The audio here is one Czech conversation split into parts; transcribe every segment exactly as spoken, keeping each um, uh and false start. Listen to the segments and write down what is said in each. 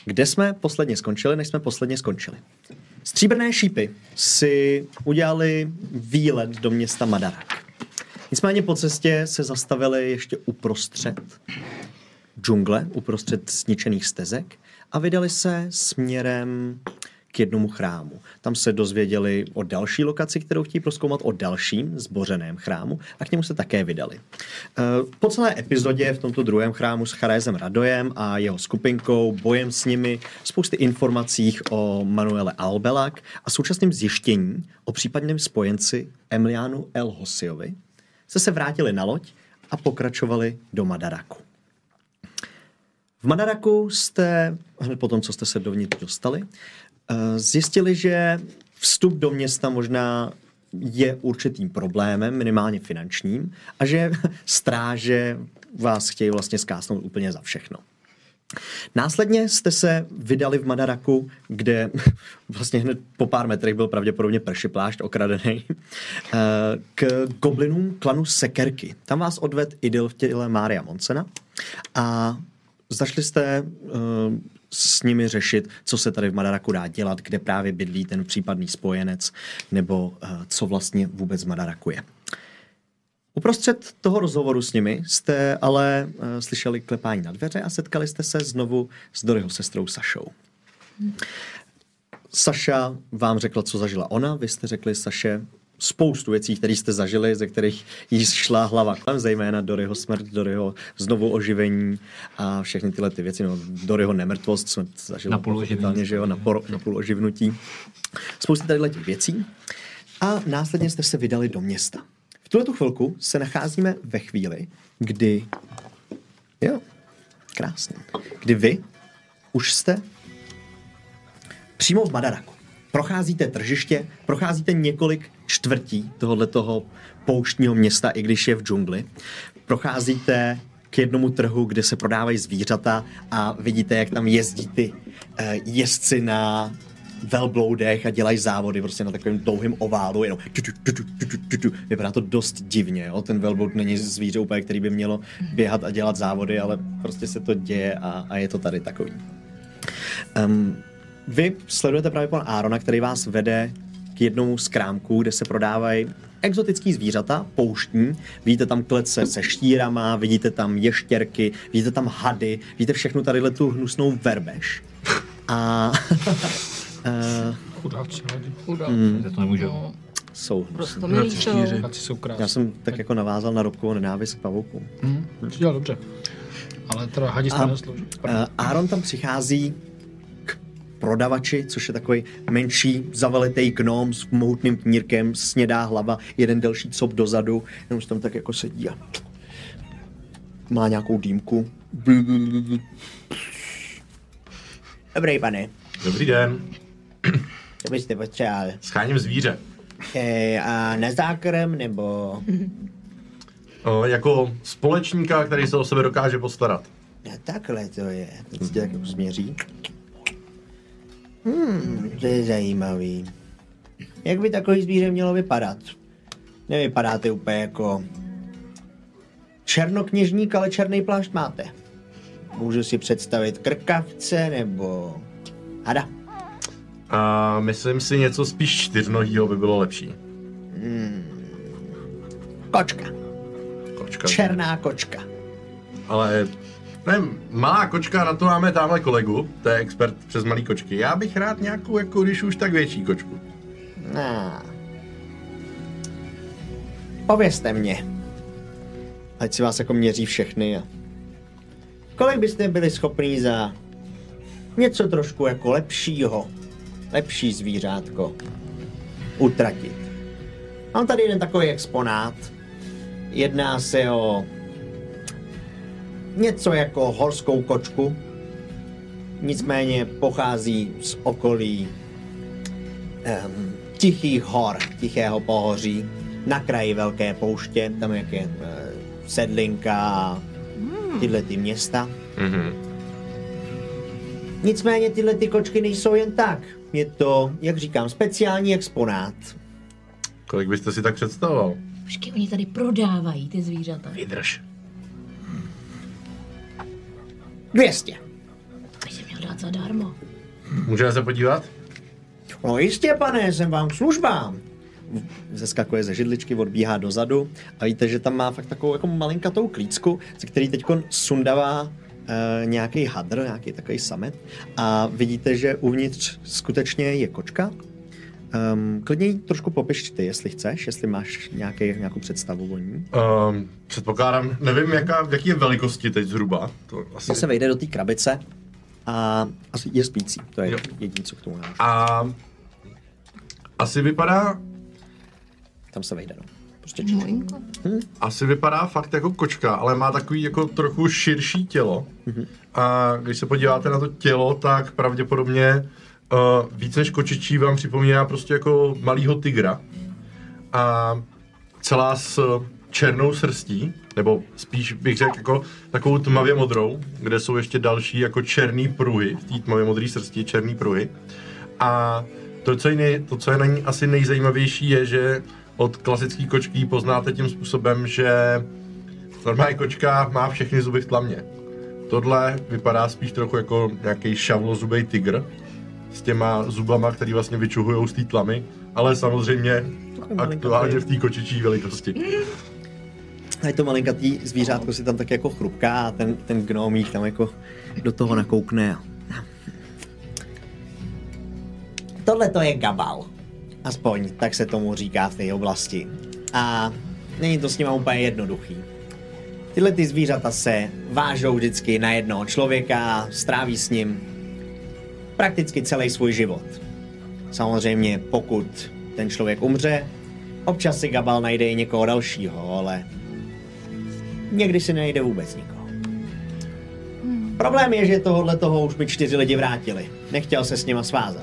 Kde jsme posledně skončili, než jsme posledně skončili? Stříbrné šípy si udělali výlet do města Madarak. Nicméně po cestě se zastavili ještě uprostřed džungle, uprostřed zničených stezek a vydali se směrem k jednomu chrámu. Tam se dozvěděli o další lokaci, kterou chtějí prozkoumat, o dalším zbořeném chrámu a k němu se také vydali. Po celé epizodě v tomto druhém chrámu s Charézem Radojem a jeho skupinkou, bojem s nimi, spousty informací o Manuele Albelak a současným zjištění o případném spojenci Emilianu El Hosiovi jste se vrátili na loď a pokračovali do Madaraku. V Madaraku jste, hned po tom, co jste se dovnitř dostali, zjistili, že vstup do města možná je určitým problémem, minimálně finančním, a že stráže vás chtějí vlastně zkásnout úplně za všechno. Následně jste se vydali v Madaraku, kde vlastně hned po pár metrech byl pravděpodobně pršiplášť okradený, k goblinům klanu Sekerky. Tam vás odved idyl v těle Mária Monsena a začali jste uh, s nimi řešit, co se tady v Madaraku dá dělat, kde právě bydlí ten případný spojenec, nebo uh, co vlastně vůbec v Madaraku je. Uprostřed toho rozhovoru s nimi jste ale uh, slyšeli klepání na dveře a setkali jste se znovu s Doryho sestrou Sašou. Hmm. Saša vám řekla, co zažila ona, vy jste řekli Saše spoustu věcí, které jste zažili, ze kterých jí šla hlava kolem, zejména Doryho smrt, Doryho znovu oživení a všechny tyhle ty věci, no, Doryho nemrtvost jsme zažili pochopitelně, že jo, na, por, na půl oživnutí. Spoustu tady těch věcí a následně jste se vydali do města. V tuhletu chvilku se nacházíme ve chvíli, kdy jo, krásně, kdy vy už jste přímo v Madaraku. Procházíte tržiště, procházíte několik čtvrtí tohoto pouštního města, i když je v džungli. Procházíte k jednomu trhu, kde se prodávají zvířata a vidíte, jak tam jezdí ty uh, jezdci na velbloudech a dělají závody prostě na takovém dlouhém oválu. Jenom tu, tu, tu, tu, tu, tu, tu. Vypadá to dost divně. Jo? Ten velbloud není zvíře úplně, který by mělo běhat a dělat závody, ale prostě se to děje a, a je to tady takový. Um, Vy sledujete právě pan Árona, který vás vede k jednomu z krámků, kde se prodávají exotický zvířata, pouštní. Vidíte tam klece se štírama, vidíte tam ještěrky, vidíte tam hady, vidíte všechnu tadyhle tu hnusnou verbež. A... uh, Chudáci hady. Chudáci. Mm, to nemůžou. Jsou Prostě to mi líčilo. Jsou krásní. Já jsem tak jako navázal na Robkovou nenávist k pavoukům. Mm, dělal dobře. Ale teda hadi se neslouží. Uh, Áron tam přichází prodavači, což je takový menší zavalitej gnom s mohutným knírkem, snědá hlava, jeden delší cop dozadu, jenom tam tak jako sedí a má nějakou dýmku. Dobrý, pane. Dobrý den. Co byste potřeboval? Scháním zvíře. E, a na zákrm, nebo... O, jako společníka, který se o sebe dokáže postarat. A takhle to je. Teď si tě tak změří. Hmm, to je zajímavý. Jak by takový zvíře mělo vypadat? Nevypadáte úplně jako černokněžník, ale černý plášť máte. Můžu si představit krkavce nebo hada. A myslím si něco spíš čtyřnohýho by bylo lepší. Hmm. Kočka. Kočka. Černá kočka. Ale nevím, malá kočka, na to máme tamhle kolegu, to je expert přes malý kočky. Já bych rád nějakou, jako když už tak větší kočku. No. Povězte mě. Ať si vás jako měří všechny a... Kolik byste byli schopní za něco trošku jako lepšího, lepší zvířátko utratit? Mám tady jeden takový exponát. Jedná se o něco jako horskou kočku, nicméně pochází z okolí um, tichých hor, tichého pohoří, na kraji velké pouště, tam jak je uh, Sedlinka a tyhle ty města. Mm-hmm. Nicméně tyhle ty kočky nejsou jen tak. Je to, jak říkám, speciální exponát. Kolik byste si tak představoval? Počkej, oni tady prodávají ty zvířata. Vydrž. dvě stě. To by se měl dát dát zadarmo. Můžeme se podívat? No jistě, pane, jsem vám k službám. Zeskakuje ze židličky, odbíhá dozadu a víte, že tam má fakt takovou jako malinkatou klícku, ze který teďkon sundává uh, nějaký hadr, nějaký takový samet a vidíte, že uvnitř skutečně je kočka. Um, klidně ji trošku popiš ty, jestli chceš, jestli máš nějaký, nějakou představu o ní. Um, předpokládám, nevím, jaká, v jaký je velikosti teď zhruba. To asi... Se vejde do té krabice a asi je spící, to je jo. jediné, co k tomu máš. A asi vypadá... Tam se vejde, no. Prostě Molinko. hm? Asi vypadá fakt jako kočka, ale má takový jako trochu širší tělo. Mm-hmm. A když se podíváte na to tělo, tak pravděpodobně uh, víc než kočičí vám připomíná prostě jako malýho tygra. A celá s černou srstí, nebo spíš bych řekl jako takovou tmavě modrou, kde jsou ještě další jako černý pruhy, v té tmavě modré srsti černý pruhy. A to, co je, nej, to, co je na ní asi nejzajímavější, je, že od klasické kočky poznáte tím způsobem, že normální kočka má všechny zuby v tlamě. Tohle vypadá spíš trochu jako nějaký šavlozubej tygr s těma zubama, který vlastně vyčuhujou z té tlamy, ale samozřejmě aktuálně v té kočičí velikosti. A je to malinkatý zvířátko, si tam tak jako chrupká a ten, ten gnomík tam jako do toho nakoukne. Tohle to je gabal. Aspoň tak se tomu říká v té oblasti. A není to s nima úplně jednoduchý. Tyhle ty zvířata se vážou vždycky na jednoho člověka a stráví s ním prakticky celý svůj život. Samozřejmě pokud ten člověk umře, občas si gabal najde i někoho dalšího, ale někdy si nejde vůbec nikoho. Hmm. Problém je, že tohohle toho už mi čtyři lidi vrátili. Nechtěl se s nima svázat.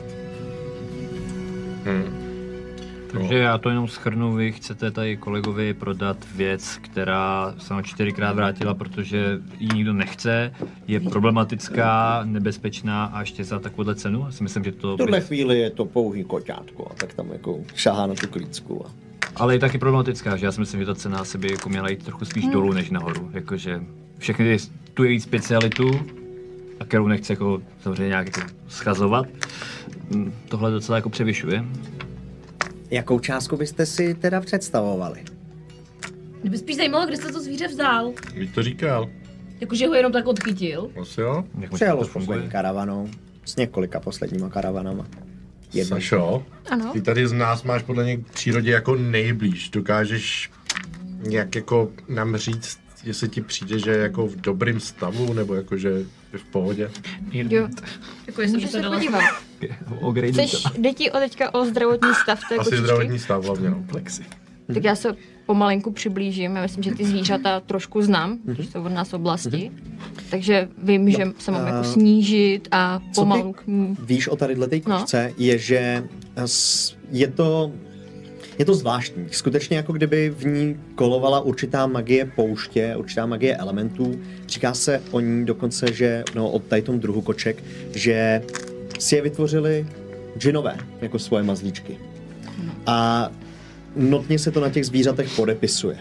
Hmm. Takže já to jenom shrnu, vy chcete tady kolegovi prodat věc, která se ho čtyřikrát vrátila, protože ji nikdo nechce, je problematická, nebezpečná a ještě za takovouhle cenu? Já si myslím, že to... V tuhle chvíli je to pouhý koťátko a tak tam jako šahá na tu klícku. A... Ale je taky problematická, že já si myslím, že ta cena se by jako měla jít trochu spíš hmm. dolů než nahoru. Jakože všechny tu její specialitu, a kterou nechci jako samozřejmě nějak jako schazovat, tohle docela jako převyšuje. Jakou částku byste si teda představovali? Mě by spíš zajímalo, kde jste to zvíře vzal. Víš to říkal? Jakože ho jenom tak odchytil. Asi jo? Přijelo s poslední karavanou. S několika posledníma karavanama. Jednou. Sašo, ano. Ty tady z nás máš podle mě k přírodě jako nejblíž. Dokážeš nějak jako nám říct, jestli ti přijde, že je jako v dobrým stavu, nebo jako, že je v pohodě? Jo. Jako jestli Můžu by to se dala... podívat. Chceš, jde ti o teďka o zdravotní stav té Asi kočičky? zdravotní stav hlavně, no. Tak já se pomalinku přiblížím. Já myslím, že ty zvířata trošku znám, protože jsou od nás oblasti. Takže vím, že se mám jako snížit a pomalu k ní. Víš o tadyhle té kočce, no. je, že je to, je to zvláštní. Skutečně jako kdyby v ní kolovala určitá magie pouště, určitá magie elementů. Říká se o ní dokonce, že no, od tady tom druhu koček, že si je vytvořili džinové jako svoje mazlíčky. No. A notně se to na těch zvířatech podepisuje.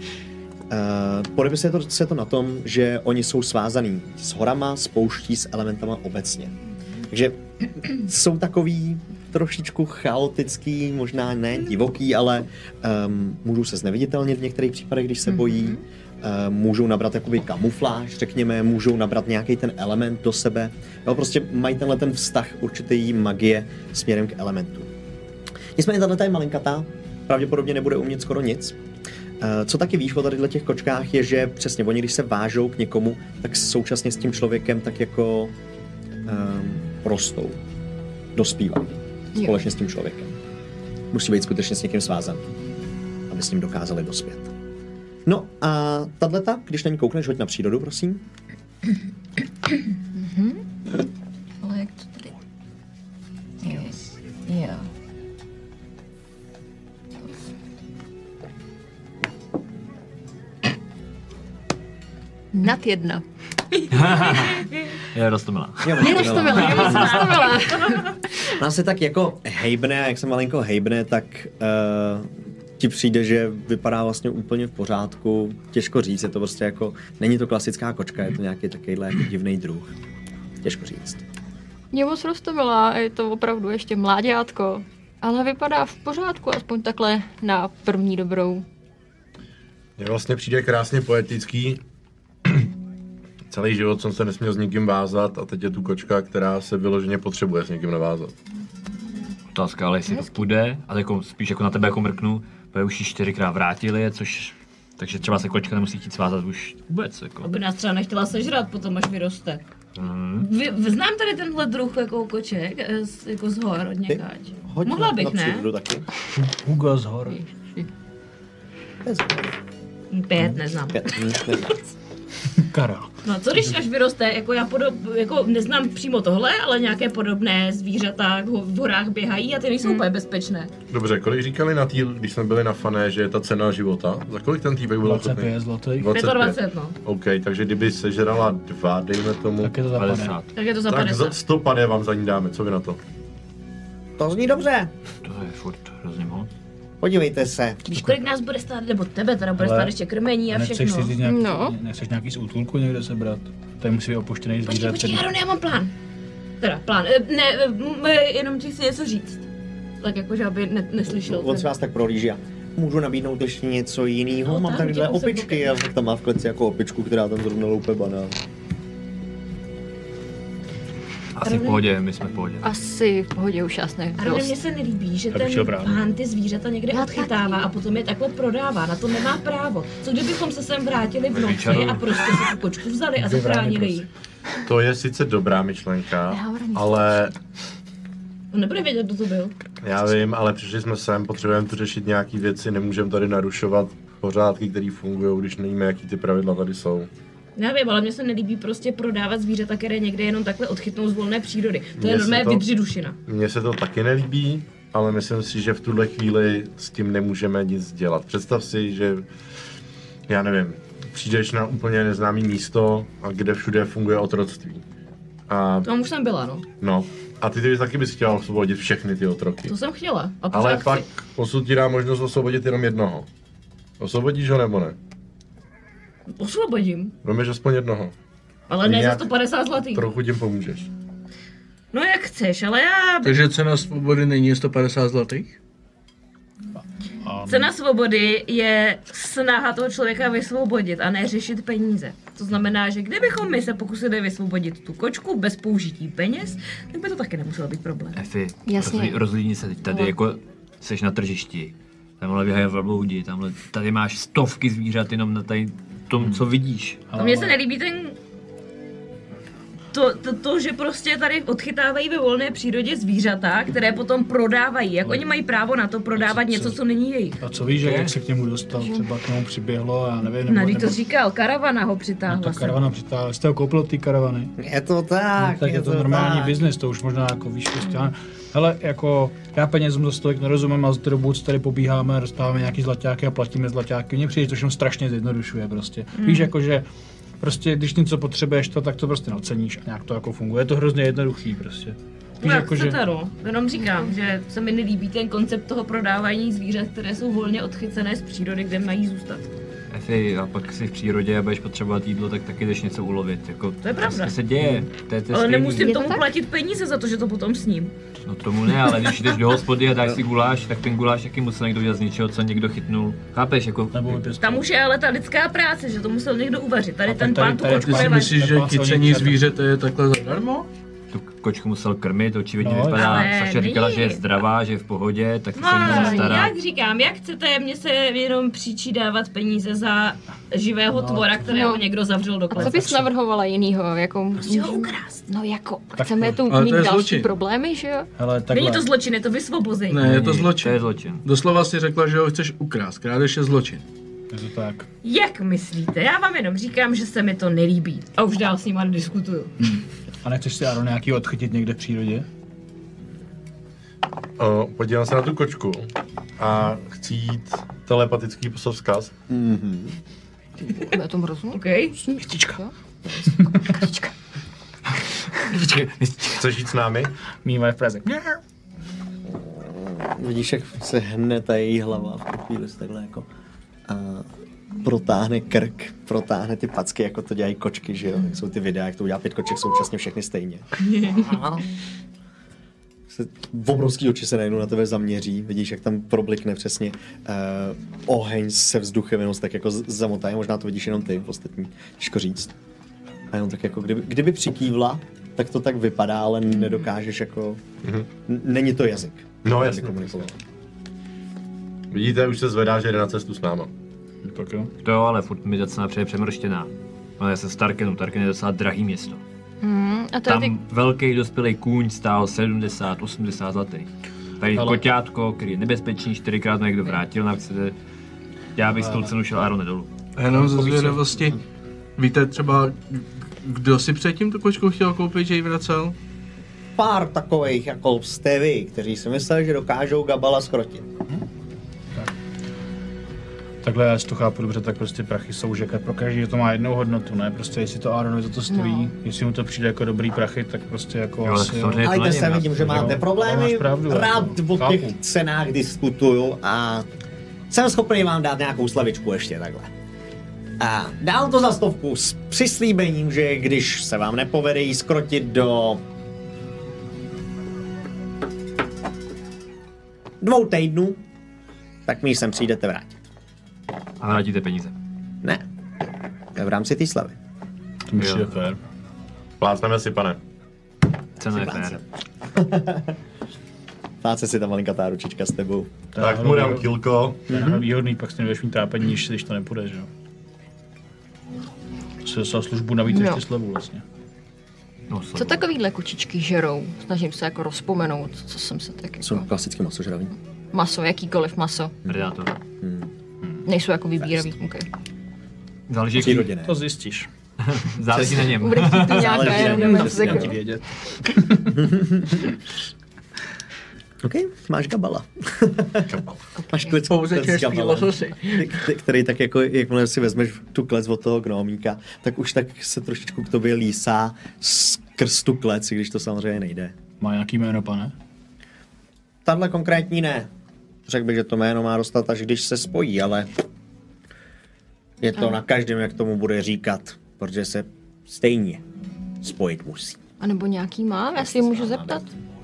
Uh, podepisuje to, se to na tom, že oni jsou svázaný s horama, s pouští, s elementama obecně. Takže jsou takový trošičku chaotický, možná ne divoký, ale um, můžou se zneviditelnit v některých případech, když se bojí. Uh, můžou nabrat jakoby kamufláž, řekněme, můžou nabrat nějaký ten element do sebe. Jo, prostě mají tenhle ten vztah určitý magie směrem k elementu. Nicméně tato je malinkatá, pravděpodobně nebude umět skoro nic. Co taky víš o tadyhle těch kočkách je, že přesně oni, když se vážou k někomu, tak současně s tím člověkem tak jako um, rostou, dospívají společně s tím člověkem. Musí být skutečně s někým svázaný, aby s ním dokázali dospět. No a tato, když na ní koukneš, hoď na přírodu, prosím. Mhm. Ale jak to tady? Jo. Jo. Nad jedna. Je roztomilá. Je roztomilá, je roztomilá. Ona se tak jako hejbne, a jak se malinko hejbne, tak uh, ti přijde, že vypadá vlastně úplně v pořádku. Těžko říct, je to prostě jako, není to klasická kočka, je to nějaký takovýhle jako divný druh. Těžko říct. Je moc roztomilá, je to opravdu ještě mláďátko. Ale vypadá v pořádku, aspoň takhle na první dobrou. Mně vlastně přijde krásně poetický. Celý život jsem se nesměl s nikým vázat a teď je tu kočka, která se vyloženě potřebuje s někým navázat. Otázka, ale jestli to půjde, a jako spíš jako na tebe jako mrknu, protože už ji čtyřikrát vrátili, což, takže třeba se kočka nemusí chtít svázat už vůbec. Jako. Aby nás třeba nechtěla sežrat potom, až vyroste. Mm. Vy, znám tady tenhle druh jako koček, eh, z, jako z hor od někáč. Mohla bych, ne? Taky. Hugo z hor. Pět, neznám. Pět, hm, neznám. Karel. No co když až vyroste, jako já podob, jako neznám přímo tohle, ale nějaké podobné zvířata v horách běhají a ty nejsou úplně bezpečné. Dobře, kolik říkali na týl, když jsme byli na Fané, že je ta cena života? Za kolik ten týpek byl dvacet pět zlotých. dvacet pět, no. OK, takže kdyby sežrala dva, dejme tomu, Tak je to za padesát. Tak je to za tak za padesát. sto pade vám za ní dáme, co vy na to? To zní dobře. To je furt hrozně moc. Podívejte se. Víš, kolik nás bude stát, nebo tebe teda bude Ale stát ještě krmení a Nechceš všechno. si říct nějaký, No. nechceš nějaký z útulku někde sebrat? Tady musí být opuštěný Počkej, zvířat. počkej, který- Aaron, já mám plán. Teda, plán. E, Ne, e, m- e, jenom ti chci něco říct. Tak jakože, aby ne, neslyšel. On se vás tak prohlíží a můžu nabídnout ještě něco jiného. No, Mám tak, tadyhle děkuji, jsem opičky a tam má v kleci jako opičku, která tam zrovna loupe banán. Asi v pohodě, my jsme v pohodě. Asi v pohodě už jasné. Ale mně se nelíbí, že Já bych ten šel brát. pán ty zvířata někde Já odchytává taky. a potom je takhle prodává. Na to nemá právo. Co kdybychom se sem vrátili v noci Vyčaruju. a prostě si tu kočku vzali a zachránili ji? To je sice dobrá myšlenka, Já hovorím, ale On nebude vědět, kdo to byl. já vím, ale přišli jsme sem, potřebujeme tu řešit nějaký věci, nemůžeme tady narušovat pořádky, které fungují, když nevíme, jaký ty pravidla tady jsou. Já vím, ale mně se nelíbí prostě prodávat zvířata, které někde jenom takhle odchytnou z volné přírody. To Mně je se normálně to- vydřidušina. Mně se to taky nelíbí, ale myslím si, že v tuhle chvíli s tím nemůžeme nic dělat. Představ si, že, já nevím, přijdeš na úplně neznámý místo, a kde všude funguje otroctví. A To už jsem byla, no. no, a ty, ty taky bys chtěla osvobodit všechny ty otroky. To jsem chtěla. A Ale pořád pak chci. osud ti dá možnost osvobodit jenom jednoho. Osvobodíš ho nebo ne? Osvobodím. Vemeš aspoň jednoho. Ale ne za Nějak sto padesát zlatých. Trochu tím pomůžeš. No jak chceš, ale já... Takže cena svobody není sto padesát zlatých? Cena svobody je snaha toho člověka vysvobodit a ne řešit peníze. To znamená, že kdybychom my se pokusili vysvobodit tu kočku bez použití peněz, tak by to taky nemuselo být problém. Efi, Jasně. rozlí- rozlídni se teď tady, Ale- jako seš na tržišti. Tamhle běhají velbloudi, tamhle, tady máš stovky zvířat jenom na tady tom, co vidíš. A mně se nelíbí ten... To, to, to, že prostě tady odchytávají ve volné přírodě zvířata, které potom prodávají. Jak oni mají právo na to prodávat co- něco, co není jejich? A co víš, že jak se k němu dostal, třeba k němu přiběhlo, já nevím, nebo, Nadý to nebo říkal, karavana ho no, přitáhla. ta sem. karavana přitáhla. Jste ho koupil od té karavany? Je to tak, Tak je to normální tak. biznis, to už možná jako víš, prostě, ale- hele, jako já penězům za stolik nerozumím, a za tu dobu, co tady pobíháme, dostáváme nějaký zlaťáky a platíme zlaťáky, mně přijde, že to všechno strašně zjednodušuje prostě. Mm. Víš, jako že prostě, když něco potřebuješ, to, tak to prostě naceníš a nějak to jako funguje, je to hrozně jednoduchý prostě. No Víš, jak jako, chcete, no. Jenom říkám, že se mi nelíbí ten koncept toho prodávání zvířat, které jsou volně odchycené z přírody, kde mají zůstat. Efi, a pak si v přírodě a budeš potřebovat jídlo, tak taky jdeš něco ulovit. Jako, To je pravda. prostě se děje. To je, to je Ale stejný. nemusím Je to tomu tak? platit peníze za to, že to potom sním. No tomu ne, ale když jdeš do hospody a dáš si guláš, tak ten guláš taky musel někdo udělat z něčeho, co někdo chytnul. Chápeš, jako... nebo vypěstovat. Tam už je ale ta lidská práce, že to musel někdo uvařit. Tady A ten tak tady- pán tu tady kočku ty si nevadí. Myslíš, že Neplacel chycení nic. zvířete je takhle zadarmo? Tu kočku musel krmit, očividně No, vypadá. ale Saša říkala, není. že je zdravá, že je v pohodě, tak se No, o ní stará. jak říkám, jak chcete, mně se jenom příčí dávat peníze za živého No. tvora, kterého No. někdo zavřel do A co klece. bys navrhovala jinýho? Jako... Prostě ho ukrást. No jako, Tak chceme tu Ale mít to je další zločin. problémy, že jo? Hele, takhle. Není to zločin, je to vysvobození. Ne, je to Není, zločin. To je zločin. Doslova si řekla, že ho chceš ukrást. Krádež je zločin. Je to tak. Jak myslíte? Já vám jenom říkám, že se mi to nelíbí. A už dál s nima nediskutuju. A nechceš si Aaron nějaký odchytit někde v přírodě? O, podívám se na tu kočku a chci jít telepatický poslat vzkaz. Já tomu rozumím. OK? Mistička. Kačička. Chceš jít s námi? Míme v Praze. Vidíš, jak se hne ta její hlava v tu chvíli se takhle jako a protáhne krk, protáhne ty packy, jako to dělají kočky, že jo? Jak jsou ty videa, jak to udělá pět koček současně všechny stejně. Se, obrovský oči se najednou na tebe zaměří, vidíš, jak tam problikne přesně uh, oheň se vzduchem, jenom se tak jako zamotají, možná to vidíš jenom ty, ostatní, těžko říct. A jenom tak jako, kdyby, kdyby přikývla, tak to tak vypadá, ale nedokážeš jako, mm-hmm. n- není to jazyk. No jasně. Vidíte, už se zvedá, že jde na cestu s náma. Tak jo. To jo, ale furt mi ta cena přeje přemrštěná. No já jsem z Tarkenu, Tarken je docela drahý město. Mm, a to Tam je ty... velký dospělý kůň stál sedmdesát osmdesát zlatých. Tady Ale- koťátko, který je nebezpečný, čtyřikrát někdo vrátil, navíc já bych s tou cenu šel Arone dolů. A jenom ze zvědavosti, víte třeba, kdo si předtím tu kočku chtěl koupit, že ji vracel? Pár takových, jako jste vy, kteří si mysleli, že dokážou Gabala skrotit. Takhle já si to chápu dobře, tak prostě prachy jsou, že pro každý to má jednou hodnotu, ne? Prostě jestli to Aaronovi za to stojí, no. Jestli mu to přijde jako dobrý prachy, tak prostě jako Jo, asi tak jo. samozřejmě to Ale není se nás, vidím, že máte jo. Máš problémy, pravdu, rád jako, o těch chápu. cenách diskutuju a jsem schopný vám dát nějakou slavičku ještě takhle. A dám to za stovku s přislíbením, že když se vám nepovede jí skrotit do dvou týdnů, tak mi sem přijdete vrátit. A vrátíte peníze. Ne, v rámci té slavy. To mi přijde Jo. fér. Plácneme si, pane. Cena je Plácem. fér. Pláce si ta malinká ručička s tebou. To je Tak mu dám výhodný- kilko. to je výhodný, pak si nebudeš mít trápení, když když to nepůjde, že jo. To si dostal službu navíc Jo. ještě slevu vlastně. No, Co takovýhle kočičky žerou? Snažím se jako rozpomenout, co jsem se tak Jsou jako... klasicky masožravní. Maso, jakýkoliv maso. Predátor. Nejsou jako vybíravý. Okay. Záleží, jaký, Přírodě ne. To zjistíš. záleží na něm. Bude chtít tu nějaké, Záleží, jenom jak nebudeme to se si jako... Ti vědět. OK, máš Gabala. máš klec, Pouze klec s čerstvý Gabalem, lososy. k- který tak jako, jakmile si vezmeš tu klec od toho gnomíka, tak už tak se trošičku k tobě lísá skrz tu klec, i když to samozřejmě nejde. Má nějaký jméno, pane? Tahle konkrétní ne. Řekl bych, že to jméno má dostat, až když se spojí, ale je to na každém, jak tomu bude říkat, protože se stejně spojit musí. A nebo nějaký má? Já si je můžu zeptat?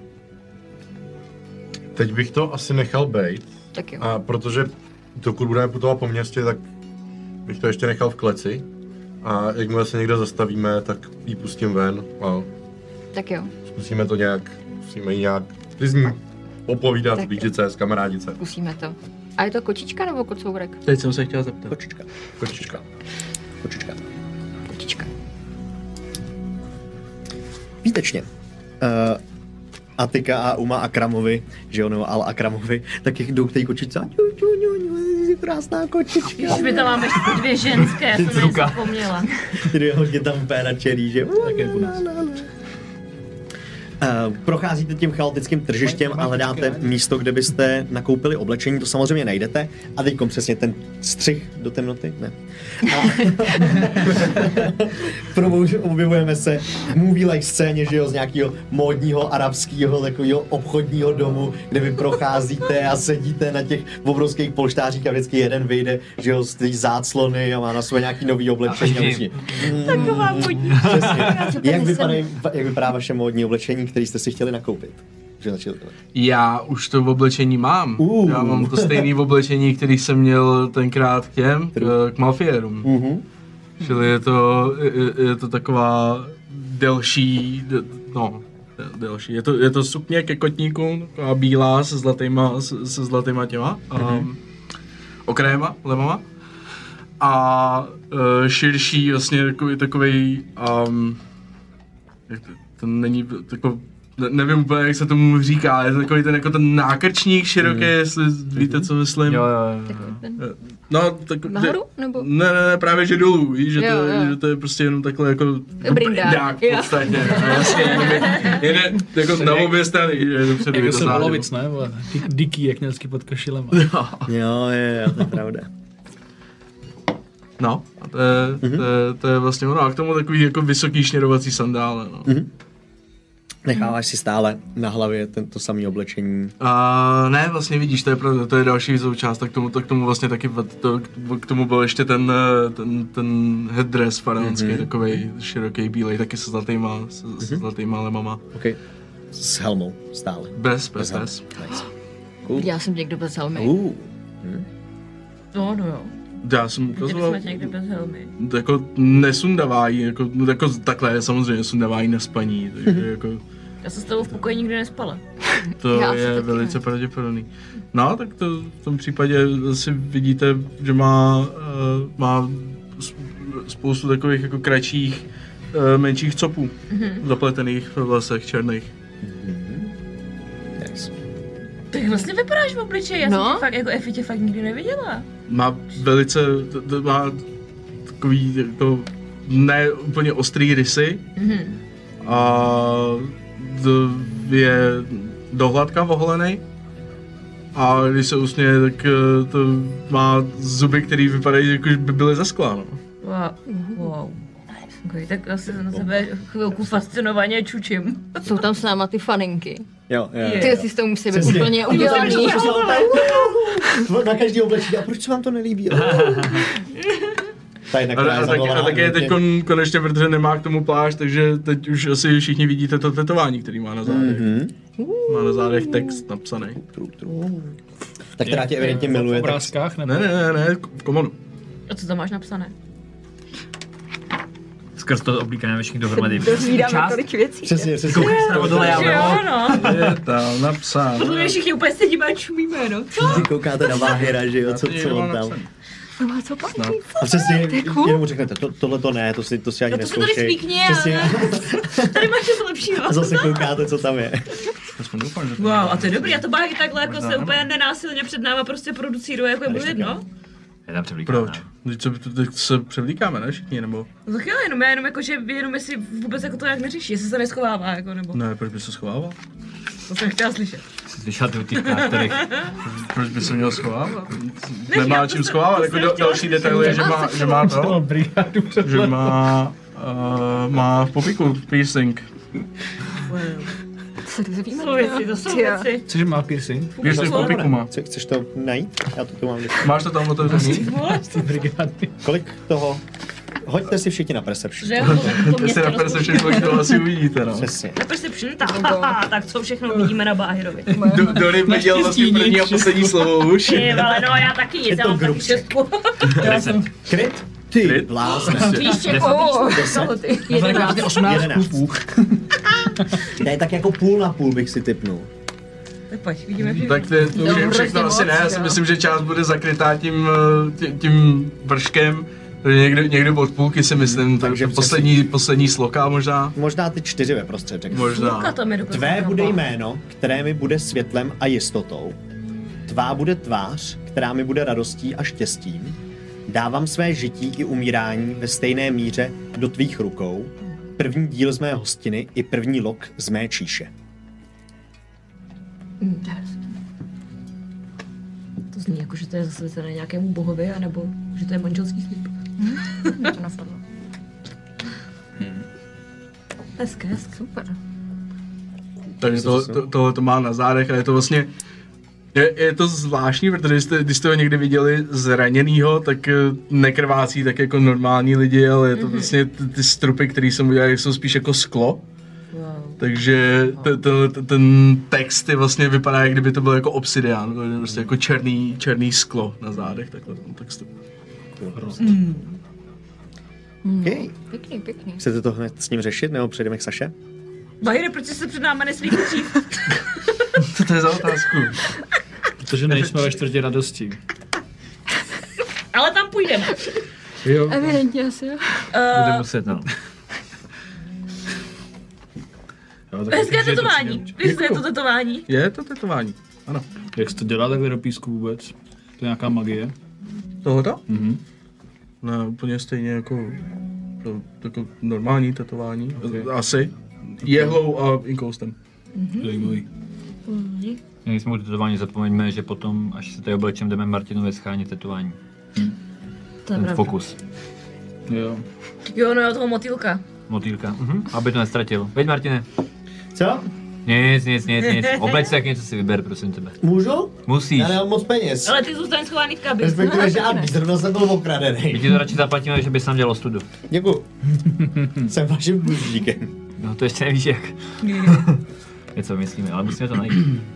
Teď bych to asi nechal bejt, Tak jo. a protože dokud budeme putovat po městě, tak bych to ještě nechal v kleci. A jakmile se někde zastavíme, tak ji pustím ven a Tak jo. zkusíme to nějak, musíme ji nějak s ní popovídat, Tak. zblížit se, s kamarádice. Zkusíme to. A je to kočička nebo kocourek? Teď jsem se chtěl zeptat. Kočička. Kočička. Kočička. Kočička. Výtečně. Uh, Atika a Uma Akramovi, že jo, nebo Al Akramovi, tak jich jdou k té kočičce a ňu, ňu, ňu, ňu, krásná kočička. Už my tam máme ještě dvě ženské, já jsem na ně Ruka. zapomněla. Ty hodně tam úplně načerý, že? Tak jak u nás. Uh, procházíte tím chaotickým tržištěm a hledáte místo, kde byste nakoupili oblečení, to samozřejmě najdete. A teďkom přesně ten střih do temnoty, ne. A Promou- objevujeme se v movie-like scéně, že jo, z nějakého módního arabského takového obchodního domu, kde vy procházíte a sedíte na těch obrovských polštářích a vždycky jeden vyjde, že jo, z té záclony a má na sobě nějaký nový oblečení. A všichni- všichni, Taková modní. Přesně. Jak, vypadají, jak vypadá vaše módní oblečení, který jste si chtěli nakoupit? Že začali to. Já už to v oblečení mám. Uh. Já mám to stejné oblečení, který jsem měl tenkrát k těm, k, k Malfierům. Uh-huh. Čili je to, je, je to taková delší, de, no, de- delší. Je to, je to sukně ke kotníkům, taková bílá se zlatýma, se, se zlatýma těma, mm-hmm. um, okrajema, lemama. A uh, širší vlastně takový, takový um, jak to, to není takový, ne, nevím úplně, jak se tomu říká, ale je to takový ten, jako ten nákrčník široký, mm. jestli víte, co myslím. Jo, jo, jo. No, tak, Nahoru? Nebo? Ne, ne, ne, právě že dolů, víš, že, Jo, to, jo. že to je prostě jenom takhle jako Brindák, v jo. podstatě, no, jasně, jenom je- jede jako na obě strany, že je dopředu, Jako je to se zádu. volovic, ne? vole? Dik- Diký, jak měl vždycky pod košilem. Jo, je, je, to je pravda. No, a to je, to, je, to je vlastně ono, a k tomu takový jako vysoký šněrovací sandále, no. Mhm. Necháváš si stále na hlavě tento samý oblečení. A ne, vlastně vidíš, to je pravda, to je další součást, tak tomu, tak tomu vlastně taky, to, k tomu byl ještě ten, ten, ten headdress faraonský, mm-hmm. takovej široký bílej, taky se zlatýma, s, mm-hmm. s zlatýma lemama. OK. S helmou stále. Bez, bez, bez. Nice. Cool. Já jsem někdo bez helmy. Uh. Hm. No, no jo. Já jsem Kdyby ukazoval, jsme někde bez helmy. jako nesundavají, jako, jako takhle samozřejmě sundavají na spaní, takže jako... Já jsem s tebou v pokoji nikdy nespala. To Já je taky velice ne. pravděpodobný. No, tak to v tom případě si vidíte, že má, uh, má spoustu takových jako kratších, uh, menších copů, mm-hmm. zapletených v vlasech černých. Nice. Tak vlastně vypadáš v obličeji, já No. jsem tě fakt, jako Efi tě fakt nikdy neviděla. Má velice, to, to má takový jako ne úplně ostrý rysy Mhm. a d- je dohladka oholený. A když se usměje, tak uh, to má zuby, které vypadají, jako by byly ze skla, no. Wow. wow. Okay, tak asi na tebe chvilku fascinovaně čučím. Jsou tam s náma ty faninky. Jo, jo, jo. Ty si to musí být Přesně. úplně udělaný. Na každý oblečení. A proč se vám to nelíbí? Ta jedna, A, která je a, tak, zamilovaná a tak je teď evidentně. kon, konečně, protože nemá k tomu plášť, takže teď už asi všichni vidíte to tetování, který má na zádech. Mhm. Má na zádech text napsaný. True, true. Ta, která tě evidentně miluje, V tak obrázkách nebo? Ne, ne, ne, ne, v komonu. A co tam máš napsané? Skrz to oblíkané všichni dohromady. Dozvídáme tolik věcí. přesně, přesně. Nebo dole já Že jo, no. Je tam napsáno. Podle mě všichni úplně sedíme a čumíme, no. Co? Vy koukáte na Váhyra, že jo, co, Někdo co má on tam. napsaný. No a co pak? A přesně, cool. jenom mu řeknete, to, tohle to ne, to si, to si ani No to si tady neskoušej. spíkni a- Přesně. Tady máš něco lepšího. A zase koukáte, co tam je. Aspoň doufám, že to Wow, a to je dobrý, a to Báhy takhle jako Možná se ano. úplně nenásilně před náma prostě producíruje, jako je mu jedno. Je tam převlíkaná. Proč? Teď se, teď se převlíkáme, ne všichni, nebo? No tak jo, jenom já jenom jako, že jenom jestli vůbec jako to jak neřeší, jestli se neschovává, jako nebo. Ne, proč by se schovával? To jsem chtěla slyšet. Jsi slyšel ty o těch kráterech. Proč by se měl schovávat? Ne, Nemá já čím to- schovávat, to jako jsem do, chtěla další slyšet. detail je, že má, že má To to, brigádu před že má, uh, má v popiku piercing. Co to zavíme? To jsou věci, to jsou věci. Cože má piercing? Piercing v popiku má. Chce- Chceš to najít? Já to tu mám vždycky. Máš to tam otevřený? Ty brigády. Kolik toho? Hoďte si všichni na perception. Že jo, to, to Ty mě se na perception kolik toho asi uvidíte, no. Přesně. Na perception, tak, haha, tak co všechno vidíme na Báhyrovi. Do, Dory viděl vlastně první a poslední slovo už. Ty vole, no já taky nic, Je já to mám taky grubšek. šestku. Kryt? Ty, Kryt? blázne. Víš, jako O, Deset. ty. Jedenáct. osmnáct Jedenáct. kupů. To je tak jako půl na půl bych si typnul. Tak pojď, vidíme všechno. Tak to, je- to už je Dobro, všechno ty asi moc, ne, já si jo. myslím, že část bude zakrytá tím, eh, tím, tím vrškem. Takže někdy, někdy od půlky si myslím, Takže takže poslední, poslední sloka možná. Možná ty čtyři ve prostřed, řeknu. Luka Možná. to mi dokonce Tvé napadlo. bude jméno, které mi bude světlem a jistotou. Tvá bude tvář, která mi bude radostí a štěstím. Dávám své žití i umírání ve stejné míře do tvých rukou. První díl z mé hostiny i první lok z mé číše. Hm, to je hezký. To zní jako, že to je zasvěcené nějakému bohovi, anebo že to je manželský slib. Mě to napadlo. Hezké, hezké. Super. Takže to, to, tohle to má na zádech a je to vlastně, je, je to zvláštní, protože když jste, když jste ho někdy viděli zraněnýho, tak eh, nekrvácí tak jako normální lidi, ale je to vlastně ty, ty strupy, které jsem udělal, jsou spíš jako sklo. Wow. Takže te- te- te- ten text je vlastně vypadá, jak kdyby to byl jako obsidian, to je prostě jako černý, černý sklo na zádech, takhle ten textu. Okay. Pěkný, pěkný. Chcete to hned s ním řešit, nebo přejdeme k Saše? Bajry, proč jsi se před náma neslíkl dřív? Co to je za otázku? Protože nejsme ve čtvrtě radosti. Ale tam půjdeme. Jo. Evidentně asi jo. Bude Uh, muset, no. Jo, tak hezké myslím, že je to tetování. přijde. Víš, co je to tetování? Je to tetování, ano. Jak se to dělá takhle do písku vůbec? To je nějaká magie? Tohoto? Mhm. Ne, úplně stejně jako, to, jako normální tetování, Okay. asi. Jehlou a inkoustem. Zajímavý. Když jsme u tetování, zapomeňme, že potom, až se tady oblečem, jdeme Martinovi schránit tetování. To je Ten pravda. fokus. Jo. Jo, no jo, toho motýlka. Motýlka. Mhm. Aby to nestratil. Veď, Martine. Co? Nic, nic, nic, nic. Obleč se, jak něco si vyber, prosím tebe. Můžu? Musíš. Já nemám moc peněz. Ale ty zůstaň schovaný v kabině. Respektive žádný, zrovna jsem byl okradený. My ti to radši zaplatíme, že bys nám dělal studu. Děkuju. Jsem vaším dlužníkem. No to ještě nevíš jak. Něco myslíme, ale musíme to najít.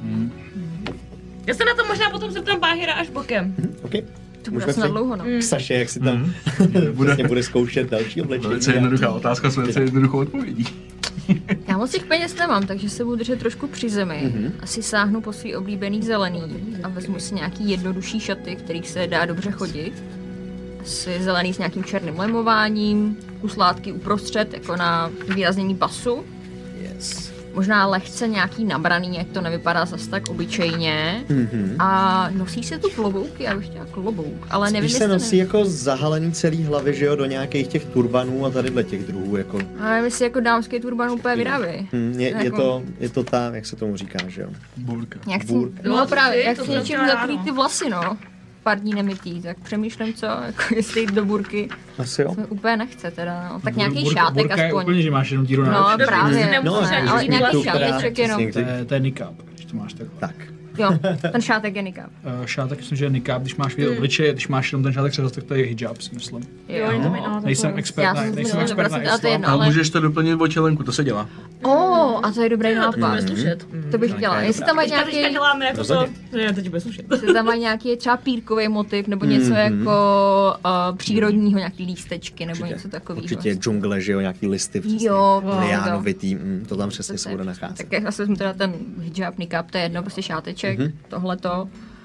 Já se na to možná potom zeptám Báhira až bokem. OK. To bude asi na dlouho, no. K Saše, jak si tam vlastně bude zkoušet další oblečení. Velice jednoduchá otázka s velice jednoduchou odpovědí. Já moc těch peněz nemám, takže se budu držet trošku při zemi. Mhm. Asi sáhnu po svý oblíbený zelený a vezmu si nějaký jednodušší šaty, kterých se dá dobře chodit. Asi zelený s nějakým černým lemováním, kus látky uprostřed, jako na výraznění pasu. Yes. Možná lehce nějaký nabraný, jak to nevypadá zas tak obyčejně. Mhm. A nosí se tu klobouky, já bych chtěla klobouk, ale nevím, Spíš se jestli nosí ne... jako zahalený celý hlavy, že jo, do nějakých těch turbanů a tadyhle těch druhů, jako. A nevím, jestli jako dámský turban úplně vyrábí. Hm, je, je, Jako- to, je to ta, jak se tomu říká, že jo. Burka. Jak chci, Burka. no No, právě, ty, jak to chci jsem něčím chtěla, zakrýt no. ty vlasy, no. Pár dní nemitý, tak přemýšlím co, jako jestli jít do burky. Asi jo. To mi úplně nechce teda, no. Tak Bur- nějaký burka- šátek burka je aspoň. úplně, že máš jenom díru na No oči. právě, si No, nemůžeš ne, ani ale říct nějaký tu, která- šáteček jenom. přesně. To je, to je nikáb, když to máš takhle. Tak. Jo, ten šátek je nikáb. Uh, šátek, myslím, že je nikáb, když máš vidět obličeje, když máš jenom ten šátek přes, tak to je hijab, si myslím. Jo, oni to mi no, Nejsem to- expert, Já na, jsem nejsem zmínila, expert že na prostě- a to je islám. jedno. Ale Ale- můžeš to doplnit o čelenku, to se dělá. Oh, a to je dobrý Jo, to nápad. bude slušet. To bych chtěla. Jestli tam mají Teďka teďka nějaký, děláme jako to, Rozhodně. ne, to ti bude slušet. jestli tam mají nějaký třeba pírkový motiv, nebo něco jako uh, přírodního, nějaký lístečky, nebo něco takového. Určitě džungle, že jo, nějaký listy, přesně. Jo, jo. Liánovitý, mm, to tam přesně se je- bude nacházet. Tak já asi vezmu teda ten hijab, niqab, to je jedno, prostě šáteček, mm-hmm. tohleto.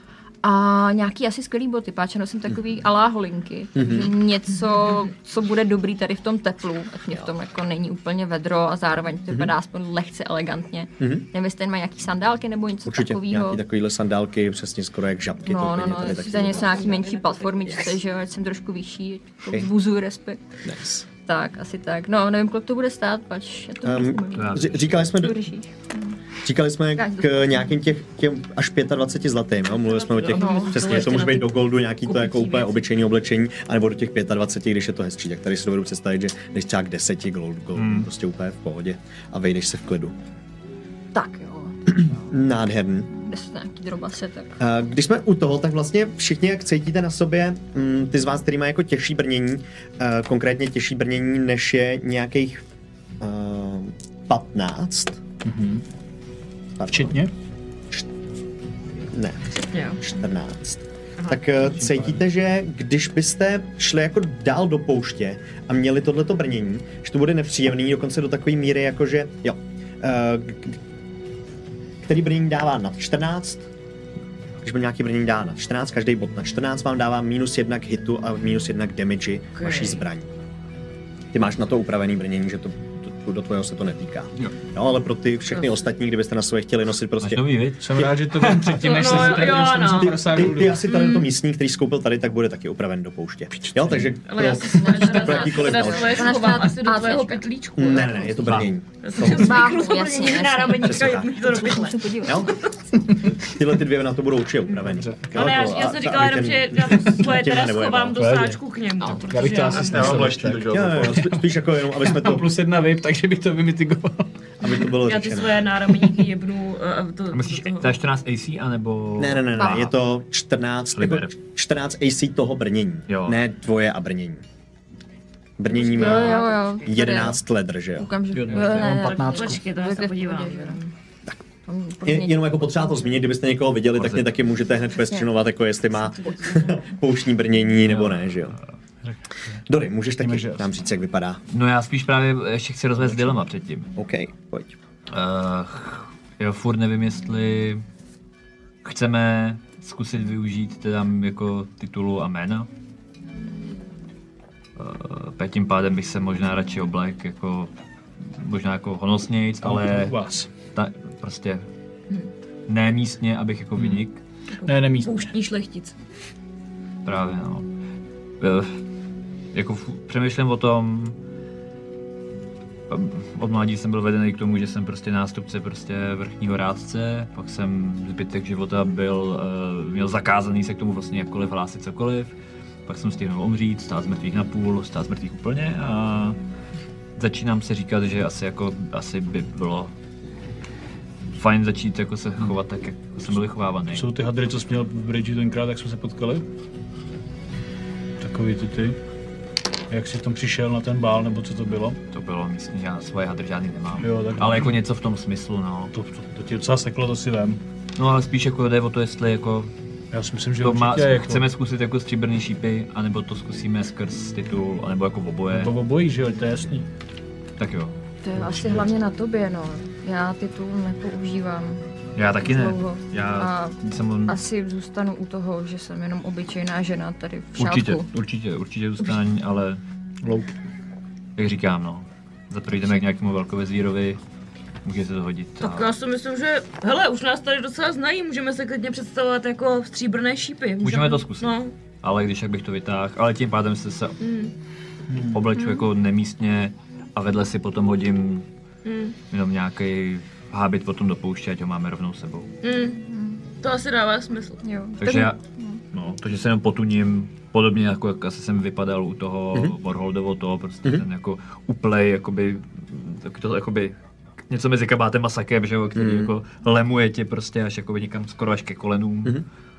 A nějaký asi skvělý boty, páče nosím takový alá holinky, takže něco, co bude dobrý tady v tom teplu, ať mě v tom jako není úplně vedro a zároveň to vypadá aspoň lehce elegantně. Nevím, jestli ten má nějaký sandálky nebo něco Určitě, takového. nějaký takovýhle sandálky, přesně skoro jak žabky. to No, no, úplně no, tady jestli taky to je něco vypadá. nějaký menší platformičce, že jo, ať jsem trošku vyšší, Okay. vzbuzuji respekt. Nice. Tak, asi tak. No, nevím, kolik to bude stát, pač. Já to Um, um, ři- říkali jsme, do, říkali jsme k nějakým těch, těm až dvacet pět zlatým, jo? Mluvili jsme o těch, No, přesně, to může být do goldu nějaký to jako kupující úplně věci. obyčejný oblečení, anebo do těch dvacet pět, když je to hezčí, tak tady si dovedu představit, že jdeš třeba k deseti gold, gold hmm. prostě úplně v pohodě a vejdeš se v klidu. Tak jo, Nádherný. kde se nějaký drobase, tak. A Když jsme u toho, tak vlastně všichni, jak cítíte na sobě, mm, ty z vás, který má jako těžší brnění, eh, konkrétně těžší brnění, než je nějakých eh, patnáct. Mhm. Pardon. Včetně? Ne, Jo. čtrnáct. Tak eh, cítíte, že když byste šli jako dál do pouště a měli tohleto brnění, že to bude nepříjemný, dokonce do takové míry, jako že jo, eh, k- který brnění dává nad čtrnáct, když byl nějaký brnění dá na čtrnáct, každý bod na čtrnáct vám dává minus jedna k hitu a minus jedna k damage Okay. vaší zbraní. Ty máš na to upravený brnění, že to, to do tvého se to netýká. Jo. Jo, ale pro ty všechny ostatní, kdybyste na své chtěli nosit Máš prostě... nový, viď? Jsem rád, že to vím předtím, než No, jsem si jo, tady jo, než jsem no. si padesát Ty, goldů. ty asi tady to místní, který skoupil tady, tak bude taky upraven do pouště. Jo, takže Ale já pro, si teda pro jakýkoliv teda další. svoje Ona schovám šla asi do A tvého C čka. pytlíčku. Ne, ne, ne, je to brnění. Já jsem si Váhu, zvyknu jasně, brnění jasně. na rameníčka, Přesně tak. jednu to do pytle. Musím podívat. Jo? Tyhle ty dvě na to budou určitě upravený. Ale já, já jsem říkala jenom, že já to svoje těm teda nebo schovám jednou. do Pohodě. sáčku k němu. Já protože bych to já- asi Já mám snesl, lehčí, tak. takže Jo, jo, jo, spí- spíš jako jenom, aby jsme Tam to, plus jedna vip, takže bych to vymitigoval. aby to bylo Já ty řečeno. svoje nárameníky jebnu a to, A myslíš, do toho. to je čtrnáct A C, anebo... Ne, ne, ne, ne, Aha. je to čtrnáct, jako Liber. čtrnáct A C toho brnění, Jo. ne tvoje a brnění. Brnění Jo, má jo, jo. jedenáct ledr, že jo? Okamžik. Jo, Ne, jo, já mám ne, patnáct. Počkej, to já se podívám. tam Je, podměť- jenom jako potřeba to zmínit, kdybyste někoho viděli, tak mě taky můžete hned questionovat, jako jestli má pouštní brnění nebo ne, že jo. Dory, můžeš taky že jo. nám říct, jak vypadá. No já spíš právě ještě chci rozvést dilema předtím. OK, pojď. Uh, jo, furt nevím, jestli chceme zkusit využít teda jako titulu a jména. Uh, tím pádem bych se možná radši oblek jako možná jako honosnějc, ale U vás. ta, prostě ne místně, abych jako vynik. Ne, nemíst. Pouštní šlechtic. Právě, no. Eh, Jako f- přemýšlím o tom, od mládí jsem byl vedený k tomu, že jsem prostě nástupce prostě vrchního rádce, pak jsem zbytek života byl, uh, měl zakázaný se k tomu vlastně jakkoliv hlásit cokoliv, pak jsem stihnul umřít, stát z mrtvých na půl, stát z mrtvých úplně a začínám si říkat, že asi jako, asi by bylo fajn začít jako se chovat tak, jak jsem byl vychovávaný. Jsou ty hadry, co jsi měl v bridži tenkrát, jak jsme se potkali? Takový ty ty. Jak jsi tam přišel na ten bál, nebo co to bylo? To bylo, myslím, že já svoje hadry žádný nemám. Jo, tak ale jako něco v tom smyslu, no. To, to, to ti docela seklo, to si vem. No ale spíš jako jde o to, jestli jako... Já si myslím, že to má, určitě jako... chceme zkusit jako stříbrný šípy, anebo to zkusíme skrz titul, anebo jako oboje. To obojí, že jo, to je jasný. Tak jo. To je asi hlavně na tobě, no. Já titul nepoužívám. Já taky ne. Dlouho. Já a jsem... asi zůstanu u toho, že jsem jenom obyčejná žena tady v šátku. Určitě, určitě, určitě zůstání, ale... Loup. Jak říkám, no. Za to jdeme k nějakému velkovezírovi, můžete to hodit. Tak a... já si myslím, že, hele, už nás tady docela znají, můžeme se klidně představovat jako stříbrné šípy. Můžeme, můžeme to zkusit, no. Ale když jak bych to vytáhl, ale tím pádem se se mm. obleču mm. jako nemístně a vedle si potom hodím mm. jenom nějaký hábit potom do pouště, ať ho máme rovnou sebou. Mm. To asi dává smysl. Jo. Takže já, no, to, že se jenom potuním, podobně jako jak asi jsem vypadal u toho mm-hmm. Warholdovo toho, prostě mm-hmm. ten jako uplej, jakoby, taky to jakoby něco mezi kabátem a sakem, že jo, který mm-hmm. jako lemuje tě prostě až jakoby někam skoro až ke kolenům. Mm-hmm.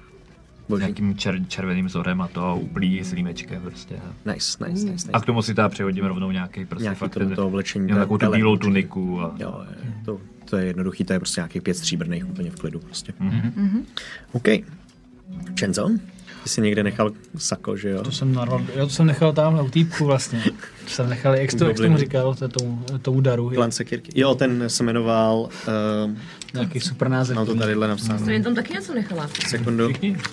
S nějakým čer, červeným vzorem a to uplí s límečkem prostě. Nice, nice, nice, nice. A k tomu si teda přehodím rovnou nějaký prostě nějaký fakt ten, to oblečení. Nějakou tu bílou tuniku. A... Jo, to, to je jednoduchý, to je prostě nějakých pět stříbrných úplně v klidu prostě. Mm-hmm. OK. Čenzo? Ty jsi někde nechal sako, že jo? To jsem narval, já to jsem nechal tam u týpku vlastně. To jsem nechal, jak jsi to, jak jsi tomu říkal, to, tomu, tomu daru. Klan sekírky. Jo, ten se jmenoval... Uh, Nějaký super název. Mám to tadyhle napsáno. Jsi tam taky něco nechala. Sekundu.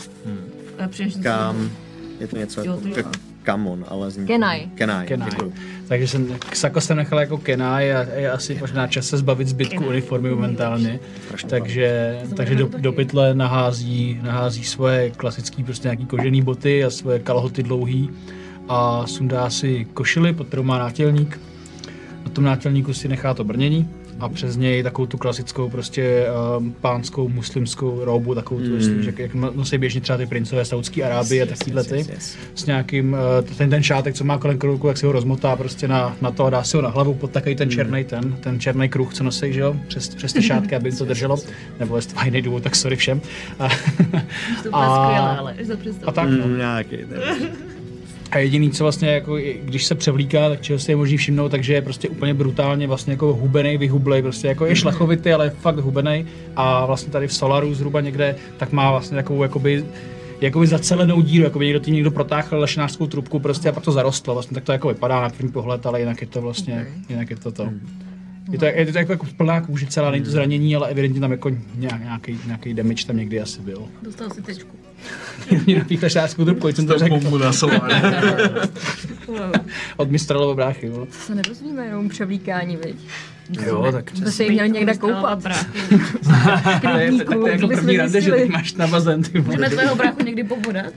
Hmm. Kam... Je to něco jo, jako... Kamon, ale zní... Kenai. Kenai, Kenai. děkuju. Takže jsem, sako jsem nechal jako Kenai a je asi možná čas se zbavit zbytku Kenai. Uniformy momentálně. Takže, takže do, do pytle nahází, nahází svoje klasické prostě nějaký kožený boty a svoje kalhoty dlouhý a sundá si košili, pod kterou má nátělník. Na tom nátělníku si nechá to brnění a přes něj takovou tu klasickou prostě um, pánskou muslimskou roubu, takovou tu, mm. jak, jak nosí běžně třeba ty princové Saudské Arábie yes, a takovýhle ty. Yes, yes. S nějakým, uh, ten, ten šátek, co má kolem krouku, jak si ho rozmotá prostě na, na to a dá si ho na hlavu pod takový ten černý mm. ten, ten černý kruh, co nosí, že jo, přes, přes ty šátky, aby jim to drželo. Nebo jestli to jiný důvod, tak sorry všem. A, a, skvělé, ale a tak no. Mm, nějaký, A jediný, co vlastně, jako, když se převlíká, tak čeho si je možný všimnout, takže je prostě úplně brutálně vlastně jako hubenej, vyhublej, prostě jako je šlachovitý, ale je fakt hubenej a vlastně tady v Solaru zhruba někde, tak má vlastně takovou jakoby, jakoby zacelenou díru, jakoby někdo tím někdo protáhl lešnářskou trubku prostě a pak to zarostlo, vlastně tak to jako vypadá na první pohled, ale jinak je to vlastně, okay. jinak je to to. Je to, je to jako, jako plná kůže celá, není to zranění, ale evidentně tam jako nějaký, nějaký damage tam někdy asi byl. Dostal si tečku. Mě napíchla šářskou trubku, jsem to řekl. Bombu na Solaru. Od mistralovo bráchy, jo. To se nedozvíme jenom převlíkání, viď? Jo, tak to se jim měl někde koupat. Klidníku, to je jako první rande, že teď máš na bazén. Můžeme tvého bráchu někdy pobodat?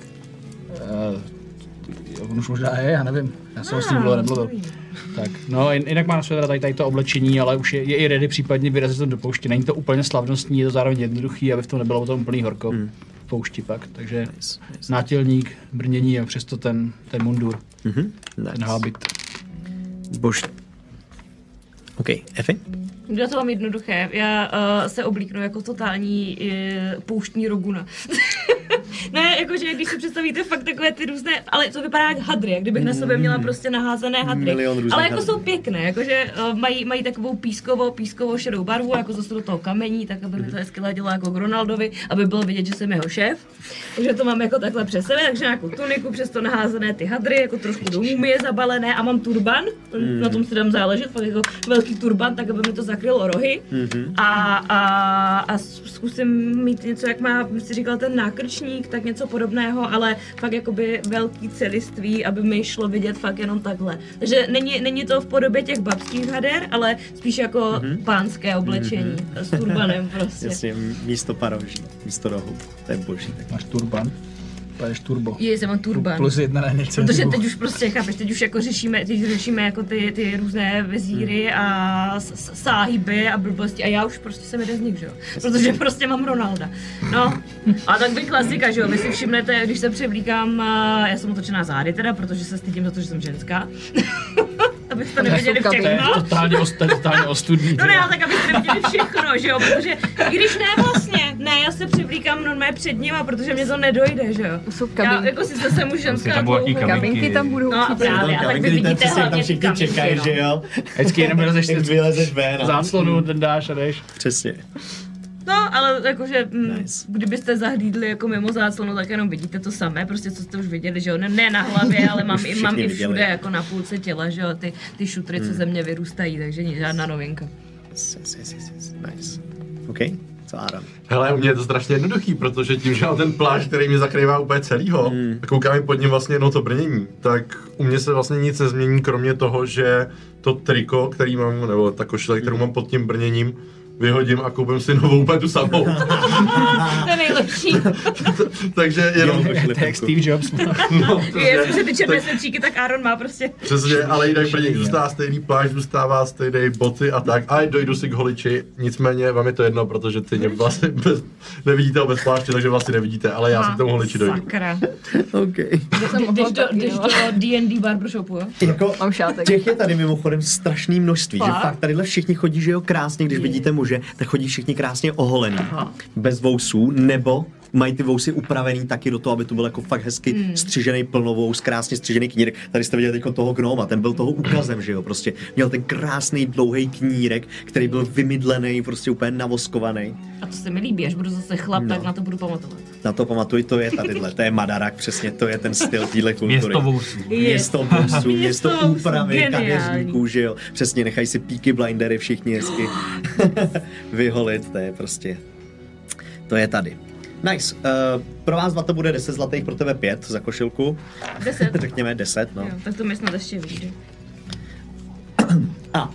On už možná je, já nevím. Já jsem s ním dlouho nemluvil. Tak, no jinak má na své tady, tady to oblečení, ale už je, je i ready případně vyrazit to do pouště. Není to úplně slavnostní, je to zároveň jednoduchý, aby v tom nebylo o tom úplný horko. Mm. V poušti pak, takže nice, nice. Nátělník, brnění a přesto ten, ten mundur, mm-hmm. nice. Ten hábit. Bož. OK, Efi? Já to mám jednoduché. Já uh, se oblíknu jako totální uh, pouštní roguna. Ne, jakože když si představíte fakt takové ty různé, ale to vypadá jak hadry, jak kdybych na sobě měla prostě naházené hadry. Ale jako hadry. Jsou pěkné, jakože uh, mají, mají takovou pískovou, pískovou šedou barvu, jako zase do toho kamení, tak aby mi to hezky ladilo jako k Ronaldovi, aby bylo vidět, že jsem jeho šéf. Takže to mám jako takhle přes sebe, takže nějakou tuniku, přesto naházené ty hadry, jako trošku do mumie zabalené a mám turban, mm. na tom si dám záležet, fakt jako velký turban, tak aby mi to zakrylo rohy. Mm-hmm. A, a, a zkusím mít něco, jak má, si říkal, ten nákrčník, tak něco podobného, ale fakt jakoby velký celiství, aby mi šlo vidět fakt jenom takhle. Takže není, není to v podobě těch babských hader, ale spíš jako mm-hmm. pánské oblečení mm-hmm. s turbanem prostě. Jasně, místo paroží, místo rohu, to je boží. Máš turban? Poješ turbo. Je, jsem mám turban. Plus jedna na něco. Protože teď už prostě, chápeš, teď už jako řešíme, teď řešíme jako ty, ty různé vezíry hmm. a sáhyby a blbosti a já už prostě jsem jeden z nich, že jo. Protože prostě mám Ronalda. No, a tak by klasika, že jo, vy si všimnete, když se převlíkám, já jsem otočená zády teda, protože se stydím za to, že jsem ženská. abyste neviděli kabiny. To je všechno. totálně, ost, totálně ostudný. No ne, ale tak abyste neviděli všechno, že jo, protože i když ne vlastně, ne, já se převlíkám normálně před nima, protože mě to nedojde, že jo. Jsou Já kabinky. jako sice jsem už ženská tam budou i dlouho. kabinky. Kabinky tam budou No a určitě. právě, a tak vy vidíte tam hlavně ty všichni kabinky, čekají, no. že jo? Vždycky jenom vylezeš Jak vylezeš ven. a- záclonu, ten dáš a jdeš. Přesně. No, ale jakože, mm, Nice. kdybyste zahlídli jako mimo záclonu, tak jenom vidíte to samé, prostě co jste už viděli, že jo, ne, ne na hlavě, ale mám, Už i, všichni mám i viděli. všude, jako na půlce těla, že jo, ty, ty šutry, co ze mě vyrůstají, takže ni- žádná novinka. Yes, yes, yes, yes, yes. Nice. OK, co Adam? Hele, u mě je to strašně jednoduchý, protože tím, že mám ten plášť, který mě zakrývá úplně celýho, Hmm. a koukám pod ním vlastně jenom to brnění, tak u mě se vlastně nic nezmění, kromě toho, že to triko, který mám, nebo ta košile, kterou mám pod tím brněním, vyhodím a koupím si novou úplně tu samou. To je nejlepší. Takže jenom... Jo, To je jak Steve Jobs. No, Je, že ty černé srdčíky, tak Aaron má prostě. přesně, ale jinak brnění zůstává stejný, plášť zůstává stejný, boty a tak. A dojdu si k holiči, nicméně vám je to jedno, protože ty mě vlastně bez, nevidíte ho bez pláště, takže vlastně nevidíte, ale já si k tomu holiči dojdu. Sakra. OK. jsem Jdeš mohla do, taky, jdeš jo. do D and D barbershopu, jo? Jako, Mám šátek. těch je tady mimochodem strašný množství, Fakt? že fakt tadyhle všichni chodí, že jo, krásně, když vidíte muže, tak chodí všichni krásně oholený, Aha. bez vousů, nebo mají ty vousy upravený taky do toho, aby to byl jako fakt hezky Hmm. střižený plnovous, krásně střižený knírek. Tady jste viděli teď toho gnoma, ten byl toho ukazem, že jo, prostě měl ten krásný dlouhý knírek, který byl vymydlený, prostě úplně navoskovaný. A to se mi líbí, až budu zase chlap, No. tak na to budu pamatovat. Na to pamatuj, to je tadyhle, to je Madarak, přesně, to je ten styl téhle kultury. Město vousů. Město vousů, město Město vousů, úpravy geniální. kadeřníků, že jo. Přesně, nechají si Peaky Blindery všichni hezky vyholit, to je prostě, to je tady. Nice. Uh, pro vás dva to bude deset zlatých, pro tebe pět za košilku. Deset. Řekněme deset, no. Jo, tak to mi snad ještě vyjde. A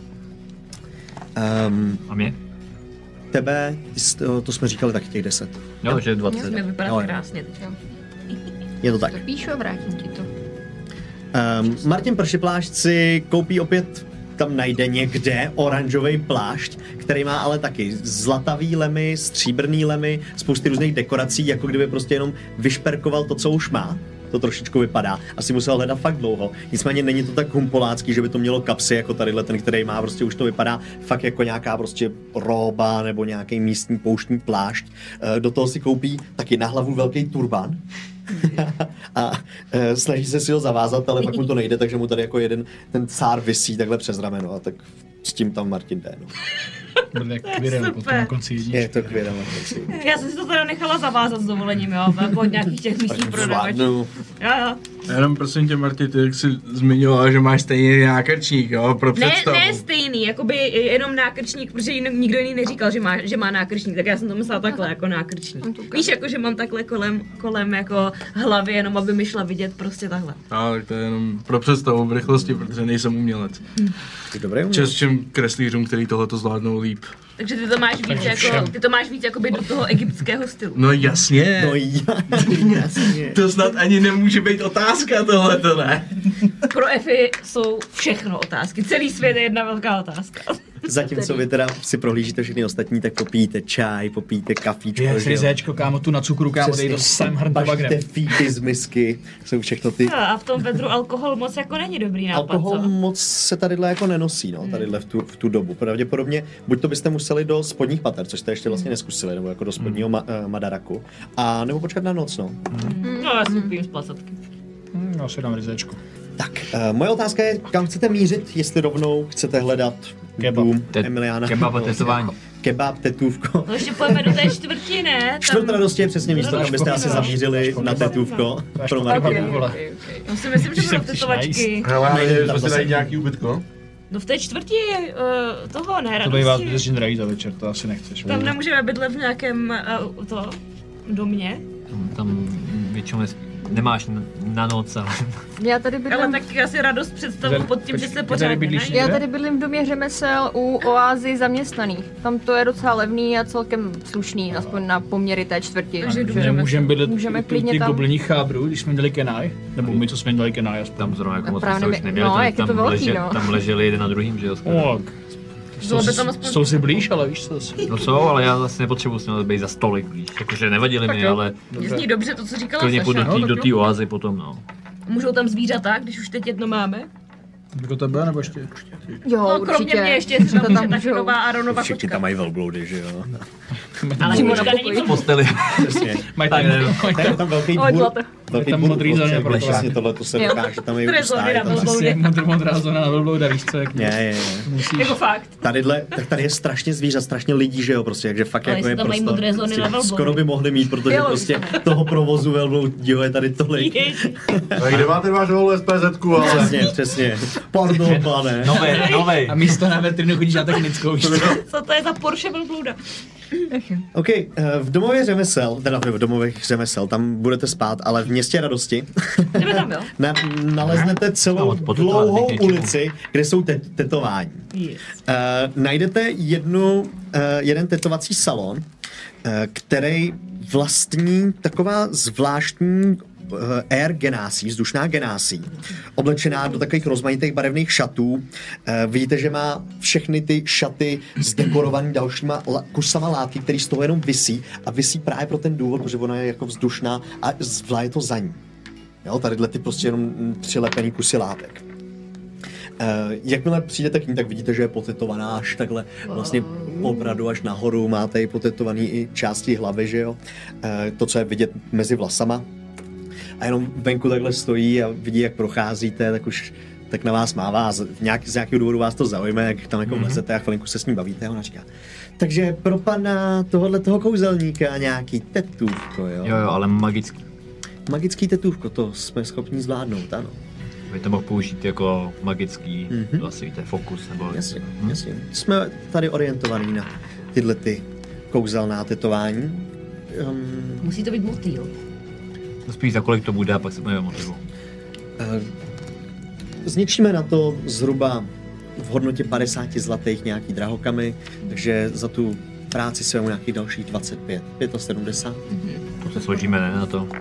um, A mě? tebe, ty jsi- to, to jsme říkali taky těch deset. Jo, že Mě dvacet. jsme Jo, vypadat jo. krásně teď. Je to tak. To píšu a vrátím ti to. Um, Martin Pršiplášť si koupí opět, tam najde někde oranžový plášť, který má ale taky zlatavý lemy, stříbrný lemy, spousty různých dekorací, jako kdyby prostě jenom vyšperkoval to, co už má. To trošičku vypadá. Asi musel hledat fakt dlouho. Nicméně není to tak humpolácký, že by to mělo kapsy jako tadyhle ten, který má, prostě už to vypadá fakt jako nějaká prostě róba nebo nějaký místní pouštní plášť. E, Do toho si koupí taky na hlavu velký turban. A e, snaží se si ho zavázat, ale pak mu to nejde, takže mu tady jako jeden ten cár visí takhle přes rameno a tak s tím tam Martin jde. No. Bude kvirem super. potom na konci jedničky. Je to kvěda Martin. Já jsem si to teda nechala zavázat s dovolením, jo, jako od nějakých těch místních prodavačů. Zvládnu. Jo, jo. Jenom prosím tě, Marti, ty jak jsi zmiňovala, že máš stejně nákrčník, jo, pro Ne, představu. ne stejný, jakoby jenom nákrčník, protože jinak nikdo jiný neříkal, že má, že má nákrčník, tak já jsem to myslela takhle, jako nákrčník. Víš, jako že mám takhle kolem, kolem jako hlavy, jenom aby mi šla vidět prostě takhle. No, tak to je jenom pro představu v rychlosti, protože nejsem umělec. Ty dobrý uměl. Čest všem kreslířům, který tohleto zvládnou líp. Takže ty to máš víc jako, ty to máš víc jakoby do toho egyptského stylu. No jasně, No jasně. to snad ani nemůže být otázka tohleto, ne? Pro Efi jsou všechno otázky, celý svět je jedna velká otázka. Zatímco vy teda si prohlížíte všechny ostatní, tak popíjíte čaj, popíjíte kafíčko, Je že jo. frizéčko, kámo, tu na cukru, kámo, dej to sem hrn to bagnem. Bažíte fíky z misky, jsou všechno ty... No, a v tom vedru alkohol moc jako není dobrý nápad, Alkohol co? moc se tadyhle jako nenosí, no, tadyhle v tu, v tu dobu. Pravděpodobně, buď to byste museli do spodních pater, což jste ještě vlastně neskusili, nebo jako do spodního ma, uh, Madaraku, a nebo počkat na noc, no. No, já si pijím z placatky. Hm, Já si dám rizečko. Tak, uh, moje otázka je, kam chcete mířit, jestli rovnou chcete hledat Kebab. dům Te- Emiliána. Kebab a tetování. Kebab, tetůvko. No ještě pojďme do té čtvrtí, ne? Čtvrt radosti je přesně místo, kam byste asi zamířili na tetůvko. Až Pro to Marka. kebab, Ok, vole. ok, ok. Já si myslím, že Když budou jsem tetovačky. Hele, ale Nejde že tam si zase najít nic. nějaký ubytko? No v té čtvrtí uh, toho, ne, To bývá radosti. zbytečně drahý za večer, to asi nechceš. Tam nemůžeme bydlet v nějakém uh, to, domě. Tam, tam většinou nes- nemáš na, na noc, ale Já tady Ale bydlím, tak asi radost představu pod tím, že se Počkej, pořád tady bydlíš nenajdeš. já Kde? tady bydlím v domě řemesel u oázy zaměstnaných. Tam to je docela levný a celkem slušný, aspoň na poměry té čtvrti. Takže Takže Nemůžeme bydlet Můžeme u klidně těch tam. gobliních chábrů, když jsme měli Kenai, nebo my, co jsme měli Kenai aspoň. tam zrovna jako A moc právě se už ne- neměli, no, tam, jak je to tam, velký, leže, no. tam leželi jeden na druhým, že jo? skoro. Ok. Bylo by Jsou, tam aspoň- jsou si blíž, ale víš co zase. No jsou, ale já zase nepotřebuji s nimi být za stolik, víš. Jakože nevadili mi, ale Mě zní dobře to, co říkala klidně půjdu Saša. do té tak do jo. té oázy potom, no. Můžou tam zvířata, když už teď jedno máme? Jako tebe, nebo ještě? Jo, No, určitě. kromě mě ještě třeba To může tam taky můžou. nová Aronova Všichni kočka. tam mají velbloudy, že jo? Ale Přímo kočka na není pokoji. velbloud. Posteli. Přesně. Mají tam, mají Tak je tam velký Oj, bůr, zlato. velký tam bůr modrý uprostřed, zóně kde pro to. přesně tohle to se Jo. dokáže tam i Trezory ustát. na tam- velbloudy. jak modr, modrá zóna na velblouda, víš co, jak Je, je, je. musíš. Jako fakt. Tadyhle, tak tady je strašně zvířat, strašně lidí, že jo, prostě, takže fakt Ale jako je jestli tam mají prostor. modré zóny Prostě na velbloudy. skoro by mohli mít, protože Jo, prostě toho provozu velbloudího je tady tolik. Ježiš. Tak kde máte váš holu SPZku, ale... Přesně, přesně. Pardon, pane. Novej, novej. A místo na veterinu chodíš na technickou, víš co? Co to je za Porsche velblouda? OK, eh, v domově řemesel, teda v domových řemesel, tam budete spát, ale v městě radosti Jdeme tam, jo? na, naleznete No, celou od potetovaných dlouhou něčemu. ulici, kde jsou te- tetování. Yes. Uh, najdete jednu, uh, jeden tetovací salon, uh, který vlastní taková zvláštní uh, Air Genasi, vzdušná Genasi, oblečená do takových rozmanitých barevných šatů. Uh, vidíte, že má všechny ty šaty zdekorovaný dalšíma la- kusama látky, který z toho jenom visí a visí právě pro ten důvod, protože ona je jako vzdušná a zvlá je to za ní. Jo, tadyhle ty prostě jenom mm, přilepený kusy látek. Uh, jakmile přijdete k ní, tak vidíte, že je potetovaná až takhle vlastně opravdu až nahoru, máte i potetovaný i části hlavy, že jo, uh, to, co je vidět mezi vlasama. A jenom venku takhle stojí a vidí, jak procházíte, tak už tak na vás mává a z, nějak, z nějakého důvodu vás to zaujme, jak tam jako vlezete a chvilinku se s ním bavíte a ona říká, takže pro pana tohohle toho kouzelníka nějaký tetůvko, jo? Jo, jo, ale magický. Magický tetůvko, to jsme schopni zvládnout, ano. By to mohl použít jako magický, Mhm. mm-hmm. vlastně víte, fokus nebo... Jasně, jasně. Jsme tady orientovaní na tyhle ty kouzelná tetování. Um, Musí to být motýl. No spíš za kolik to bude a pak se budeme motivu. uh, zničíme na to zhruba v hodnotě padesát zlatých nějaký drahokamy, takže za tu práci se nějakých dalších dvacet pět, sedmdesát pět. To se složíme, ne, na to.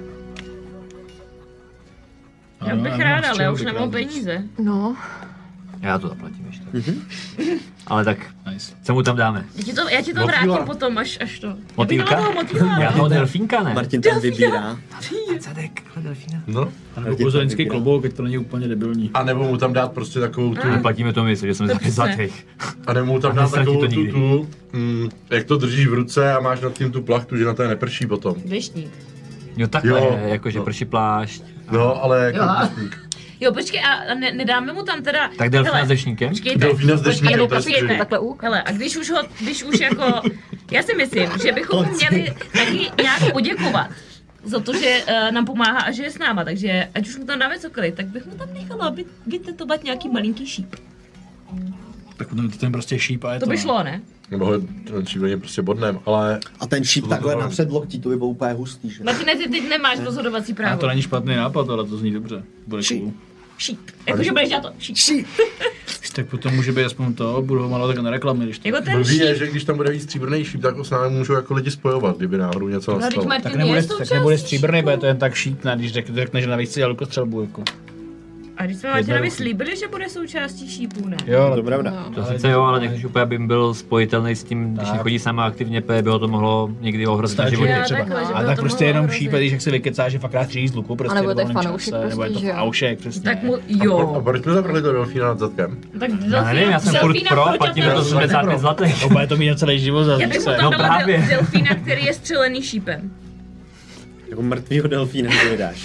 Já Ano, bych ano, ráda, z ale čeho já už bych nemám rád víc. peníze. No, Já to zaplatím ještě. Mm-hmm. Ale tak, Nice. co mu tam dáme? Já ti to, já ti to Motýla. vrátím potom, až, až to. Motýlka? Já bych dala toho motýla. Já toho delfínka, ne? Martin tam vybírá. Zadek, delfína. No. A nebo kouzelnický klobouk, ať to není úplně debilní. A nebo mu tam dát prostě takovou tu... Platíme to my, že jsme za přesně. zlatých. A nebo mu tam A dát nestratí takovou to tu, nikdy. tu mm, jak to držíš v ruce a máš nad tím tu plachtu, že na té neprší potom. Deštník. Jo, takhle, Jo. jakože No. prší plášť. No, ale jako Jo. deštník. Jo, počkej, a ne, nedáme mu tam teda... Tak delfína Hele, s dešníkem? Počkejte, Delfína s dešníkem, počkejte, to je počkejte. skvělý. takhle u. Hele, a když už ho, když už jako, já si myslím, že bychom mu měli taky nějak poděkovat za to, že uh, nám pomáhá a že je s náma, takže ať už mu tam dáme cokoliv, tak bych mu tam nechala vy- vytetovat nějaký malinký šíp. Tak potom to ten prostě šíp a je To to. by no. šlo, ne? Nebo ho ten šíleně prostě bodnem, ale... A ten šíp takhle napřed loktí, to by bylo úplně hustý, že? Martine, ty teď nemáš rozhodovací A právo. to není špatný nápad, ale to zní dobře. Bude Šíp. cool. Šíp. Jakože budeš dělat to. Šíp. Šíp! Tak potom může být aspoň to, budou malovat tak na reklamy, když to. Jako ten Blbý je, šíp. že když tam bude víc stříbrný šíp, tak ho s námi můžou jako lidi spojovat, kdyby náhodou něco No, teď nastalo. Martin Tak je nebude, součástí tak nebude stříbrný, šípu. bude to jen tak šíp, ne, když řek- řekne, že navíc si střelbu jako. A když jsme Martinovi Jednoduchý. slíbili, že bude součástí šípů, ne? Jo, ale To pravda. To sice jo, ale nechceš úplně, aby byl spojitelný s tím, když Tak. nechodí sama aktivně, protože by ho to mohlo někdy ohrozit na Stačí, životě. Já třeba. takhle, že by A ho tak to prostě mohlo jenom ohrozit. šíp, když jak se vykecá, že fakt rád střílí z luku, prostě A nebo v to je volném fanoušek čase, nebo je to prostě, že jo. fanoušek, přesně. Tak mu, A, jo. a proč jsme zabrali to delfína nad zadkem? Tak Já nevím, já jsem furt delfína pro, proč platíme já to to- sedmdesát pět zlatých. No, bude to mít na celý život za Já bych mu se. tam No dala právě. del- delfína, který je střelený šípem. Jako mrtvýho delfína to vydáš.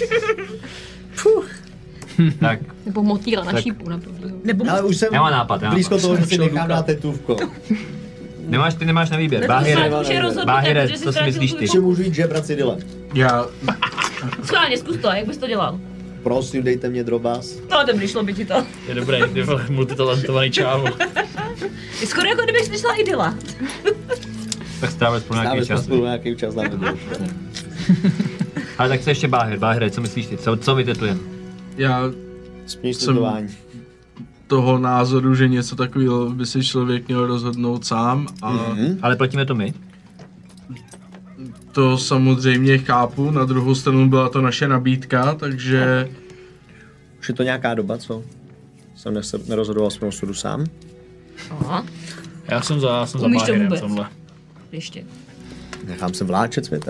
Tak, Nebo motýla na Tak. šípu, naprosto. Nebo Ale už jsem já mám nápad, já mám blízko nápad. toho, že si nechám dát tetůvko. Nemáš, ty nemáš na výběr. to Báhire, snad už je rozhodnuté, Báhire, protože jsi co si ztratil myslíš tvůj ty? Že můžu jít žebrat si dylem. Já, Schválně, zkus to, jak bys to dělal? Prosím, dejte mě drobás. No, dobrý, šlo by ti to. Je dobrý, ty vole, multitalentovaný čávo. Je skoro jako kdybych slyšela idyla. Tak strávil spolu Dáme nějaký jsme čas. spolu nějaký čas na to. Ale tak co ještě Báhir, Báhire, co myslíš ty? Co, co vytetujeme? Já Směš Jsem- tetování. toho názoru, že něco takového by si člověk měl rozhodnout sám a Mhm. Ale platíme to my? to samozřejmě chápu, na druhou stranu byla to naše nabídka, takže Už je to nějaká doba, co? Jsem nes- nerozhodoval svým osudu sám. Aha, Já jsem za, já jsem za Umíš to Báhirem vůbec? v tomhle. ještě. Nechám se vláčet světem.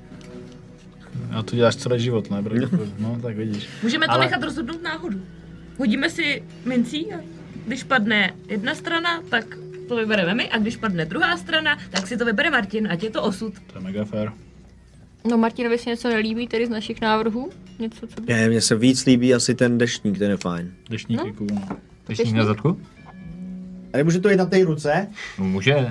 Já to děláš celý život, ne? Bro? No, tak vidíš. Můžeme to Ale- nechat rozhodnout náhodu. hodíme si mincí a když padne jedna strana, tak to vybereme my a když padne druhá strana, tak si to vybere Martin, ať je to osud. To je mega fair. No Martinovi se něco nelíbí tedy z našich návrhů? Něco, co by... Ne, mně se víc líbí asi ten deštník, ten je fajn. Deštník No. je cool. Deštník na zadku? A nemůže to jít na té ruce? No může.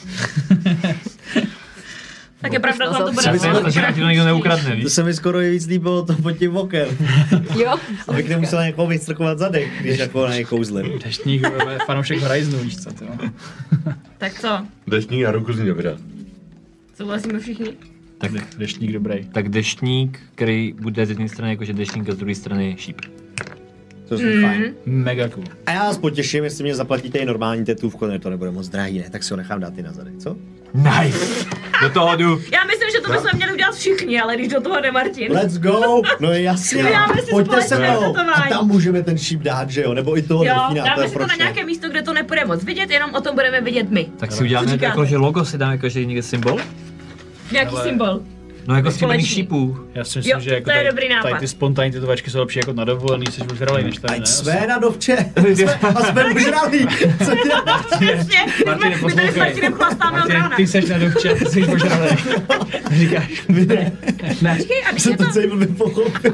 Tak je pravda, že vám to bude Já si myslím, že ať to nikdo neukradne, To víš? se mi skoro víc líbilo to pod tím okem. Jo? Abych nemusel někoho vystrkovat zadek, když jako na něj kouzlím. Deštník je fanoušek Horizonu, víš co, ty jo. Tak co? Deštník na ruku zní dobře. Souhlasíme všichni? Tak, Deštník dobrý. tak deštník, který bude z jedné strany jakože deštník a z druhé strany šíp. To je fajn. Mega cool. A já vás potěším, jestli mě zaplatíte i normální tetůvku, ne, to nebude moc drahý, ne, tak si ho nechám dát i na zadek, co? Nice! Do toho jdu. Já myslím, že to bychom měli udělat všichni, ale když do toho jde Martin. Let's go! No jasně, Uděláme si pojďte se společné mnou. A tetování. tam můžeme ten šíp dát, že jo? Nebo i toho Jo, delfína, to dáme je si to na proč ne? nějaké místo, kde to nepůjde moc vidět, jenom o tom budeme vidět my. Tak si uděláme říkáte? jako, že logo si dáme každý někde symbol? Nějaký Ale- symbol. No jako stříbrných Společný. šípů. Já si myslím, Jo, že jako to je tady, dobrý nápad. tady ty spontánní tetovačky jsou lepší jako na dovolený, jsi už zralej než tady, ne? Ať své na dovče, jsme, a jsme možralí. Co děláš? Přesně, my, Martine, jsme- my tady s poslouchej. Martinem chlastáme od Martin, rána. ty seš na dovče, ty jsi požralej. Říkáš, ne, ne. Počkej, a když Jsem je to... to celý blbě pochopil.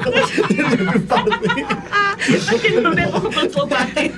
Martin blbě pochopil celou party.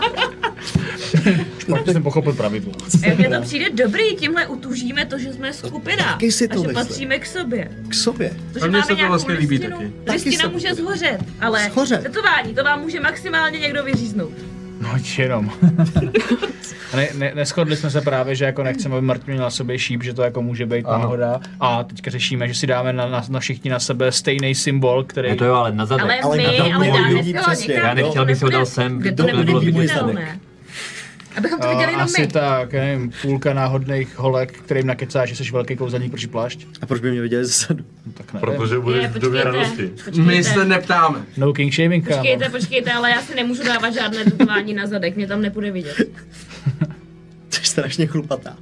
Špatně jsem pochopil pravidlo. A mně to přijde dobrý, tímhle utužíme to, že jsme skupina. Taky si to a že myslím. patříme k sobě. K sobě. To, A že mně máme se to nějakou vlastně líbí listinu. taky. Taky Listina se může to- zhořet, ale Zhořet. tetování, to vám může maximálně někdo vyříznout. No jenom. A ne, ne, neschodli jsme se právě, že jako nechceme, aby Martin měl na sobě šíp, že to jako může být Ano. náhoda. A teďka řešíme, že si dáme na, na, na všichni na sebe stejný symbol, který... Je to jo, ale na zadek. Ale, Ale my, na to ale bylo dáme lidí si ho přesně. někam, Já nechtěl, kde abych si ho to dal nebude- sem, kde to to nebude nebylo viditelné. viditelné. Abychom to A viděli jenom asi my. tak, já nevím, půlka náhodných holek, kterým nakecáš, že jsi velký kouzelník proti plášť. A proč by mě viděli zezadu? No, tak nevím. Protože Je, budeš v době počkejte, radosti. počkejte. My se neptáme. No king shaming, kámo. Počkejte, počkejte, ale já si nemůžu dávat žádné tetování na zadek, mě tam nepůjde vidět. Jsi strašně chlupatá.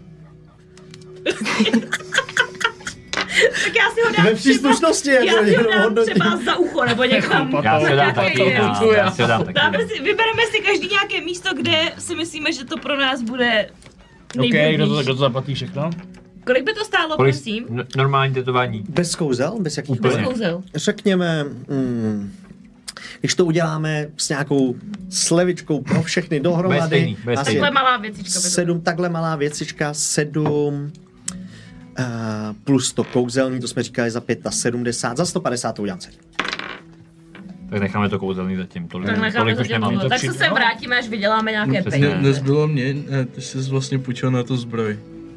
Tak já si ho dám Ve vší třeba, slušnosti, jako já si ho jenom dám hodnotím. třeba za ucho nebo někam. Já si ho dám Nějaký taky, je. já, já si ho dám taky. Dáme si, vybereme si každý nějaké místo, kde si myslíme, že to pro nás bude OK, kdo to, nejvhodnější. kdo to zaplatí všechno? Kolik by to stálo, Kolik prosím? n- normální tetování? Bez kouzel? Bez Bez jakýchkoliv? kouzel. Řekněme, mm, když to uděláme s nějakou slevičkou pro všechny Bude dohromady, stejný, bude asi stejný. Takhle malá věcička by to sedm, takhle malá věcička, sedm, uh, plus to kouzelní, to jsme říkali za sedmdesát pět, za sto padesát to udělám celý. Tak necháme to kouzelný zatím, tolik, Tak necháme tolik to už dělat. nemáme. to Tak se přijde, sem no. vrátíme, až vyděláme nějaké Přesně. peníze. Ne, nezbylo mě, ne, ty jsi vlastně půjčil na tu zbroj.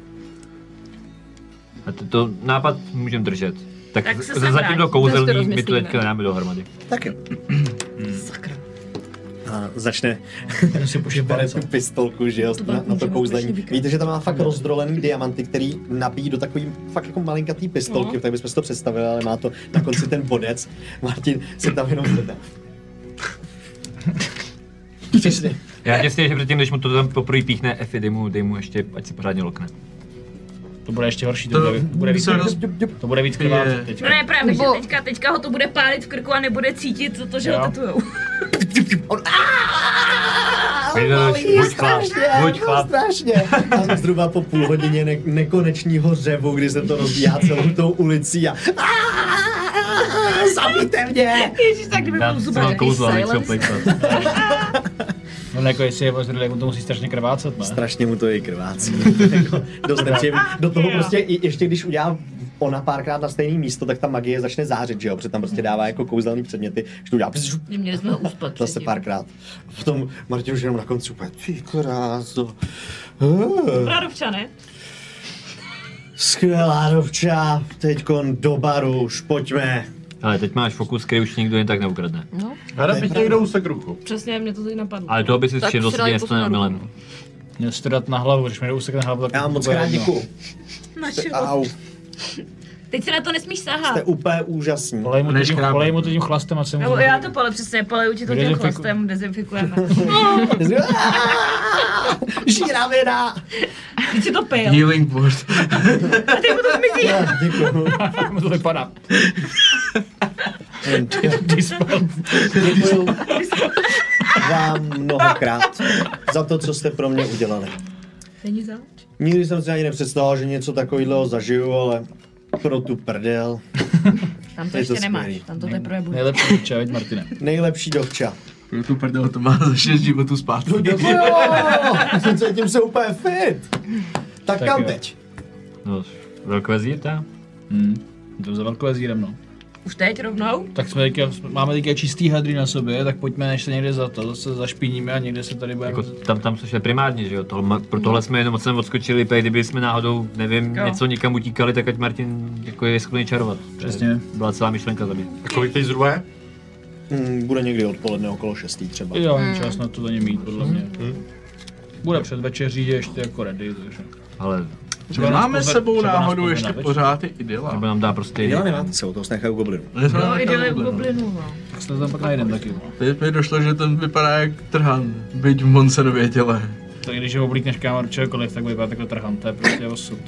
A to, to nápad můžeme držet. Tak, Tak se za- sem zatím to vrátí. kouzelný, To si my to rozmyslíme. teďka dáme dohromady. Tak jo. Sakra. A začne Ten si puší bere palce. tu pistolku, že jo, To na, na to můžeme kouzlení. vlastně vykrat. Víte, že tam má fakt rozdrolený diamanty, který nabíjí do takový fakt jako malinkatý pistolky, No. tak bychom si to představili, ale má to na konci ten bodec. Martin se tam jenom zvedá. Přesně. Já tě stejně, že předtím, když mu to tam poprvé píchne Efi, dej mu, dej mu ještě, ať se pořádně lokne. To bude ještě horší, to, To bude, bude víc, se roz... to bude víc krvácet Je. No teďka. ne, právě, Nebo- že teďka, teďka ho to bude pálit v krku a nebude cítit to, že Jo. ho tetujou. On, Vydrž, buď chlap, buď chlap. strašně. A zhruba po půl hodině ne- nekonečního řevu, kdy se to rozbíhá celou tou ulicí a zabijte mě! Ježiš, tak kdyby byl Dám zubar. celou kouzlo, abych se ho silence. plejtvat. No jako jestli je ozrlý, tak on to musí strašně krvácet, ne? Strašně mu to i krvácí. Jako Dost nepříjemný. Do toho prostě, i- ještě když udělá ona párkrát na stejné místo, tak ta magie začne zářit, že jo? Protože tam prostě dává jako kouzelný předměty, že to udělá Měli jsme ho uspat. zase předtím. párkrát. A potom Martin už jenom na konci úplně, ty kráso. Radovča, ne? Skvělá dovča, teďkon do baru, už pojďme. Ale teď máš fokus, který už nikdo jen tak neukradne. No, Hada bych někdo úsek ruchu. Přesně, mě to teď napadlo. Ale toho by si Tak všiml, si si dali něco poslední nemilem. Měl si to dát na hlavu, když mi jde úsek na hlavu, tak Já vám moc bude krát jedno. děkuju. Na čelo. Au, Teď se na to nesmíš jste sahat. úplně úžasný. Polej mu, to Než tím, krábe. polej mu to tím chlastem, ať se mu... Nebo já to pole přesně, poleju ti to tím Dezinfiku- chlastem, dezinfikujeme. Žíravina! Teď si to pil. Healing board. A ty mu to zmizí. Děkuju. Jak mu to vypadá. Děkuju. vám mnohokrát za to, co jste pro mě udělali. Není zač. Nikdy jsem si ani nepředstavoval, že něco takového zažiju, ale pro tu prdel. Tam to Je to ještě nemáš, skvělý. tam to teprve bude. Nejlepší dovča, veď Martine. Nejlepší dovča. Pro tu prdel to má za šest životů zpátky. Děkuju! Cítím se úplně fit. Tak, Tak kam jo. teď? No, velkovezír ta? Hmm. To za velkovezírem, no. Už teď rovnou? Tak jsme teďka, máme teďka čistý hadry na sobě, tak pojďme, než se někde za to, zase zašpiníme a někde se tady budeme... Jako tam, tam což je primárně, že jo? Tohle, pro tohle jsme jenom moc sem odskočili, pej, kdyby jsme náhodou, nevím, Jo. něco někam utíkali, tak ať Martin jako je schopný čarovat. Přesně. Byla celá myšlenka za mě. A kolik teď zhruba je? Hmm, bude někdy odpoledne okolo šestý třeba. Ideální čas na to za ně mít, podle mě. Bude před večeří ještě jako ready, takže... Ale Třeba nás Máme s pozve- sebou třeba nás náhodou pozve ještě na večer. pořád i idyla. nebo nám dá prostě Jo, nemáte se, to nechají u goblinů. No, jdeme u goblinu, no. Tak se tam pak najdem taky, no. Teď mi došlo, že ten vypadá jak trhan, byť v Monsenově těle. Tak když ho oblíkneš kámoru čehokoliv, tak vypadá takhle trhan, to je prostě osud.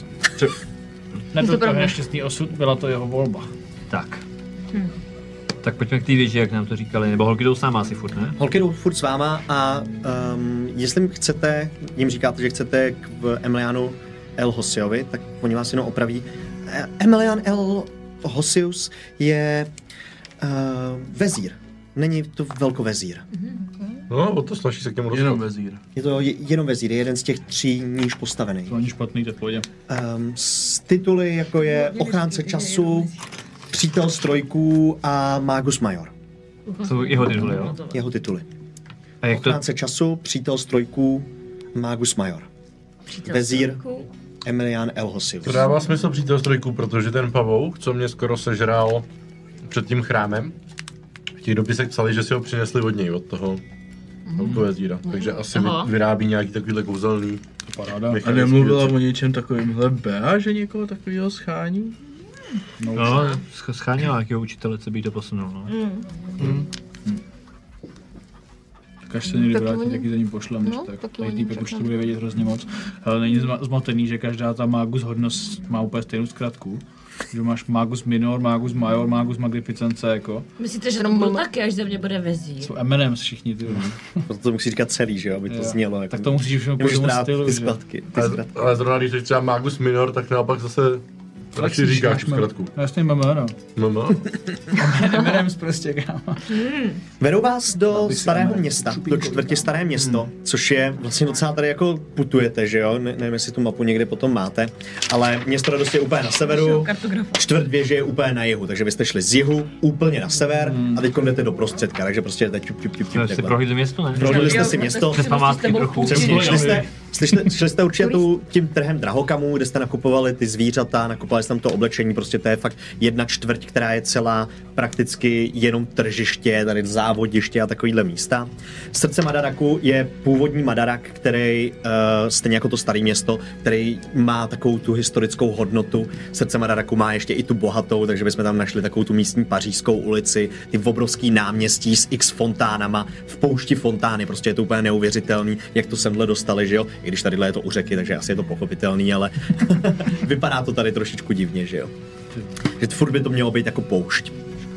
Ne, Je to, to to je pravda. nešťastný osud, byla to jeho volba. Tak. Tak pojďme k té věži, jak nám to říkali, nebo holky jdou s náma asi furt, ne? Holky jdou furt s váma a um, jestli chcete, jim říkáte, že chcete k v Emilianu El Hosiovi, tak oni vás jenom opraví. Eh, Emilian El Hosius je uh, vezír. Není to velkovezír. No, o to snaží se k němu dostat. Jenom vezír. Je to je, jenom vezír, je jeden z těch tří níž postavený. To není špatný, to v pohodě. Um, s tituly jako je Ochránce času, Přítel strojků a Magus Major. Jsou jeho tituly, jo? Jeho tituly. A jak to, Ochránce času, Přítel strojků, Magus Major. Přítel Vezír. strojků. Emilian El Hosius. To dává smysl přítel strojků, protože ten pavouk, co mě skoro sežral před tím chrámem, v těch dopisech psali, že si ho přinesli od něj, od toho velkovezíra. Takže asi Aha. vy- vyrábí nějaký takovýhle kouzelný To paráda. A mechanický nemluvila věci. o něčem takovýmhle Bea, že někoho takového schání? No, no, sch- scháněla nějakého učitele, co by to posunul, no. tak až se někdy Taky vrátí, oni- taky za ním pošlem, než No, tak. taky Tady oni týpek už to řeknou. bude vědět hrozně moc. Ale není zma- zmatený, že každá ta Magus hodnost má úplně stejnou zkratku. Že máš Magus Minor, Magus Major, Magus Magnificence, jako. Myslíte, že to Jenom byl mluvím. taky, až ze mě bude vezír? Jsou M and M's všichni, ty vole. Proto to musí říkat celý, že jo, aby to Jo. znělo. Jako, Tak to musíš všechno po nemůžeš tomu brát stylu, ty že? skladky. Ty Ale, zkratky. ale zrovna když jsi třeba Magus Minor, tak naopak zase radši říkáš tu zkratku. No jasně, M M, no. No, no. M and M's prostě, kámo. Vedou vás do Aby si starého měl města, do šupínkový, čtvrtě kámo. Staré město, což je vlastně docela tady jako putujete, že jo? Ne, nevím, jestli tu mapu někde potom máte, ale město radosti je úplně na severu, čtvrt věže je úplně na jihu, takže vy jste šli z jihu úplně na sever a teď jdete do prostředka, takže prostě jdete čup, čup, čup, čup, Jsme si takhle. prohlídli město, ne? Prohlídli jste Jo, si tak město, jsme si památky s tebou trochu. půjčili. přesně, šli jste, Dobrý. šli, šli jste určitě tu, tím trhem drahokamů, kde jste nakupovali ty zvířata, nakupovali jste tam to oblečení, prostě to je fakt jedna čtvrť, která je celá prakticky jenom tržiště, tady závodiště a takovýhle místa. Srdce Madaraku je původní Madarak, který, uh, stejně jako to staré město, který má takovou tu historickou hodnotu. Srdce Madaraku má ještě i tu bohatou, takže bychom tam našli takovou tu místní pařížskou ulici, ty obrovský náměstí s x fontánama, v poušti fontány, prostě je to úplně neuvěřitelný, jak to semhle dostali, že jo? I když tadyhle je to u řeky, takže asi je to pochopitelný, ale vypadá to tady trošičku divně, že jo? Že furt by to mělo být jako poušť.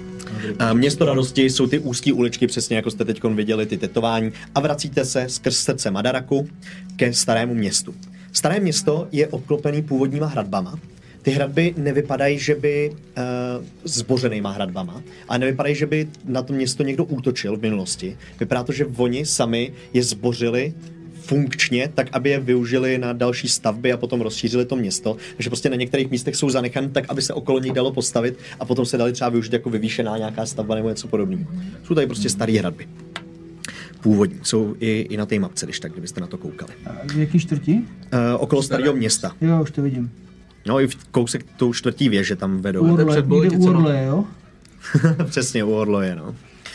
A město radosti jsou ty úzké uličky, přesně jako jste teď viděli, ty tetování, a vracíte se skrz srdce Madaraku ke starému městu. Staré město je obklopený původníma hradbama. Ty hradby nevypadají, že by uh, zbořenýma hradbama, ale nevypadají, že by na to město někdo útočil v minulosti. Vypadá to, že oni sami je zbořili funkčně, tak aby je využili na další stavby a potom rozšířili to město. Takže prostě na některých místech jsou zanechané tak, aby se okolo nich dalo postavit a potom se dali třeba využít jako vyvýšená nějaká stavba nebo něco podobného. Jsou tady prostě staré hradby. Původní. Jsou i, i na té mapce, když tak, kdybyste na to koukali. V jaký čtvrtí? Uh, okolo starého města. Jo, už to vidím. No i v kousek tou čtvrtí věže tam vedou. U Orle, před někde u Bolticema. Orle, jo? Přesně, u Orloje, no.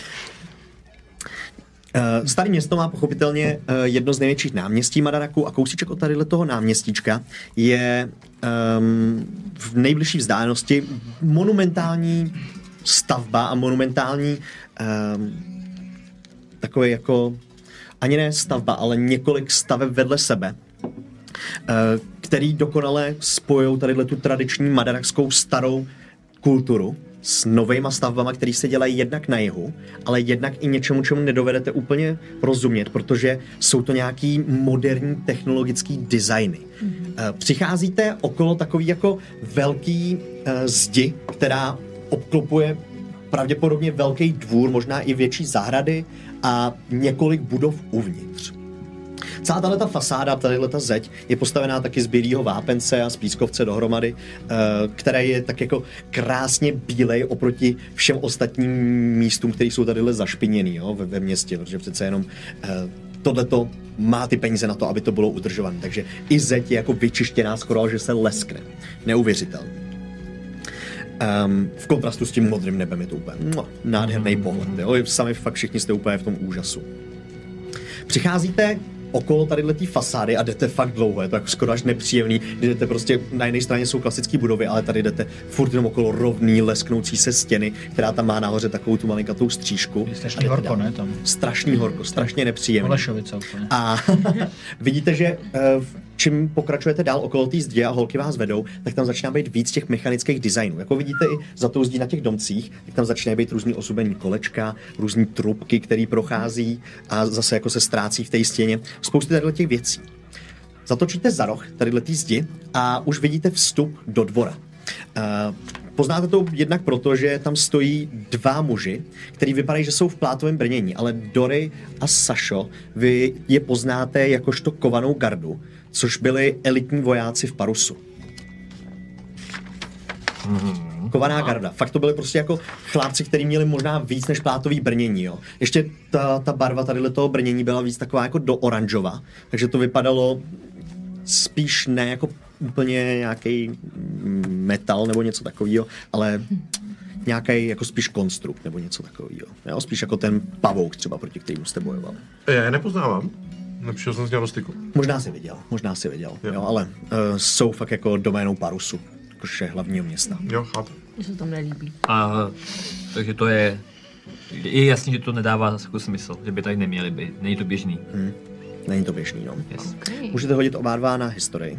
Uh, Staré město má pochopitelně uh, jedno z největších náměstí Madaraku a kousíček od tadyhle toho náměstíčka je um, v nejbližší vzdálenosti monumentální stavba a monumentální um, takové jako ani ne stavba, ale několik staveb vedle sebe, uh, který dokonale spojují tadyhle tu tradiční madarakskou starou kulturu s novejma stavbama, které se dělají jednak na jihu, ale jednak i něčemu, čemu nedovedete úplně rozumět, protože jsou to nějaký moderní technologický designy. Mm-hmm. Přicházíte okolo takový jako velký uh, zdi, která obklopuje pravděpodobně velký dvůr, možná i větší zahrady a několik budov uvnitř. Celá tato fasáda, tato zeď je postavená taky z bílého vápence a z pískovce dohromady, které je tak jako krásně bílej oproti všem ostatním místům, které jsou tadyhle zašpiněný, jo, ve, ve městě, protože přece jenom tohleto má ty peníze na to, aby to bylo udržované. Takže i zeď je jako vyčištěná skoro, že se leskne. Neuvěřitelný. Um, v kontrastu s tím modrým nebem je to úplně no, nádherný pohled. Jo? Sami fakt všichni jste úplně v tom úžasu. Přicházíte okolo tadyhle té fasády a jdete fakt dlouho, je to jako skoro až nepříjemný, jdete prostě, na jedné straně jsou klasické budovy, ale tady jdete furt jenom okolo rovný, lesknoucí se stěny, která tam má nahoře takovou tu malinkatou střížku. Je strašný horko, ne? Tam. Strašný horko, strašně nepříjemný. Holešovice úplně. A vidíte, že uh, čím pokračujete dál okolo té zdě a holky vás vedou, tak tam začíná být víc těch mechanických designů. Jako vidíte i za tou zdí na těch domcích, tak tam začínají být různý osubení kolečka, různý trubky, které prochází a zase jako se ztrácí v té stěně. Spousty tady těch věcí. Zatočíte za roh tadyhle té zdi a už vidíte vstup do dvora. Uh, Poznáte to jednak proto, že tam stojí dva muži, kteří vypadají, že jsou v plátovém brnění, ale Dory a Sašo, vy je poznáte jakožto kovanou gardu, což byli elitní vojáci v Parusu. Mm-hmm. Kovaná garda. Fakt to byli prostě jako chlapci, kteří měli možná víc než plátový brnění. Jo. Ještě ta, ta barva tadyhle toho brnění byla víc taková jako do oranžova, takže to vypadalo spíš ne jako úplně nějaký metal nebo něco takového, ale nějaký jako spíš konstrukt nebo něco takového. Jo, spíš jako ten pavouk třeba, proti kterému jste bojovali. Já je nepoznávám. Nepřišel jsem s ním do styku. Možná si viděl, možná si viděl, jo. Jo, ale uh, jsou fakt jako doménou Parusu, jakož je hlavního města. Jo, chápu. Mně se tam nelíbí. A takže to je, je jasný, že to nedává jako smysl, že by tady neměli být. Není to běžný. Hmm. Není to běžný, no. Yes. Okay. Můžete hodit oba dva na historii.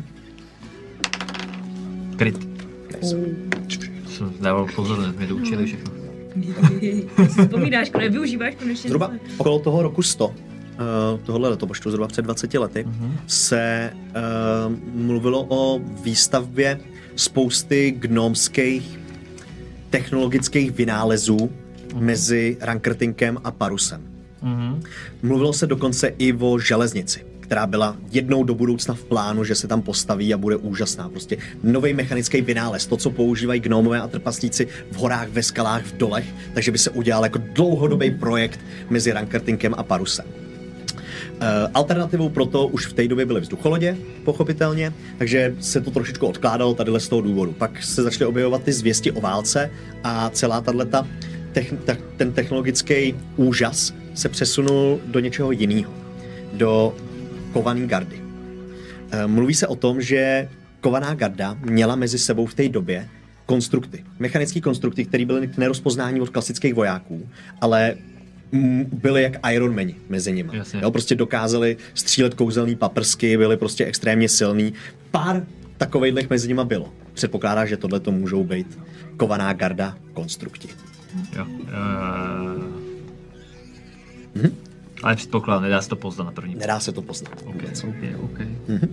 Kryt. Nice. Jsem dával pozor, mě to učili všechno. Vzpomínáš, nevyužíváš konečně. Zhruba okolo toho roku sto, uh, tohohle letopočtu, zhruba před dvaceti lety, uh-huh. se uh, mluvilo o výstavbě spousty gnomských technologických vynálezů uh-huh. mezi Rankrtinkem a Parusem. Uh-huh. Mluvilo se dokonce i o železnici, která byla jednou do budoucna v plánu, že se tam postaví a bude úžasná. Prostě nový mechanický vynález, to, co používají gnomové a trpaslíci v horách, ve skalách, v dolech, takže by se udělal jako dlouhodobý projekt mezi Rankrtinkem a Parusem. Uh, alternativou pro to už v té době byly vzducholodě, pochopitelně, takže se to trošičku odkládalo tadyhle z toho důvodu. Pak se začaly objevovat ty zvěsti o válce a celá tato techn- ta, ten technologický úžas se přesunul do něčeho jiného, do kované gardy. Uh, mluví se o tom, že kovaná garda měla mezi sebou v té době konstrukty, mechanické konstrukty, které byly k nerozpoznání od klasických vojáků, ale byli jak Iron Mani mezi nimi. Jo, prostě dokázali střílet kouzelný paprsky, byli prostě extrémně silný. Pár takovejhlech mezi nimi bylo. Předpokládá, že tohle to můžou být kovaná garda konstrukti. Jo. Uh... Mhm. Ale předpokládám, nedá se to poznat na první. Nedá se to poznat. Okay, okay, okay. Mhm.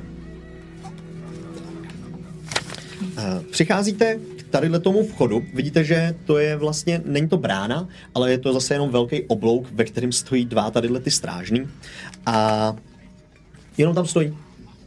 Uh, přicházíte k tadyhle tomu vchodu. Vidíte, že to je vlastně, není to brána, ale je to zase jenom velký oblouk, ve kterém stojí dva tadyhle ty strážní. A jenom tam stojí.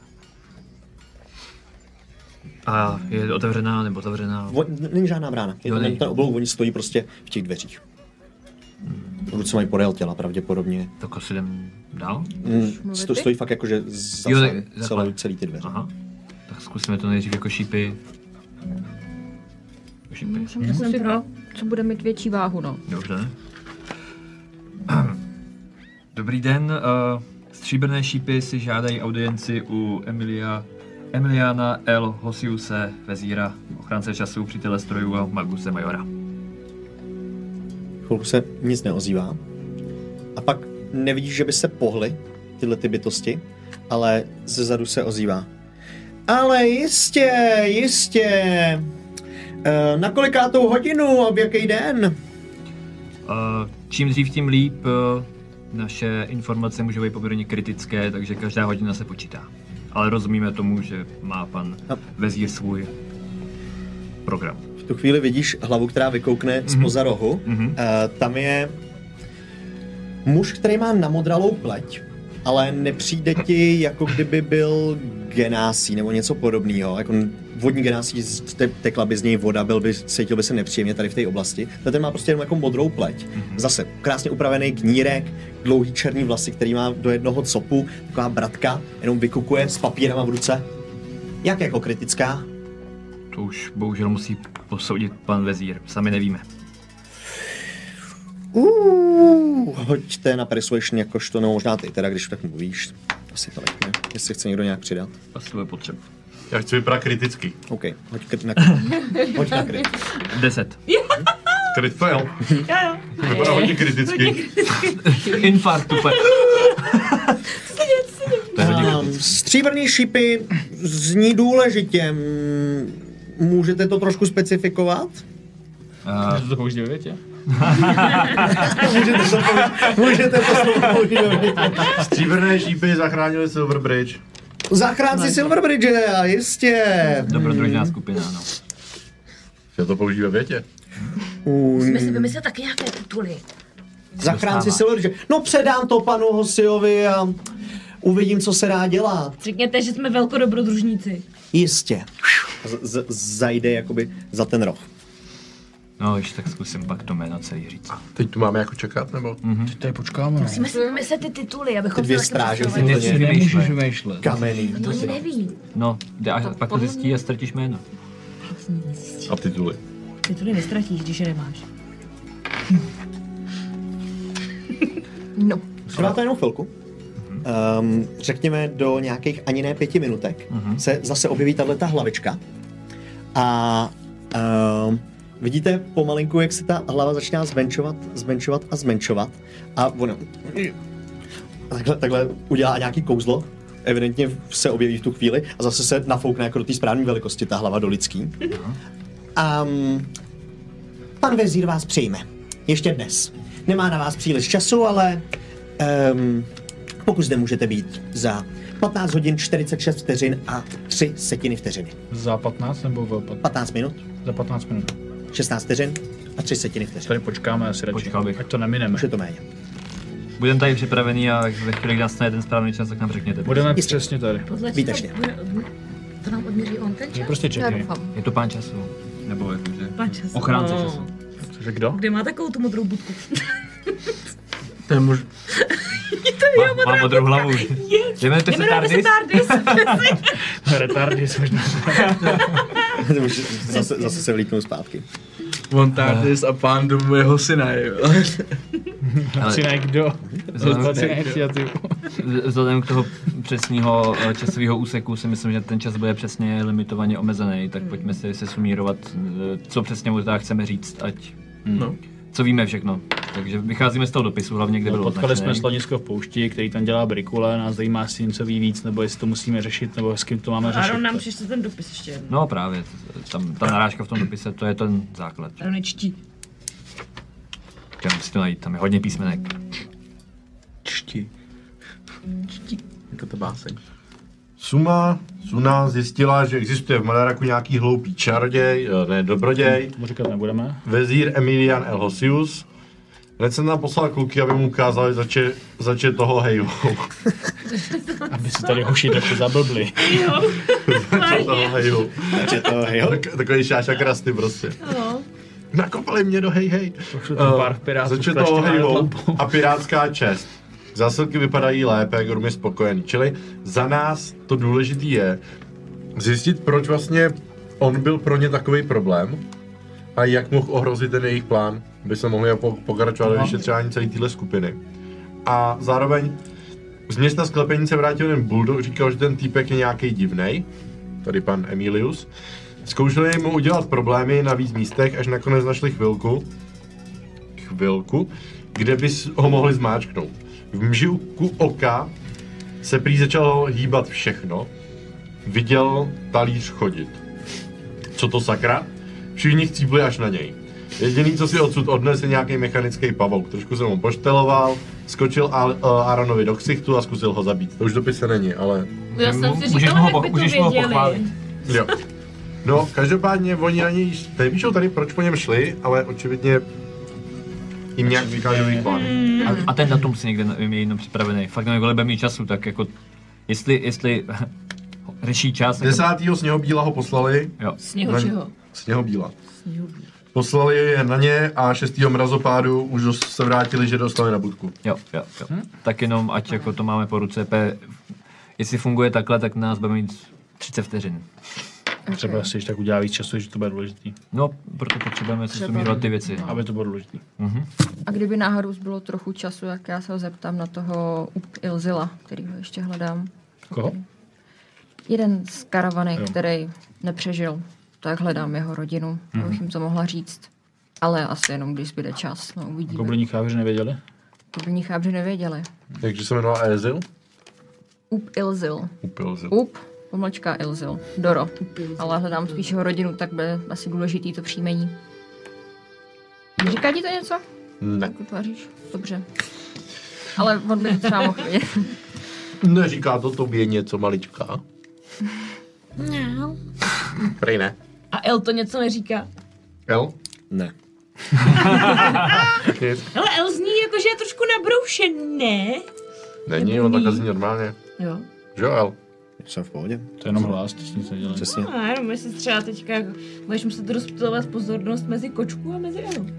A je otevřená nebo otevřená? Vo, není žádná brána. Je to jenom ten oblouk, oni stojí prostě v těch dveřích. Ruce mají podél těla pravděpodobně. Tak asi jdem dál? Mm, sto, stojí fakt jakože za jo, celou, celý ty dveře. Aha. Tak zkusíme to nejdřív jako šípy. Šípy. Můžeme zkusit, no, co bude mít větší váhu, no. Dobře. Dobrý den. Uh, stříbrné šípy si žádají audienci u Emilia, Emiliana L. Hosiuse, vezíra, ochránce času, přítele strojů a Maguse Majora. Chvilku se nic neozývá. A pak nevidíš, že by se pohly tyhle ty bytosti, ale zezadu se ozývá. Ale jistě, jistě. Uh, na kolikátou hodinu a v jaký den? Uh, čím dřív, tím líp. Uh, naše informace můžou být poměrně kritické, takže každá hodina se počítá. Ale rozumíme tomu, že má pan no. vezír svůj program. V tu chvíli vidíš hlavu, která vykoukne mm-hmm. zpoza rohu. Mm-hmm. Uh, tam je muž, který má namodralou pleť, ale nepřijde ti, jako kdyby byl genásí nebo něco podobného. Jako vodní genásí, te- tekla by z něj voda, byl by, cítil by se nepříjemně tady v té oblasti. Ten má prostě jenom jako modrou pleť. Mm-hmm. Zase krásně upravený knírek, dlouhý černý vlasy, který má do jednoho copu, taková bratka, jenom vykukuje s papírama v ruce. Jak jako kritická? To už bohužel musí posoudit pan vezír, sami nevíme. Uh, hoďte na persuasion jakožto, no možná ty teda, když tak mluvíš. Asi to lekne, jestli chce někdo nějak přidat. Asi to je potřeba. Já chci vypadat kriticky. OK, hoď na kryt. Hoď na kryt. Deset. Crit fail. Jo, jo. Vypadá hodně kriticky. Infarkt úplně. Um, stříbrný šípy zní důležitě. Můžete to trošku specifikovat? Uh, to použít ve větě? můžete, to použít, můžete to použít ve větě. Stříbrné šípy zachránili Silverbridge. Zachránci Silverbridge, a jistě. Dobrodružná skupina, no. Chtěl to použít ve větě. Musíme si vymyslet taky nějaké tituly. Zachránci Silverbridge. No předám to panu Hosiovi a uvidím, co se dá dělat. Řekněte, že jsme velkodobrodružníci. Jistě. Z- z- zajde jakoby za ten roh. No, ještě tak zkusím pak to jméno celý říct. Teď tu máme jako čekat, nebo? Mm-hmm. Tady počkáme. Musíme si vymyslet ty tituly, abychom Ty dvě se stráže taky úplně postavili. Nemůžeš vymýšlet. Kamenný. No, oni neví. No, jde a pak to zjistí a ztratíš jméno. A tituly. Tituly nestratíš, když je nemáš. No. Trvá to jenom chvilku. Um, řekněme do nějakých ani ne pěti minutek uh-huh. se zase objeví tato hlavička a um, vidíte pomalinku, jak se ta hlava začíná zmenšovat, zmenšovat a zmenšovat a ono takhle, takhle udělá nějaký kouzlo, evidentně se objeví v tu chvíli a zase se nafoukne jako do té správné velikosti ta hlava do lidský. Uh-huh. Um, pan vezír vás přijme. Ještě dnes. Nemá na vás příliš času, ale um, pokud zde můžete být za patnáct hodin čtyřicet šest vteřin a tři setiny vteřiny. Za patnáct nebo v patnáct? patnáct minut, Za patnáct minut. šestnáct vteřin a tři setiny vteřin. Tady počkáme asi radši. Počkal bych. Ať to nemineme. Už je to méně. Budeme tady připravený a ve chvíli, kdy nastane ten správný čas, tak nám řekněte. Budeme Jistě. přesně tady. Podle Výtečně. To, bude- to nám odměří on ten Že čas? prostě Já čekej. doufám. Je to pán času. Nebo jakože... Pán čas. Ochránce No. času. Cože kdo? Kde má takovou tu modrou budku? To je mož... Má, má modrou hlavu. Jmenujete se Nemenujeme se Tardis? Tardis. Retardis možná. zase, zase se vlíknou zpátky. On Tardis a pán domů jeho syna, jo. Ale- Synek kdo? Vzhledem- Zlatý iniciativu. Vzhledem k toho přesného eh, časového úseku si myslím, že ten čas bude přesně limitovaně omezený, tak pojďme si se sumírovat, eh, co přesně mu teda chceme říct, ať... Hm, No. Co víme všechno. Takže vycházíme z toho dopisu, hlavně kde No, bylo potkali jsme označený. slonisko v poušti, který tam dělá brikule, nás zajímá, jestli něco ví víc, nebo jestli to musíme řešit, nebo s kým to máme řešit. Aaron nám přišel ten dopis ještě jednou. No právě, tam, ta narážka v tom dopise, to je ten základ. Aaron je čtí. Chtěl si to najít, tam je hodně písmenek. Čti. Čtí. Jako to báseň. Suma, Suna zjistila, že existuje v Madaraku nějaký hloupý čaroděj, eh, ne dobroděj, Tomu říkat nebudeme. vezír Emilian El Hosius. Hned jsem tam poslal kluky, aby mu ukázali, zače, zače toho hejvou. Aby se tady hoši trochu zablbli. Zače toho hejvou. Takže to, jo. Tak, takový šáša krasty prostě. No. Nakopali mě do hej hej. Pošlu tam Eh, pár pirátů Zače s toho kleštěmi hejvou lampou. a pirátská čest. Zásilky vypadají lépe, jak je spokojený. Čili za nás to důležitý je zjistit, proč vlastně on byl pro ně takový problém a jak mohl ohrozit ten jejich plán, aby se mohli po- pokračovat ve vyšetřování celé téhle skupiny. A zároveň z města sklepení se vrátil ten Bulldog, říkal, že ten týpek je nějaký divnej, tady pan Emilius. Zkoušeli mu udělat problémy na víc místech, až nakonec našli chvilku, chvilku, kde by ho mohli zmáčknout. V mžiku oka se prý začalo hýbat všechno. Viděl talíř chodit. Co to sakra? všichni chcípli až na něj. Jediný, co si odsud odnes, je nějaký mechanický pavouk. Trošku jsem ho pošteloval, skočil Aaronovi do ksichtu a zkusil ho zabít. To už dopise není, ale... Já jsem si Můžeš říkala, mu jak ho, by to můžeš mu ho věděli. pochválit. Jo. No, každopádně oni na něj nepíšou tady, proč po něm šli, ale očividně jim nějak vychází nový plán. A, a ten datum si někde je jenom připravený. Fakt nevím, kolik bude mít času, tak jako... Jestli, jestli řeší čas... Desátýho Sněhobíla ho poslali. Jo. Sněho Na- čeho? Sněhobíla. Poslali je na ně a šestýho Mrazopádu už dos- se vrátili, že dostali na budku. Jo, jo, jo. Hm? Tak jenom, ať jako to máme po ruce, pe, jestli funguje takhle, tak nás bude mít třicet vteřin. Třeba si tak udělá víc času, že to bude důležitý. No, proto potřebujeme si sumírovat ty věci. Aby to bylo důležitý. Mhm. A kdyby náhodou zbylo trochu času, jak já se ho zeptám na toho Ilzila, kterýho ještě hledám. Koho? Jeden z karavany, Jo. který nepřežil. Tak hledám jeho rodinu, mm. abych jim to mohla říct. Ale asi jenom, když zbyde čas, no uvidíme. Goblini chávěři nevěděli? Goblini chábři nevěděli. Takže se jmenoval Ezil? Up Ilzil. Upilzil. Up, pomlčka Ilzil. Doro. Ale hledám spíš jeho rodinu, tak bude asi důležitý to příjmení. Říká ti to něco? Ne. Tak utváříš? Dobře. Ale on by to třeba mohl vědět. Neříká to tobě něco maličká? No. Prej ne. A El to něco neříká? El? Ne. Nic. Ale El zní jako, že je trošku nabroušen, ne? Není, on takhle zní normálně. Jo. Že jo, El? Jsem v pohodě. To je jenom hlas, ty jsi nic nedělal. Přesně. No, jenom jestli třeba teďka jako, budeš muset rozptylovat pozornost mezi kočku a mezi El.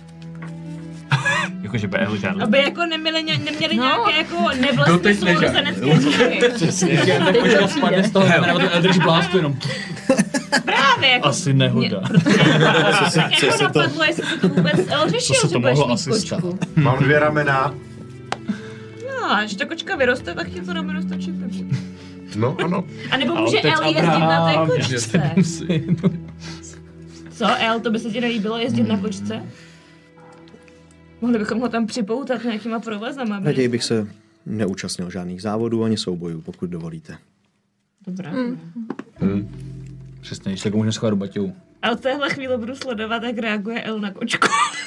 Jakože B L žádný. Aby jako neměli, ně- neměli No. nějaké jako nevlastní Doteď nežádný. sourozenecké vztahy. Přesně. Tak možná spadne z toho, nebo ten Eldritch Blast jenom. Právě jako. Asi nehoda. Co se, Tak co jako se to... napadlo, jestli se to vůbec El řešil, se to že budeš mohlo mít asi kočku. Mám dvě ramena. No, a když ta kočka vyroste, tak ti to rameno stačit nebude. No, ano. A nebo A může otec El jezdit na té Abraham, kočce. syn. Co, El, to by se ti nelíbilo jezdit na kočce? Mohli bychom ho tam připoutat nějakýma provazama. aby- Raději bych se neúčastnil žádných závodů ani soubojů, pokud dovolíte. Dobrá. Přesně, když tak můžeme schovat do baťou. A od téhle chvíle budu sledovat, jak reaguje El na kočku.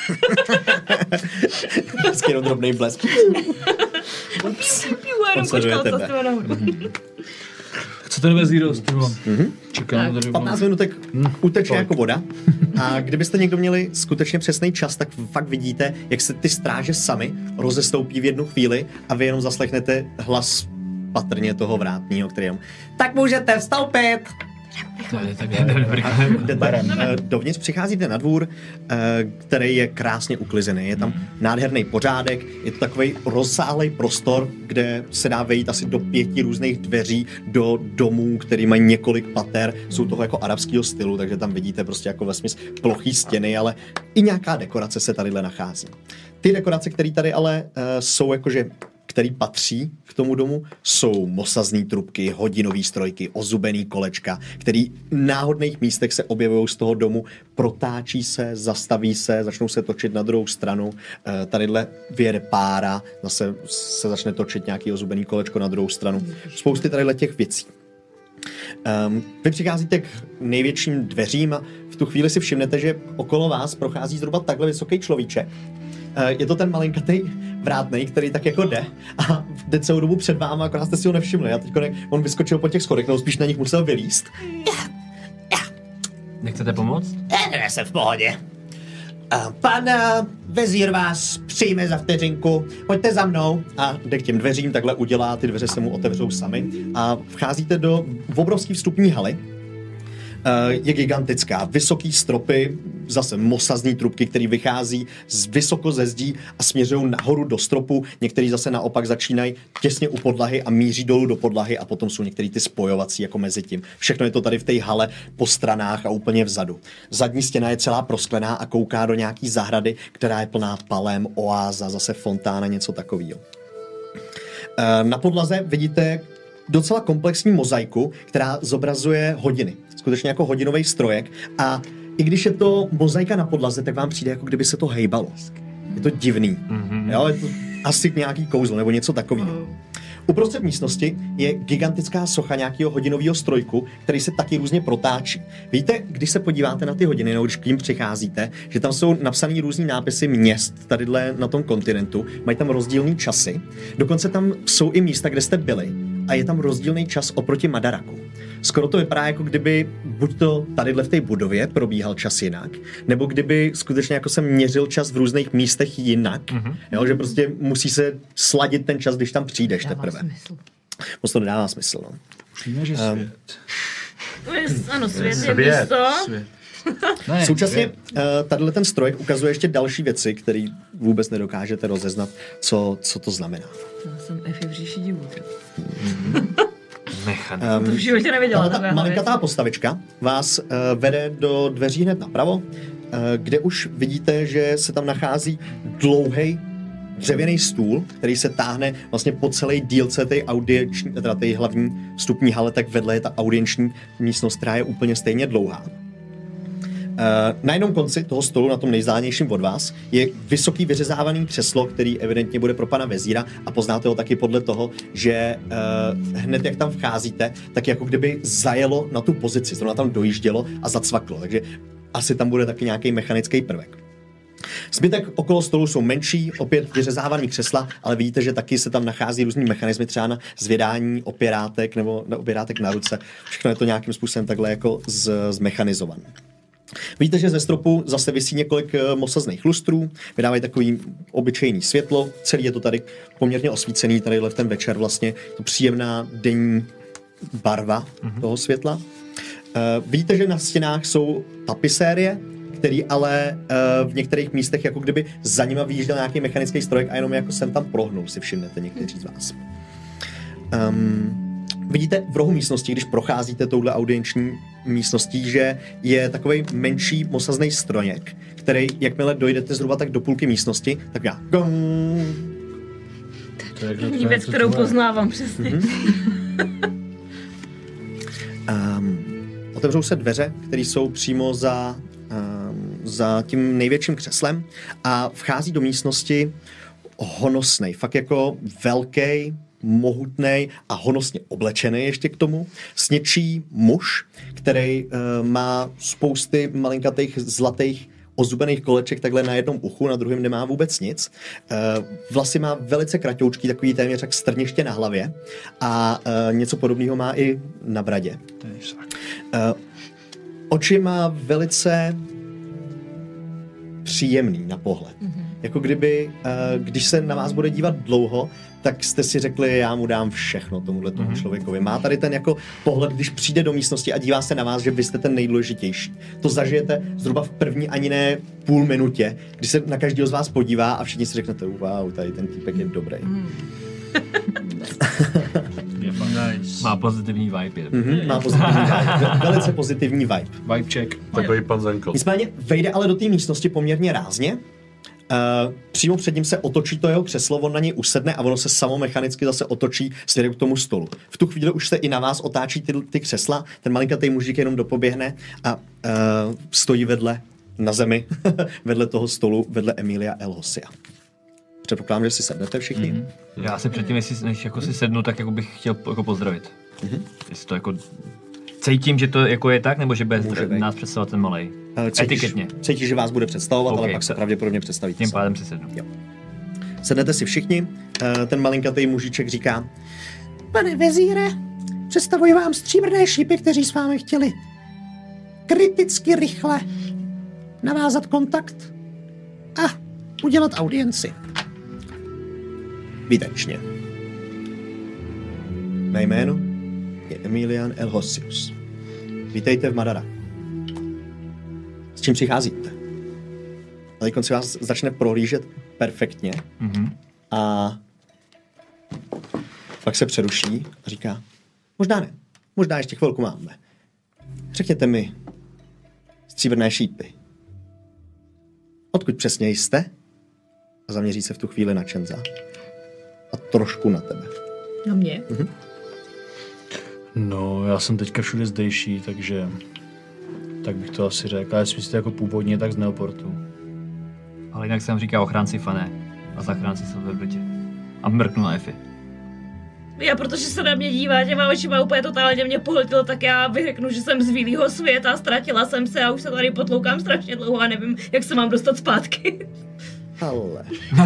Vždycky jenom drobnej blesk. Piu, a jenom sleduje kočka tebe. odstává nahoru. Co to nové zero, stylo? Čekám tady. patnáct minutek uteče jako voda. A kdybyste někdo měli skutečně přesný čas, tak fakt vidíte, jak se ty stráže sami rozestoupí v jednu chvíli a vy jenom zaslechnete hlas patrně toho vrátního, který jenom tak můžete vstoupit! To je tak dobrý. Jdete, eh, dovnitř přicházíte na dvůr, eh, který je krásně uklizený. Je tam nádherný pořádek, je to takový rozsáhlý prostor, kde se dá vejít asi do pěti různých dveří do domů, který mají několik pater. Jsou toho jako arabského stylu, takže tam vidíte prostě jako vesměs plochý stěny, ale i nějaká dekorace se tadyhle nachází. Ty dekorace, které tady ale uh, jsou jakože který patří k tomu domu, jsou mosazný trubky, hodinové strojky, ozubený kolečka, který v náhodných místech se objevují z toho domu, protáčí se, zastaví se, začnou se točit na druhou stranu. E, tadyhle vyjede pára, zase se začne točit nějaký ozubený kolečko na druhou stranu. Spousty tadyhle těch věcí. Um, vy přicházíte k největším dveřím a v tu chvíli si všimnete, že okolo vás prochází zhruba takhle vysoký človíček. Uh, je to ten malinkatý vrátnej, který tak jako jde a jde celou dobu před váma, akorát jste si ho nevšimli. A teď on vyskočil po těch schodech, no spíš na nich musel vylízt. Nechcete pomoct? Ne, ne, jsem v pohodě. Uh, pan uh, vezír vás přijme za vteřinku, pojďte za mnou. A jde k těm dveřím, takhle udělá, ty dveře se mu otevřou sami a vcházíte do obrovský vstupní haly. Uh, je gigantická, vysoký stropy, zase mosazní trubky, které vychází z vysoko ze zdí a směřují nahoru do stropu, některý zase naopak začínají těsně u podlahy a míří dolů do podlahy a potom jsou některý ty spojovací jako mezi tím. Všechno je to tady v té hale po stranách a úplně vzadu. Zadní stěna je celá prosklená a kouká do nějaký zahrady, která je plná palem, oáza, zase fontána, něco takového. Uh, na podlaze vidíte docela komplexní mozaiku, která zobrazuje hodiny. Skutečně jako hodinový strojek a i když je to mozaika na podlaze, tak vám přijde, jako kdyby se to hejbalo. Je to divný. Mm-hmm. Jo, je to asi nějaký kouzlo nebo něco takového. Uprostřed místnosti je gigantická socha nějakého hodinového strojku, který se taky různě protáčí. Víte, když se podíváte na ty hodiny, nebo když k ním přicházíte, že tam jsou napsaný různý nápisy měst tadyhle na tom kontinentu, mají tam rozdílný časy, dokonce tam jsou i místa, kde jste byli a je tam rozdílný čas oproti Madaraku. Skoro to vypadá, jako kdyby buď to tadyhle v té budově probíhal čas jinak, nebo kdyby skutečně jako se měřil čas v různých místech jinak, mm-hmm. jo, že prostě musí se sladit ten čas, když tam přijdeš Dává teprve. Smysl. Moc to nedává smysl, no. Už víme, že Um, svět. Ano, svět je Svět. místo. Svět. Ne, Současně uh, tadyhle ten strojek ukazuje ještě další věci, které vůbec nedokážete rozeznat, co, co to znamená. Já jsem Efi v říši divů. Nechan. To v životě neviděla. Tahle ta takovéhle malinkatá věc. postavička vás uh, vede do dveří hned napravo, uh, kde už vidíte, že se tam nachází dlouhý dřevěný stůl, který se táhne vlastně po celé dílce té audienční, teda té hlavní vstupní hale, tak vedle je ta audienční místnost, která je úplně stejně dlouhá. Uh, na jednom konci toho stolu, na tom nejvzdálenějším od vás, je vysoký vyřezávaný křeslo, který evidentně bude pro pana vezíra a poznáte ho taky podle toho, že uh, hned jak tam vcházíte, tak jako kdyby zajelo na tu pozici, zrovna tam dojíždělo a zacvaklo, takže asi tam bude taky nějaký mechanický prvek. Zbytek okolo stolu jsou menší, opět vyřezávaný křesla, ale vidíte, že taky se tam nachází různý mechanismy, třeba na zvědání opěrátek nebo na opěrátek na ruce. Všechno je to nějakým způsobem takhle jako z, zmechanizované. Vidíte, že ze stropu zase visí několik mosazných lustrů, vydávají takový obyčejný světlo, celý je to tady poměrně osvícený, tady v ten večer vlastně, to příjemná denní barva mm-hmm. toho světla. Uh, vidíte, že na stěnách jsou tapisérie, který ale uh, v některých místech jako kdyby za nima vyjížděl nějaký mechanický strojek a jenom jako jsem tam prohnul, si všimnete někteří z vás. Um, Vidíte v rohu místnosti, když procházíte touhle audienční místností, že je takovej menší mosazný strojek, který, jakmile dojdete zhruba tak do půlky místnosti, tak já gong. To je První věc, kterou poznávám přesně. Mm-hmm. um, otevřou se dveře, které jsou přímo za, um, za tím největším křeslem a vchází do místnosti honosnej, fakt jako velký, mohutnej a honosně oblečený ještě k tomu. Sněčí muž, který uh, má spousty malinkatých zlatých ozubených koleček takhle na jednom uchu, na druhém nemá vůbec nic. Uh, vlasy má velice kratoučký, takový téměř jak strniště na hlavě a uh, něco podobného má i na bradě. Uh, oči má velice příjemný na pohled. Mm-hmm. Jako kdyby, uh, když se na vás bude dívat dlouho, tak jste si řekli, já mu dám všechno tomuhle tomu mm-hmm. člověkovi. Má tady ten jako pohled, když přijde do místnosti a dívá se na vás, že vy jste ten nejdůležitější. To zažijete zhruba v první ani ne půl minutě, kdy se na každého z vás podívá a všichni si řeknete, wow, tady ten týpek je dobrý. Mm. Nice. Má pozitivní vibe. Mm-hmm, má pozitivní vibe. Velice pozitivní vibe. Vibe check. Takový pan Zenko. Nicméně vejde ale do té místnosti poměrně rázně. Uh, přímo před ním se otočí to jeho křeslo, on na něj usedne a ono se samomechanicky zase otočí směrem k tomu stolu. V tu chvíli už se i na vás otáčí ty, ty křesla, ten malinkatý mužík jenom dopoběhne a uh, stojí vedle na zemi, vedle toho stolu, vedle Emilia Elhosia. Předpokládám, že si sednete všichni. Mm-hmm. Já si předtím, jestli, než jako si sednu, tak jako bych chtěl jako pozdravit. Mm-hmm. Jestli to jako cítím, že to jako je tak, nebo že bude nás představovat ten malej. Cítíš, etiketně. Cítíš, že vás bude představovat, okay, ale pak se tak pravděpodobně představí. Tím pádem si sednu. Jo. Sednete si všichni, ten malinkatý mužiček říká: Pane vezíre, představuji vám stříbrné šípy, kteří s vámi chtěli kriticky rychle navázat kontakt a udělat audienci. Výtečně. Mé jméno je Emilian Elhosius. Vítejte v Madara. S čím přicházíte? A teď si vás začne prohlížet perfektně mm-hmm. a pak se přeruší a říká: Možná ne, možná ještě chvilku máme. Řekněte mi, stříbrné šípy, odkud přesně jste? A zaměří se v tu chvíli na Čenza. A trošku na tebe. Na mě? Mhm. No, já jsem teďka všude zdejší, takže tak bych to asi řekl. Ale jestli jste jako původně, tak z Neoportu. Ale jinak jsem říkal ochránci Fané a zachránci Silverbridge. A mrknu na Efi. Já, protože se na mě dívá těma očima úplně totálně mě pohltilo, tak já vyřeknu, že jsem z výlýho světa, ztratila jsem se a už se tady potloukám strašně dlouho a nevím, jak se mám dostat zpátky. Ale...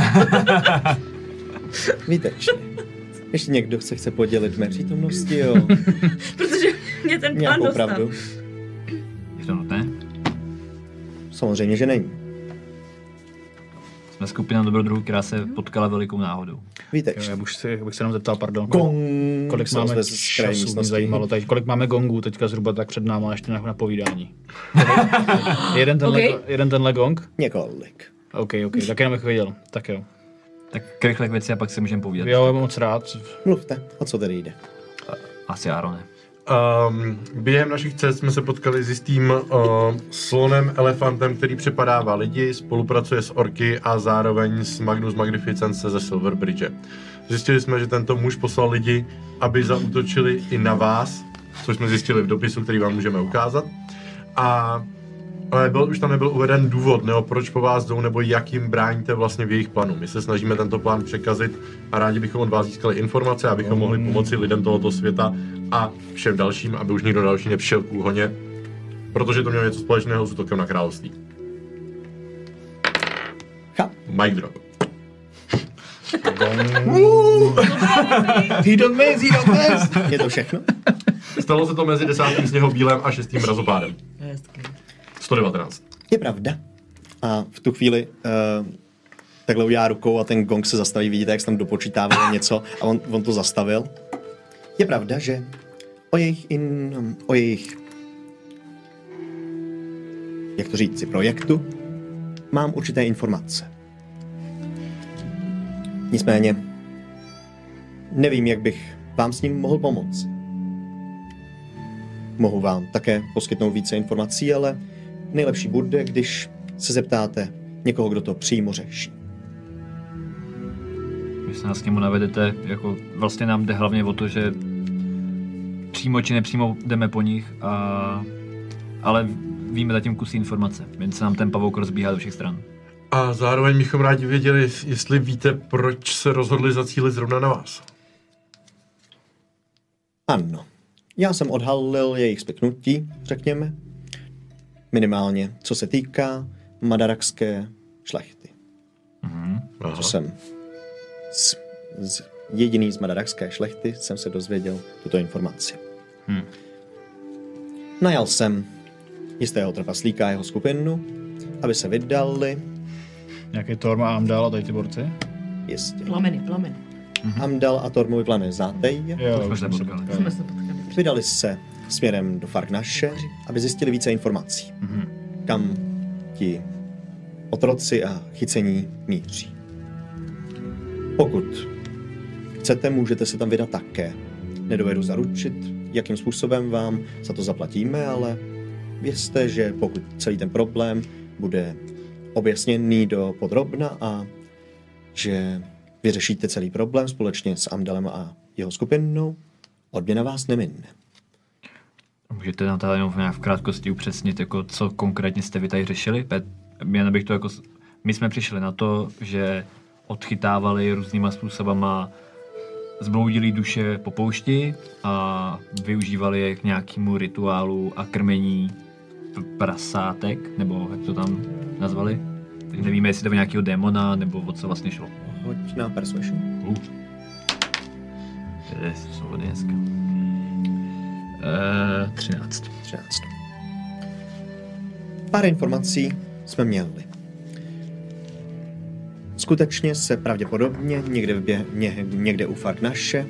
Výtečně. Ještě někdo se chce podělit mé přítomnosti, jo? Protože mě ten plán Nějakou dostal. pravdu. Je to nutné? Samozřejmě, že není. Jsme skupina dobrodruhů, která se potkala velikou náhodou. Jo, Výtečně. já bych, si, já bych se jenom zeptal, pardon. Gong Kolik se máme ozve z kraje času, mě místnosti. zajímalo teď, kolik máme gongů teďka zhruba tak před náma ještě na, na povídání. jeden, tenhle, Ok. jeden tenhle gong? Několik. OK, OK, tak jenom bych věděl. Tak jo. Tak rychle k věci a pak si můžeme povídat. Jo, moc rád. Mluvte, o co tedy jde? Asi Arone. Um, během našich cest jsme se potkali s jistým uh, slonem, elefantem, který přepadává lidi, spolupracuje s orky a zároveň s Magnus Magnificence ze Silverbridge. Zjistili jsme, že tento muž poslal lidi, aby zaútočili i na vás, což jsme zjistili v dopisu, který vám můžeme ukázat. A ale byl, už tam nebyl uveden důvod, nebo proč po vás jdou, nebo jak jim bráníte vlastně v jejich plánu. My se snažíme tento plán překazit a rádi bychom od vás získali informace, abychom mohli pomoci lidem tohoto světa a všem dalším, aby už nikdo další nepřišel k úhoně, protože to mělo něco společného s útokem na království. Cháp. Mic drop. He don't miss, he don't miss. Je to všechno? Stalo se to mezi desátým sněhobílem a šestým mrazopádem. sto devatenáct. Je pravda. A v tu chvíli uh, takhle udělá rukou a ten gong se zastaví. Vidíte, jak se tam dopočítávalo něco a on, on to zastavil. Je pravda, že o jejich, in, o jejich jak to říct, projektu mám určité informace. Nicméně nevím, jak bych vám s ním mohl pomoct. Mohu vám také poskytnout více informací, ale nejlepší bude, když se zeptáte někoho, kdo to přímo řeší. Když se nás k němu navedete, jako vlastně nám jde hlavně o to, že přímo či nepřímo jdeme po nich, a, ale víme zatím kusy informace, jen se nám ten pavouk rozbíhá do všech stran. A zároveň bychom rádi věděli, jestli víte, proč se rozhodli zacílit zrovna na vás. Ano. Já jsem odhalil jejich spiknutí, řekněme. Minimálně, co se týká madarakské šlechty. Mhm. Co jsem z, z, jediný z madarakské šlechty jsem se dozvěděl tuto informaci. Hmm. Najal jsem jistého trpaslíka a jeho skupinu, aby se vydali, Nějaký Torm a Amdal a tady ty borci? jistě. Plameny, plameny. Amdal a Tormovi plané Zátej Jo, jsme už se jsem se potkali. potkali. Jsme se potkali. vydali se směrem do Farknaše, aby zjistili více informací, Mhm. kam ti otroci a chycení míří. Pokud chcete, můžete se tam vydat také. Nedovedu zaručit, jakým způsobem vám za to zaplatíme, ale vězte, že pokud celý ten problém bude objasněný do podrobna a že vyřešíte celý problém společně s Amdalem a jeho skupinou, odměna vás neminne. Můžete na to jenom nějak v krátkosti upřesnit, jako co konkrétně jste vy tady řešili? Jen bych to jako... My jsme přišli na to, že odchytávali různýma způsobama zbloudilý duše po poušti a využívali je k nějakému rituálu a krmení prasátek, nebo jak to tam nazvali. Takže nevíme, jestli to byl nějakého démona, nebo o co vlastně šlo. Hoď na Persuasion. Uh. To je svobodný dneska. Uh, třináct. třináct. Pár informací jsme měli. Skutečně se pravděpodobně někde, v bě, ně, někde u Farknaše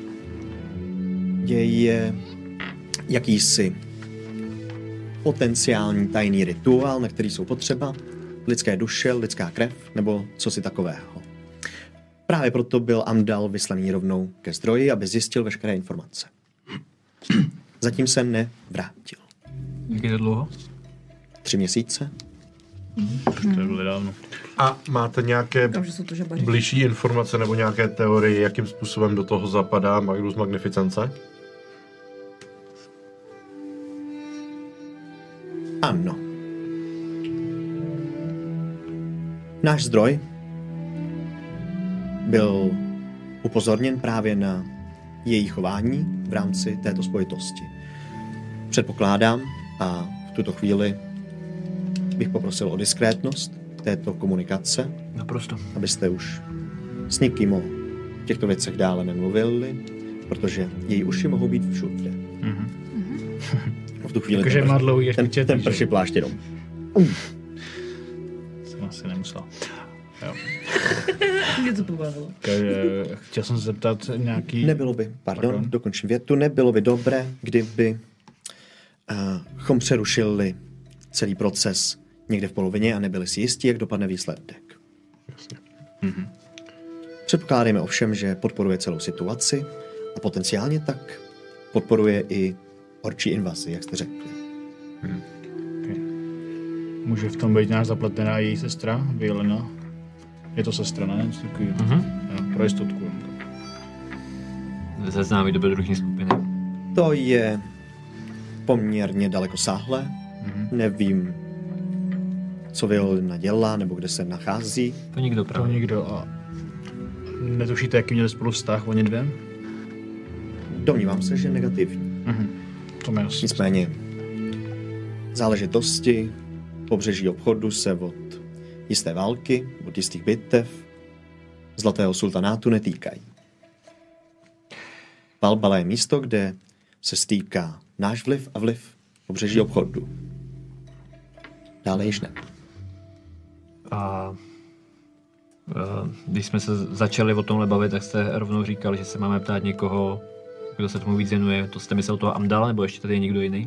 děje jakýsi potenciální tajný rituál, na který jsou potřeba lidské duše, lidská krev nebo cosi takového. Právě proto byl Amdal vyslaný rovnou ke zdroji, aby zjistil veškeré informace. Zatím se nevrátil. Jak je to dlouho? Tři měsíce? To bylo dávno. A máte nějaké Říkám, že jsou to žabaři. bližší informace nebo nějaké teorie, jakým způsobem do toho zapadá Magnus Magnificence? Ano. Náš zdroj byl upozorněn právě na její chování v rámci této spojitosti. Předpokládám a v tuto chvíli bych poprosil o diskrétnost této komunikace, Naprosto. abyste už s nikým o těchto věcech dále nemluvili, protože její uši mohou být všude. Mhm. V tu chvíli Takže ten, má prš- dlouhý ten, ještě ten týždeň. prší plášť jenom. Jsem asi nemusel. Jo. Mě to pobavilo. Takže chtěl jsem se zeptat nějaký... Nebylo by, pardon, Pardon. dokončím větu, nebylo by dobré, kdyby uh, chom přerušili celý proces někde v polovině a nebyli si jistí, jak dopadne výsledek. Jasně. Mhm. Předpokládáme ovšem, že podporuje celou situaci a potenciálně tak podporuje i orčí invazi, jak jste řekli. Okay. Může v tom být nějak zapletená její sestra, Violena? Je to sestra, ne? Něco takového. Mhm. Jo, pro jistotku. Ze známý dobrodružní skupiny. To je poměrně dalekosáhlé. Mhm. Nevím, co Violina dělá nebo kde se nachází. To nikdo To právě. nikdo a... Netušíte, jaký měli spolu vztah oni dvě? Domnívám se, že negativní. Mhm. To mi jasný. Nicméně záležitosti pobřeží obchodu se od jisté války, od jistých bitev Zlatého sultanátu netýkají. Balbala je místo, kde se stýká náš vliv a vliv pobřeží obchodu. Dále již ne. A uh, když jsme se začali o tomhle bavit, tak jste rovnou říkali, že se máme ptát někoho, kdo se tomu víc věnuje. To jste myslel toho Amdala, nebo ještě tady je někdo jiný?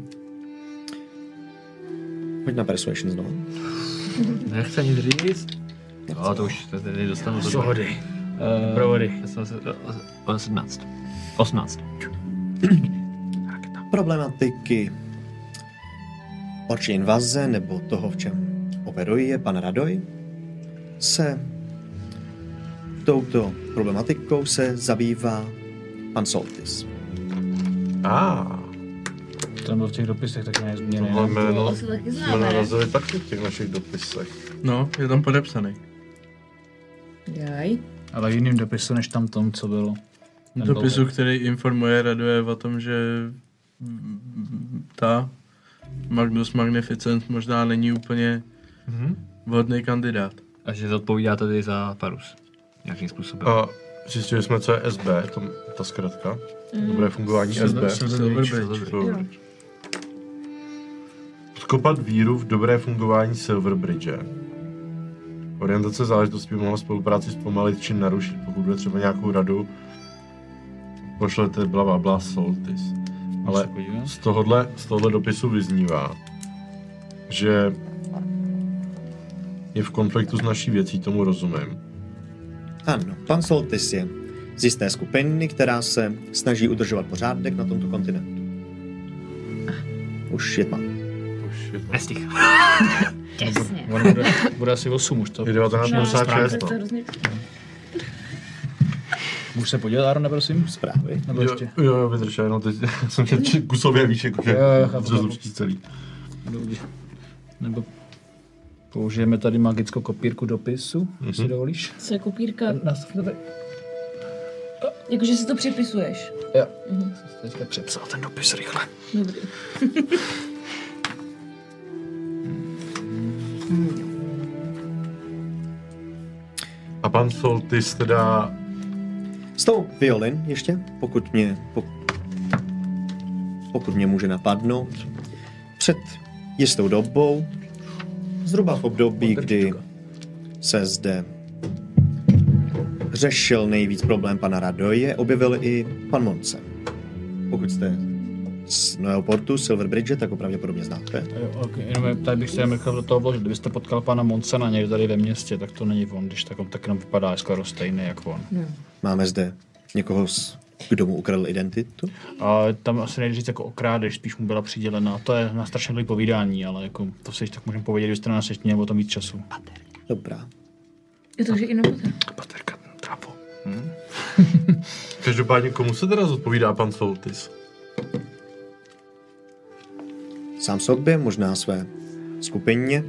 Pojď na Persuasion znovu. Nechce nic říct. No, to už tady dostanu. to- Sohody. Eh, Provody. já jsem se- o- o- sedmnáct. osmnáct. Problematiky orčí invaze nebo toho, v čem operuje pan Radoj, se touto problematikou se zabývá pan Soltis. A, Ten byl v těch dopisech taky nějak změněný. tohle ne? jméno To se taky jsme známe. narazili taky v těch našich dopisech. No, je tam podepsaný. Jaj. Ale v jiným dopisu, než tam tom, co bylo. Ten byl Dopisu, tak. který informuje Raduje o tom, že mm, ta Magnus Magnificent možná není úplně Mhm. vhodný kandidát. A že zodpovídá tady za Parus. Nějakým způsobem. A zjistili jsme, co je S B, to, ta zkratka. Dobré fungování S B. Silverbridge. Silverbridge. Podkopat víru v dobré fungování Silverbridge. Orientace záležitostí by mohla spolupráci zpomalit či narušit, pokud bude třeba nějakou radu. Pošlete bla bla bla Soltis. Ale z tohohle, z tohohle dopisu vyznívá, že je v konfliktu s naší věcí, tomu rozumím. Ano, pan Soltis je z jisté skupiny, která se snaží udržovat pořádek na tomto kontinentu. Už je tma. Už je to Nestih. Jasně. On bude, bude asi osm už to. je devatenáct padesát šest, Tak to no. hrozně... Můžu se podívat, Arone, prosím? Zprávy. Nebo Jo, ještě? jo, jo, vydrž, no, teď jsem tě či- kusově víš, jako že Jo, jo, chápu, přezlučí celý. Dobře. Nebo použijeme tady magickou kopírku dopisu, mm-hmm. jestli dovolíš. Co je kopírka? Nastav to tady. Jakože si to připisuješ. Jo. Mhm. Jsem si teďka přepsal ten dopis rychle. Dobrý. A pan Soltis teda, S tou violin ještě, pokud mě, pokud, pokud mě může napadnout, před jistou dobou, zhruba v období, kdy se zde řešil nejvíc problém pana Radoje, objevil i pan Monce. Pokud jste z Nového portu, Silverbridge, tak ho pravděpodobně znáte. Jo, okay. Jenom tady bych se jen rychle do toho vložil. Kdybyste potkal pana Monsena někde tady ve městě, tak to není on, když tak on tak jenom vypadá skoro stejný jak on. Máme zde někoho, z- kdo mu ukradl identitu. A tam asi nejde říct jako o krádež, spíš mu byla přidělena. To je na strašně dlouhé povídání, ale jako to si tak můžeme povědět, že jste na nás ještě měl o tom víc času. Dobrá. Je to, že i nebude. Baterka, trápo. každopádně komu se teda zodpovídá pan Soltis? Sám sobě, možná své skupině.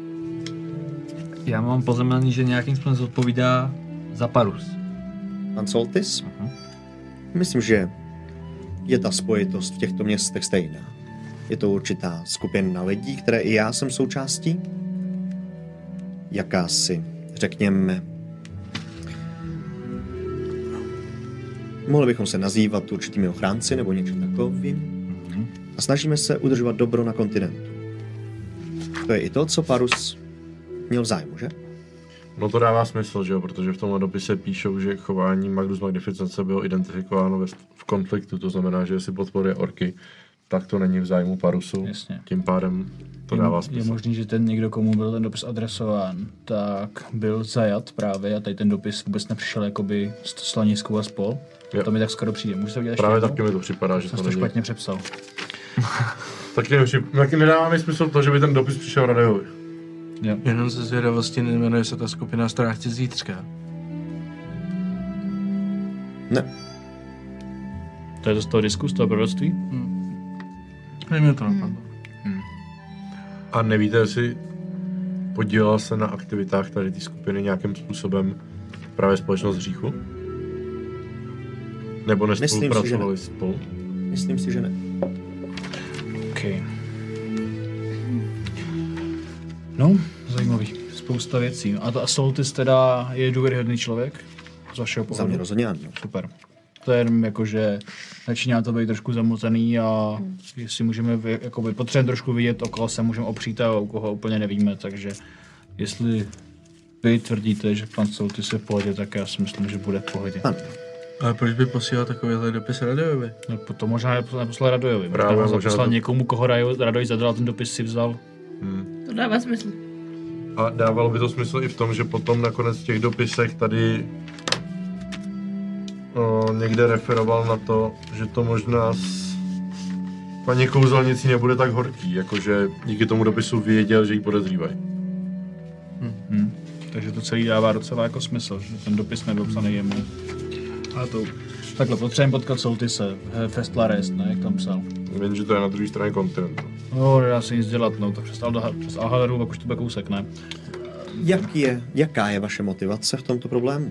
Já mám poznamenaný, že nějakým způsobem zodpovídá za Parus. Pan Soltis? Myslím, že je ta spojitost v těchto městech stejná. Je to určitá skupina lidí, které i já jsem součástí. Jakási, řekněme, mohli bychom se nazývat určitými ochránci nebo něčím takovým. A snažíme se udržovat dobro na kontinentu. To je i to, co Parus měl v zájmu, že? No to dává smysl, že jo, protože v tomhle dopise píšou, že chování Magnus Magnificence bylo identifikováno ve, v konfliktu, to znamená, že jestli podporuje orky, tak to není v zájmu Parusu. Jasně. Tím pádem to je, dává smysl. Je možný, že ten někdo, komu byl ten dopis adresován, tak byl zajat právě a tady ten dopis vůbec nepřišel jakoby s slaniskou a spol. Jo. To mi tak skoro přijde. Můžu se udělat Právě ještě taky mi to připadá, že jsem to to není. špatně přepsal. Taky, nevšim, taky nedává mi smysl to, že by ten dopis přišel Radejovi. Jo. Jenom ze zvědavosti nejmenuje se ta skupina Strážci zítřka. Ne. To je to z toho disku, z toho proroctví? Nevím, to napadlo. A nevíte, jestli podílel se na aktivitách tady té skupiny nějakým způsobem právě společnost hříchu? Nebo Myslím si, že nespolupracovali ne. spolu? Myslím si, že ne. OK. No, zajímavý. Spousta věcí. A to Assaultis teda je důvěryhodný člověk? Z vašeho Za pohledu? mě rozhodně ano. Super. To je jenom jako, že začíná to být trošku zamotaný a jestli můžeme, vy, jakoby potřebujeme trošku vidět, o koho se můžeme opřít a u koho úplně nevíme, takže jestli vy tvrdíte, že pan Assaultis je v pohodě, tak já si myslím, že bude v pohodě. Ano. Ale proč by posílal takovýhle dopis Radejovi? No, to možná neposlal, neposlal Radojovi. Právě, Možná možná poslal to- někomu, koho Rajo- Radoj zadal, ten dopis si vzal. To dává smysl. A dávalo by to smysl i v tom, že potom nakonec v těch dopisech tady o, někde referoval na to, že to možná s paní kouzelnicí nebude tak horký, jakože díky tomu dopisu věděl, že ji podezřívají. Hmm. Takže to celý dává docela jako smysl, že ten dopis nebyl psaný jemu. A to takhle potřebujeme potkat Soultise, Festlarest, ne, jak tam psal. Vím, že to je na druhé straně kontinentu. No, nedá se nic dělat, no, tak přes, Alda, přes Alhadaru, pak už to bude kousek, ne? Jak je, jaká je vaše motivace v tomto problému?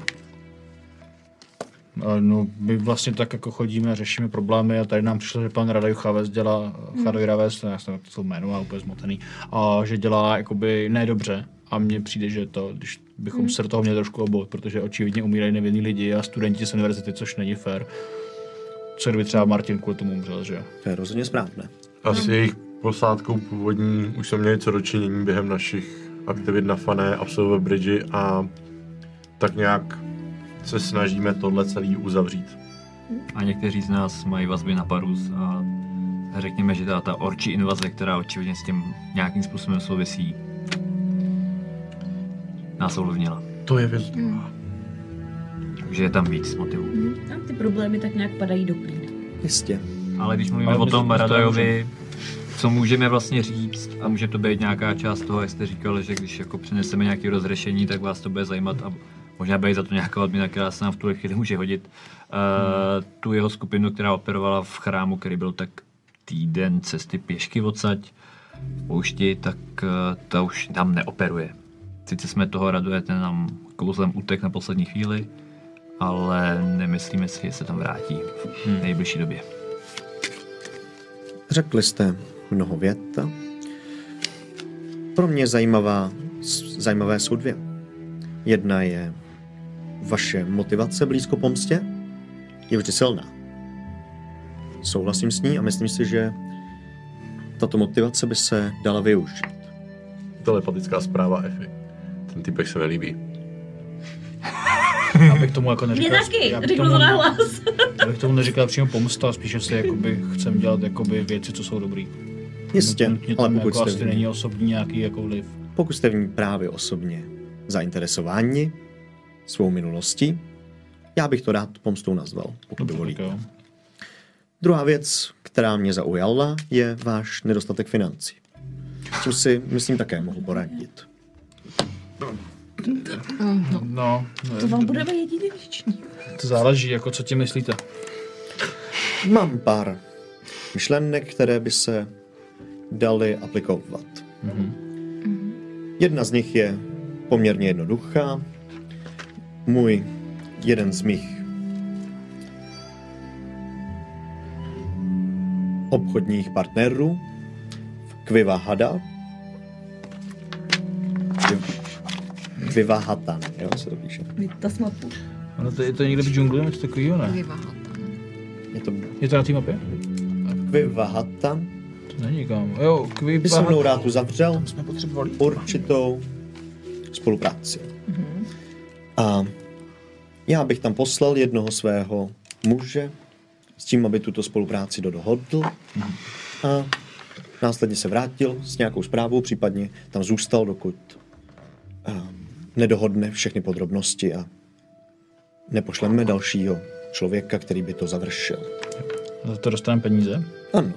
A no, my vlastně tak jako chodíme a řešíme problémy a tady nám přišlo, že pan Radoj Chavez dělá, Chadoj Raves, já jsem to jméno a úplně zmotený, a že dělá jakoby nedobře a mně přijde, že to, když bychom se do toho měli trošku obovat, protože očividně umírají nevinní lidi a studenti z univerzity, což není fér. Co kdyby třeba Martin kvůli tomu umřel, že jo? To je rozhodně správné. A s jejich posádkou původní už jsme měli co dočinění během našich aktivit na Fané, absolvovat bridži a tak nějak se snažíme tohle celý uzavřít. A někteří z nás mají vazby na Parus a řekněme, že ta, ta orčí invaze, která očividně s tím nějakým způsobem souvisí, nás ovlivnila. To je věc. Takže je tam víc motivů. Tam ty problémy tak nějak padají do klína. Jistě. Ale když mluvíme Ale o my tom se to Radojovi, co můžeme vlastně říct, a může to být nějaká část toho, jak jste říkal, že když jako přineseme nějaké rozřešení, tak vás to bude zajímat a možná bude za to nějaká odměna, která se nám v tuhle chvíli může hodit. Uh, tu jeho skupinu, která operovala v chrámu, který byl tak týden cesty pěšky odsaď v poušti, tak uh, ta už tam neoperuje. Sice jsme toho Radoje, ten nám kouzlem utek na poslední chvíli, ale nemyslíme si, že se tam vrátí v nejbližší době. Řekli jste mnoho vět. Pro mě zajímavá, zajímavé jsou dvě. Jedna je vaše motivace blízko pomstě. Je vždy silná. Souhlasím s ní a myslím si, že tato motivace by se dala využít. Telepatická zpráva Efy. Ten typek se nelíbí. Já bych tomu jako Mě neříkal. taky, já bych řeknu tomu- to nahlas. Já bych tomu neříkal přímo pomsta, spíše si jakoby chcem dělat jakoby věci, co jsou dobrý. Jistě, Nutně ale tam pokud jako jste, asi v ní, není osobní nějaký jako vliv. pokud jste v ní právě osobně zainteresováni svou minulostí, já bych to rád pomstou nazval, pokud dovolíte. Tak jo. Druhá věc, která mě zaujala, je váš nedostatek financí. S čím si, myslím, také mohu poradit. No, To vám budeme jediný vděční. to záleží, jako co ti myslíte. Mám pár myšlenek, které by se daly aplikovat. Jedna z nich je poměrně jednoduchá. Můj jeden z mých obchodních partnerů v Kvivahada. Kvivahatan, jo, se to píše. Vytas mapu. Ono to je to někde v džungli, něco takového, ne? Vyváhat. Je to Je to na té mapě? Kvivahatan. To není kam. Jo, By Kviva. se mnou rád uzavřel Jsme potřebovali. určitou spolupráci. A já bych tam poslal jednoho svého muže s tím, aby tuto spolupráci dohodl a následně se vrátil s nějakou zprávou, případně tam zůstal, dokud a, nedohodne všechny podrobnosti a nepošleme dalšího člověka, který by to završil. Za to dostaneme peníze? Ano,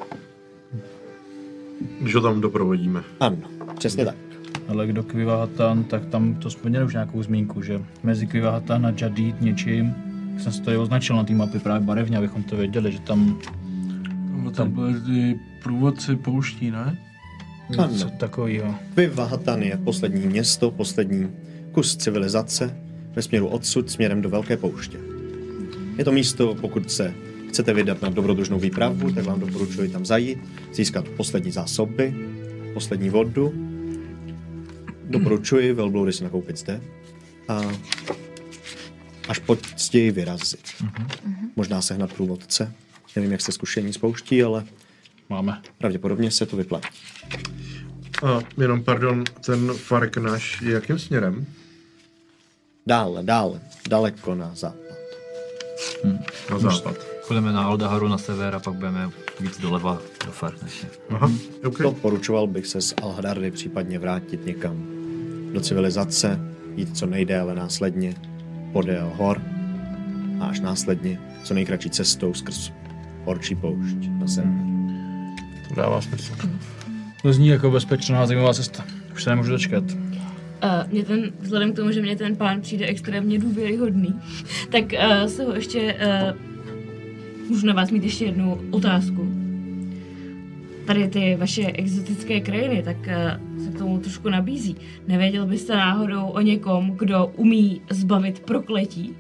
Když ho tam doprovodíme. ano, přesně tak. Ale kdo Kvivahatan, tak tam to jsme měli už nějakou zmínku, že mezi Kvivahatan a Jadid něčím, jsem si to i označil na té mapě právě barevně, abychom to věděli, že tam Tam, tam byly ty průvodci pouští, ne? něco Ano. takového. Kvivahatan je poslední město, poslední kus civilizace ve směru odsud směrem do Velké pouště. Je to místo, pokud se chcete vydat na dobrodružnou výpravu, tak vám doporučuji tam zajít, získat poslední zásoby, poslední vodu. Doporučuji velbloudy si nakoupit zde a až později vyrazit. Možná sehnat průvodce. Nevím, jak jste zkušení s pouští, ale Máme. pravděpodobně se to vyplatí. A jenom, pardon, ten Fark náš je jakým směrem? Dále, dále, daleko na západ. Na západ. Půjdeme na Aldaharu na sever a pak budeme víc doleva do Farkneše. Aha, OK. Doporučoval bych se z Alhadardy případně vrátit někam do civilizace, jít co nejdéle následně podél hor a až následně co nejkratší cestou skrz horčí poušť na sever. To dává smysl. To zní jako bezpečná zajímavá cesta. Už se nemůžu dočkat. Uh, mě ten, vzhledem k tomu, že mě ten pán přijde extrémně důvěryhodný, tak uh, se ho ještě, uh, můžu na vás mít ještě jednu otázku. Tady ty vaše exotické krajiny, tak uh, se k tomu trošku nabízí. Nevěděl byste náhodou o někom, kdo umí zbavit prokletí?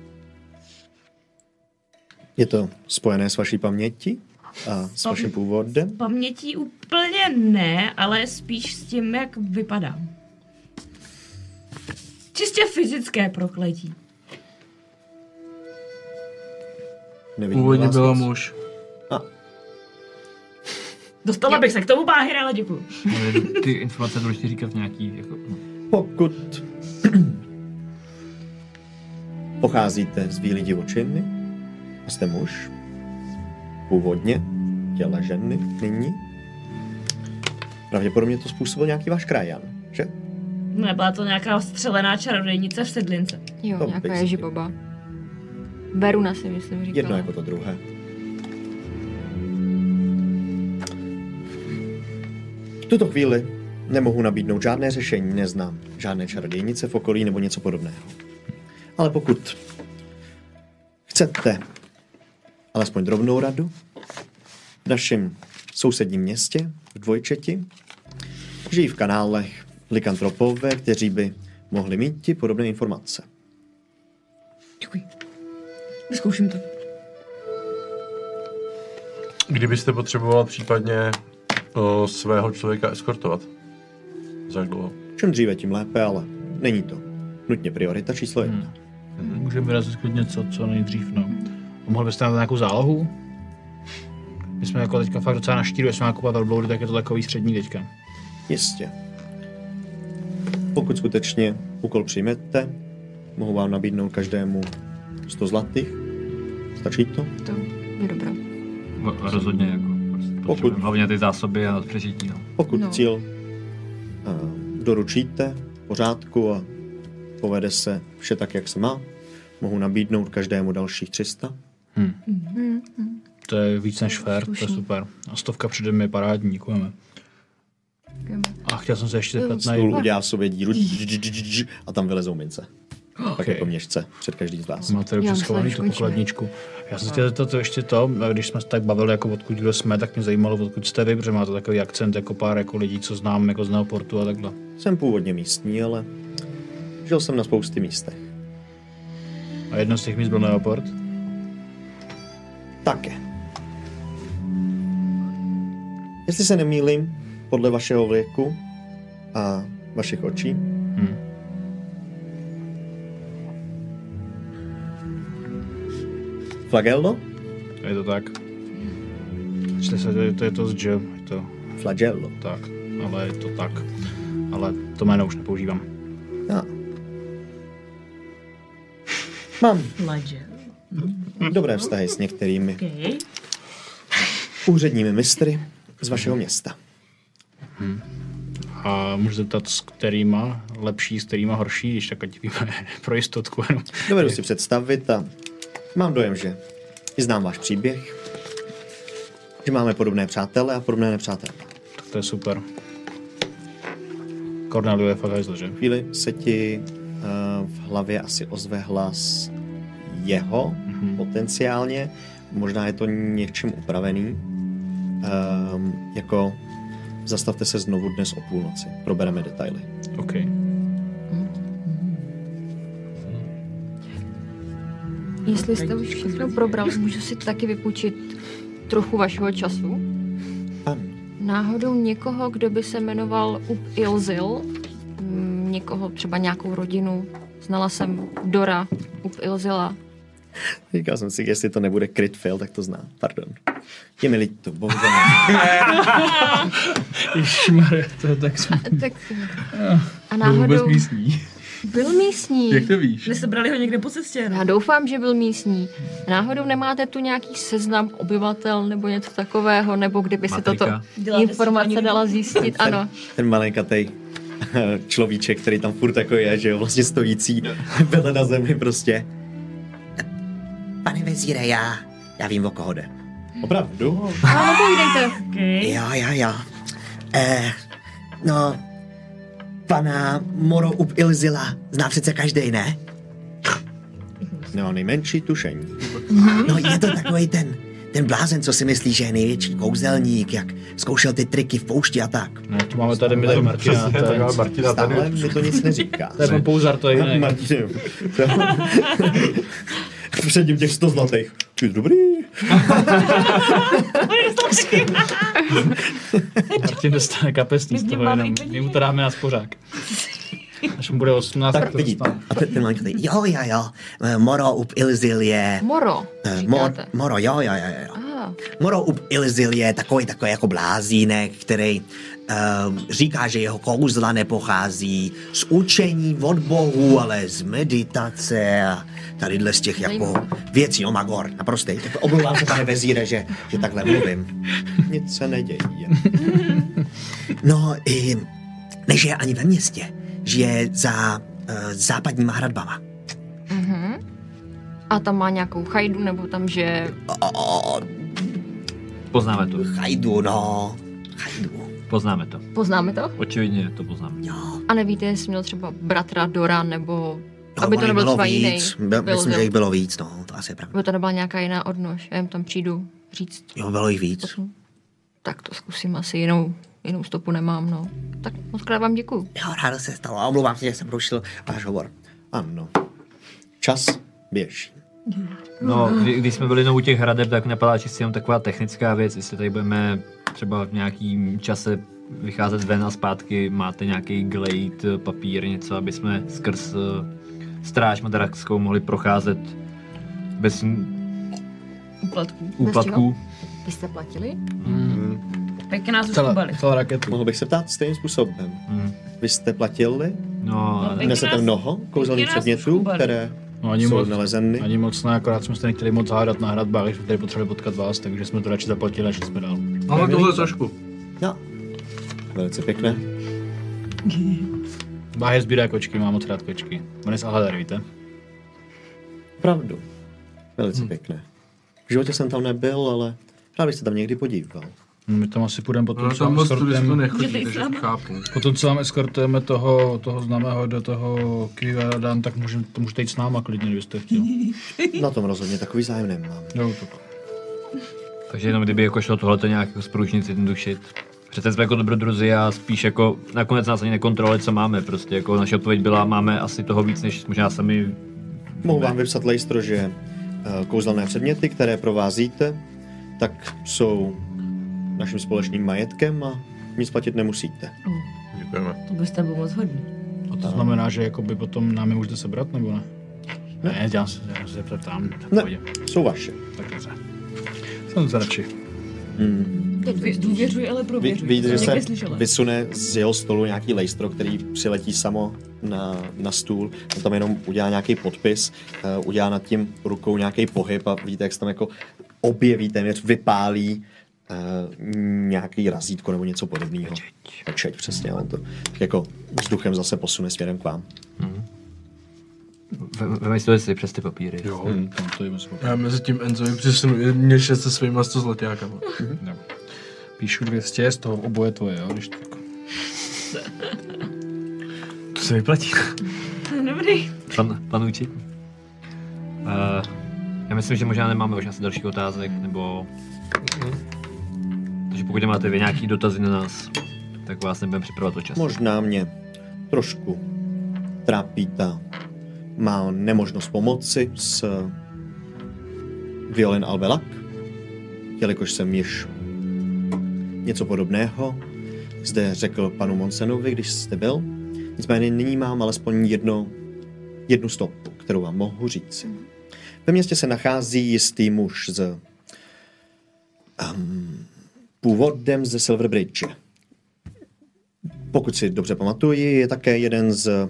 Je to spojené s vaší pamětí a s Pam- vaším původem? Pamětí úplně ne, ale spíš s tím, jak vypadám. Čistě fyzické prokletí. Nevidím Původně vás byl moc. muž. A, Dostala bych se k tomu, Báhyr, ale děkuju. Ale ty informace důležité říkat v nějaký, jako, no. pokud pocházíte z Bílé divočiny a jste muž, původně těla ženy nyní, pravděpodobně to způsobil nějaký váš krajan, že? Nebyla to nějaká střelená čarodějnice v sedlince. Jo, To nějaká bych si- ježiboba. Veruna si myslím říkala. Jedno jako to druhé. V tuto chvíli nemohu nabídnout žádné řešení, neznám žádné čarodějnice v okolí nebo něco podobného. Ale pokud chcete alespoň drobnou radu, v našem sousedním městě, v Dvojčeti, žijí v kanálech likantropové, kteří by mohli mít ti podobné informace. Děkuji. Vyzkouším to. Kdybyste potřeboval případně o, svého člověka eskortovat? Za jak dlouho? Čím dříve, tím lépe, ale není to nutně priorita číslo jedna. Hmm. Můžeme vyrazit klidně co, co nejdřív, no. A mohli byste na nějakou zálohu? My jsme jako teďka fakt docela na štíru, jestli máme kupovat velbloudy, tak je to takový střední teďka. Jistě. Pokud skutečně úkol přijmete, mohu vám nabídnout každému sto zlatých. Stačí to? To je dobré. O- rozhodně jako, prostě Pokud- potřebujeme hlavně ty zásoby a přežití, no. Pokud No. cíl uh, doručíte v pořádku a povede se vše tak, jak se má, mohu nabídnout každému dalších tři sta. Hmm. To je víc než fér, to je Slušný. super. A stovka předem je parádní, děkujeme. Děkujeme. A chtěl jsem se ještě zeptat na Stůl jídlo. udělá v sobě díru a tam vylezou mince. Tak Okay. jako měšce před každým z vás. Máte Já dobře myslím, schovaný že tu končíme. pokladničku. Já jsem se chtěl zeptat to ještě to, a když jsme se tak bavili, jako odkud kdo jsme, tak mě zajímalo, odkud jste vy, protože máte takový akcent jako pár jako lidí, co znám jako z Neoportu a takhle. Jsem původně místní, ale žil jsem na spoustě místech. A jedno z těch míst byl Neoport. Také. Jestli se nemýlím, podle vašeho věku a vašich očí, Hmm. flagello? Je to tak. Čte se, to je to, je to z J, je to Flagello. tak, ale je to tak. Ale to jméno už nepoužívám. Já. Mám Flagel. dobré vztahy s některými Okay. úředními mistry z vašeho města. A můžu zeptat, s kterýma lepší, s kterýma horší, když tak ať víme pro jistotku jenom. Dovedu si představit a mám dojem, že i znám váš příběh, že máme podobné přátele a podobné nepřátele. Tak to je super. Cornelio je fakt hajzl, že? V chvíli se ti uh, v hlavě asi ozve hlas jeho, mm-hmm. potenciálně. Možná je to něčím upravený. Um, jako zastavte se znovu dnes o půlnoci. Probereme detaily. OK. Jestli jste už všechno probrali, můžu si taky vypůjčit trochu vašeho času. Ano. Náhodou někoho, kdo by se jmenoval Up Ilzil, mm, někoho, třeba nějakou rodinu. Znala jsem Dora Up Ilzila. Říkal jsem si, jestli to nebude crit fail, tak to znám. Pardon. Je mi líto, bohužel. Ježišmarja, to je tak smutný. Tak a Byl vůbec náhodou místní. byl místní. Jak to víš? Nesebrali ho někde po cestě, no? Já doufám, že byl místní. Náhodou nemáte tu nějaký seznam obyvatel nebo něco takového, nebo kdyby se Matrika. toto Děláte si informace to dala zjistit? Ano. Ten malinkatej človíček, který tam furt jako je, že jo, vlastně stojící vedle na zemi prostě. Pane vezíre, já, já vím, o koho jde. Opravdu? Ano, povídejte. Okay. Jo, jo, jo. Eh, no, pana Moro Up Ilzila zná přece každej, ne? No, nejmenší tušení. No, je to takovej ten, ten blázen, co si myslí, že je největší kouzelník, jak zkoušel ty triky v poušti a tak. Ne, tu máme tady Miller Martina. Přesně, To tak je, ale Martina tady. Stále mi to nic neříká. to je pan Pouzar, to je jiný. Martin. Předtím těch sto zlatých. Ty dobrý. Martin dostane kapesní z My toho máme jenom. peníze. My mu to dáme na spořák. Až mu bude osmnáct, Tak tak to vidíte. dostane. A ten, ten malinkatej. Jo, jo, jo. Eh, Moro Up Ilzil je... Moro, eh, Mor, říkáte. Moro, jo, jo, jo, jo. Ah, Moro Up Ilzil je takový, takový jako blázínek, který uh, říká, že jeho kouzla nepochází z učení od bohu, ale z meditace a tadyhle z těch jako věcí. No Magor, naprostej. Tak omlouvám se, pane vezíre, že, že takhle mluvím. Nic se neděje. No, i, nežije ani ve městě. Žije za uh, západníma hradbama. mhm. A tam má nějakou chajdu, nebo tam, že... O, Poznáme to. chajdu, no. Chajdu. Poznáme to. Poznáme to? Očividně to poznáme. Jo. A nevíte, jestli měl třeba bratra Dora, nebo... No, aby to ono nebyl bylo třeba víc. jiný. Byl, Byl, myslím, byl. že jich bylo víc, no, to asi je pravda. Aby to nebyla nějaká jiná odnož. Já jim tam přijdu říct. Jo, bylo jich víc. Potom. Tak to zkusím, asi jinou, jinou stopu nemám, no. Tak moc krát vám děkuju. Jo, rádo se stalo. A omlouvám se, že jsem rušil váš hovor. Ano. Čas běží. No, kdy, když jsme byli u těch hradeb, tak napadá čistě jenom taková technická věc, jestli tady budeme třeba v nějakým čase vycházet ven a zpátky, máte nějaký glade, papír, něco, aby jsme skrz uh, stráž madarakskou mohli procházet bez Úplatku. úplatků. Vy jste platili? Pěkně nás Celá, uskubali. celá raketu. Mohl bych se ptát stejným způsobem. Hmm. Vy jste platili? No, ale- Pěkně Nesete nás- mnoho kouzelných pěkně nás předmětů, uskubali. které No, ani jsou moc, nalezeny? ani moc ne, akorát jsme se nechtěli moc hádat na hradbách, když jsme tady potřebovali potkat vás, takže jsme to radši zaplatili a šli jsme dál. Máme tohle trošku. No. Velice pěkné. Báje sbírá kočky, mám moc rád kočky. On je z Aladar, víte? Pravdu. Velice pěkné. V životě jsem tam nebyl, ale rád bych se tam někdy podíval. No, my tam asi půjdeme potom, No, co tam vám moc turistů eskortujeme, nechodí, Můžete jít takže s to náma? chápu. potom, co vám eskortujeme toho, toho známého do toho Kivaradan, tak můžeme, to můžete jít s náma klidně, kdybyste chtěl. Na tom rozhodně takový zájem nemám. Jo, tak. Takže jenom kdyby jako šlo tohleto nějak jako spružnit, zjednodušit. Přece jsme jako dobrodruzi a spíš jako nakonec nás ani nekontroluje, co máme. Prostě jako naše odpověď byla, máme asi toho víc, než možná sami. Mohu vám vypsat lejstro, že uh, kouzelné předměty, které provázíte, tak jsou naším společným majetkem a nic platit nemusíte. Děkujeme. To byste byl moc hodný. A to znamená, že jakoby potom nám je můžete sebrat, nebo ne? Ne, ne dělám se, já se zeptám. Ne, jsou vaše. Tak dobře. Jsem zradši. Hmm. Vy, důvěřuji, ale Vy, prověřuji. vidíte, že se slyšela. vysune z jeho stolu nějaký lejstro, který přiletí samo na, na stůl. On tam jenom udělá nějaký podpis, uh, udělá nad tím rukou nějaký pohyb a vidíte, jak se tam jako objeví, téměř vypálí uh, nějaký razítko nebo něco podobného. Pečeť, přesně. On to tak jako vzduchem zase posune směrem k vám. Vemej si si přes ty papíry. Jo, hmm. tam to je moc. Já mezi tím Enzovi přisunu něče se svýma sto zlaťákama. Mm-hmm. Píšu dvě stě, z toho oboje tvoje, jo, když tak. To se vyplatí. Dobrý. Pan, pan učit. Uh, já myslím, že možná nemáme už asi dalších otázek, nebo... Takže pokud nemáte vy nějaký dotazy na nás, tak vás nebudeme připravovat o čas. Možná mě trošku trápí ta má nemožnost pomoci s Violin Albelak, jelikož jsem již něco podobného zde řekl panu Monsenovi, když jste byl. Nicméně nyní mám alespoň jedno, jednu stopu, kterou vám mohu říct. Ve městě se nachází jistý muž z um, původem ze Silver Bridge. Pokud si dobře pamatuji, je také jeden z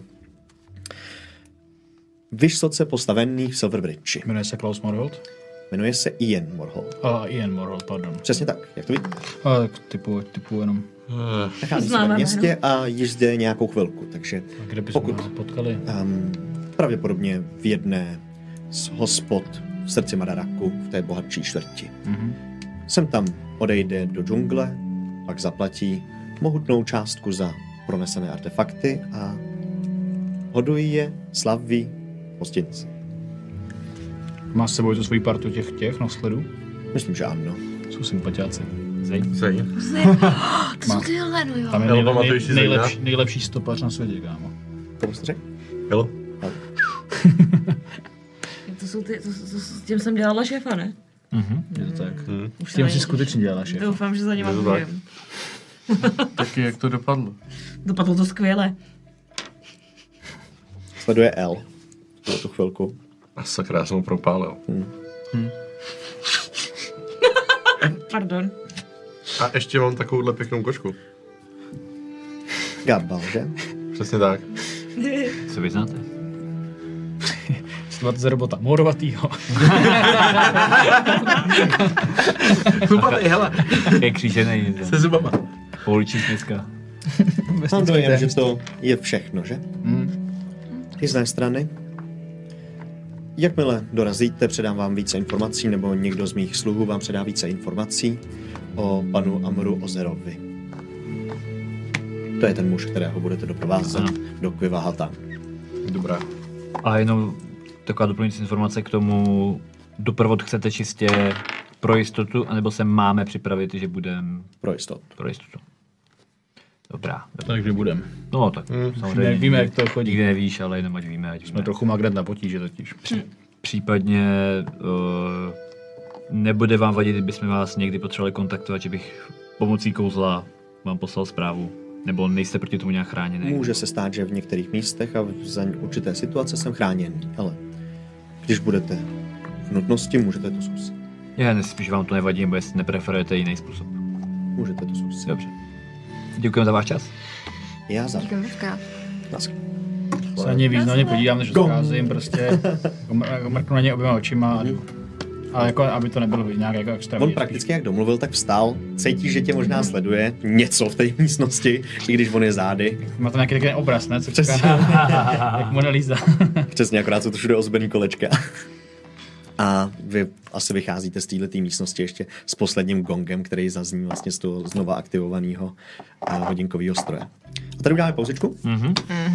vysoce postavených v Silver Bridge. Jmenuje se Klaus Morholt? Jmenuje se Ian Morholt. A uh, Ian Morholt, pardon. Přesně tak, jak to víte? A tak typu, typu jenom. Nachází se ve městě a již zde nějakou chvilku, takže A kde bychom pokud, ho potkali? Um, pravděpodobně v jedné z hospod v srdci Madaraku, v té bohatší čtvrti. Mm-hmm. Sem tam odejde do džungle, pak zaplatí mohutnou částku za pronesené artefakty a hodují je slaví hostinci. Má s sebou tu svoji partu těch těch nasledů? Myslím, že ano. Jsou sympatiáci. Zej. Zej. To jsou tyhle, no jo. Tam je Hele, nej, pamatuješ nej, si nejlepší, Zejna? nejlepší stopař na světě, kámo. To jste řekl? Hello. To jsou ty, to, to, to, s tím jsem dělala šéfa, ne? Mhm, je to tak. Hmm. Už S tím to si není- skutečně dělá šéf. Doufám, že za něma Je to tak. můžem. Taky jak to dopadlo. Dopadlo to skvěle. Sleduje L. V tu chvilku. A sakra, já jsem ho propálil. Pardon. A ještě mám takovouhle pěknou kočku. Gabal, že? Přesně tak. Co vy znáte? Sledovat ze robota. Mourovatýho. Zubavej, hele. Je křížený. Se zubama. Pouliční smiska. Mám dojem, že to je všechno, že? Hmm. I z mé strany. Jakmile dorazíte, předám vám více informací, nebo někdo z mých sluhů vám předá více informací o panu Amoru Ozerovi. To je ten muž, kterého budete doprovázet Ano. do Kvivahata. Dobrá. A jenom taková doplňující informace k tomu. Doprovod chcete čistě pro jistotu, anebo se máme připravit, že budeme Pro jistotu. pro jistotu? Dobrá. Tak kdy budem. No tak Hmm. samozřejmě. Víme, jak to chodí. Nikdy nevíš, ale jenom ať víme, ať Jsme víme. trochu magnet na potíže totiž. Případně uh, nebude vám vadit, kdybychom vás někdy potřebovali kontaktovat, že bych pomocí kouzla vám poslal zprávu. Nebo nejste proti tomu nějak chráněný. Může se stát, že v některých místech a za určité situace jsem chráněný, ale když budete v nutnosti, můžete to zkusit. Já nespíš vám to nevadí, nebo jestli nepreferujete jiný způsob. Můžete to zkusit. Dobře. Děkujeme za váš čas. Já za. Děkujeme moc krát. Naschle. Se na ně významně podívám, než odcházím, prostě jako mr- jako mrknu na ně oběma očima a jdu. Ale jako, aby to nebylo nějak jako extra. On vidět. prakticky, jak domluvil, tak vstal. Cítí, že tě možná sleduje něco v té místnosti, i když on je zády. Má tam nějaký takový obraz, ne? Co Přesně. říká, jak Mona Lisa. Přesně, akorát jsou to všude ozbený kolečka. A vy asi vycházíte z této místnosti ještě s posledním gongem, který zazní vlastně z toho znova aktivovaného hodinkového stroje. A tady uděláme pauzičku. Mhm.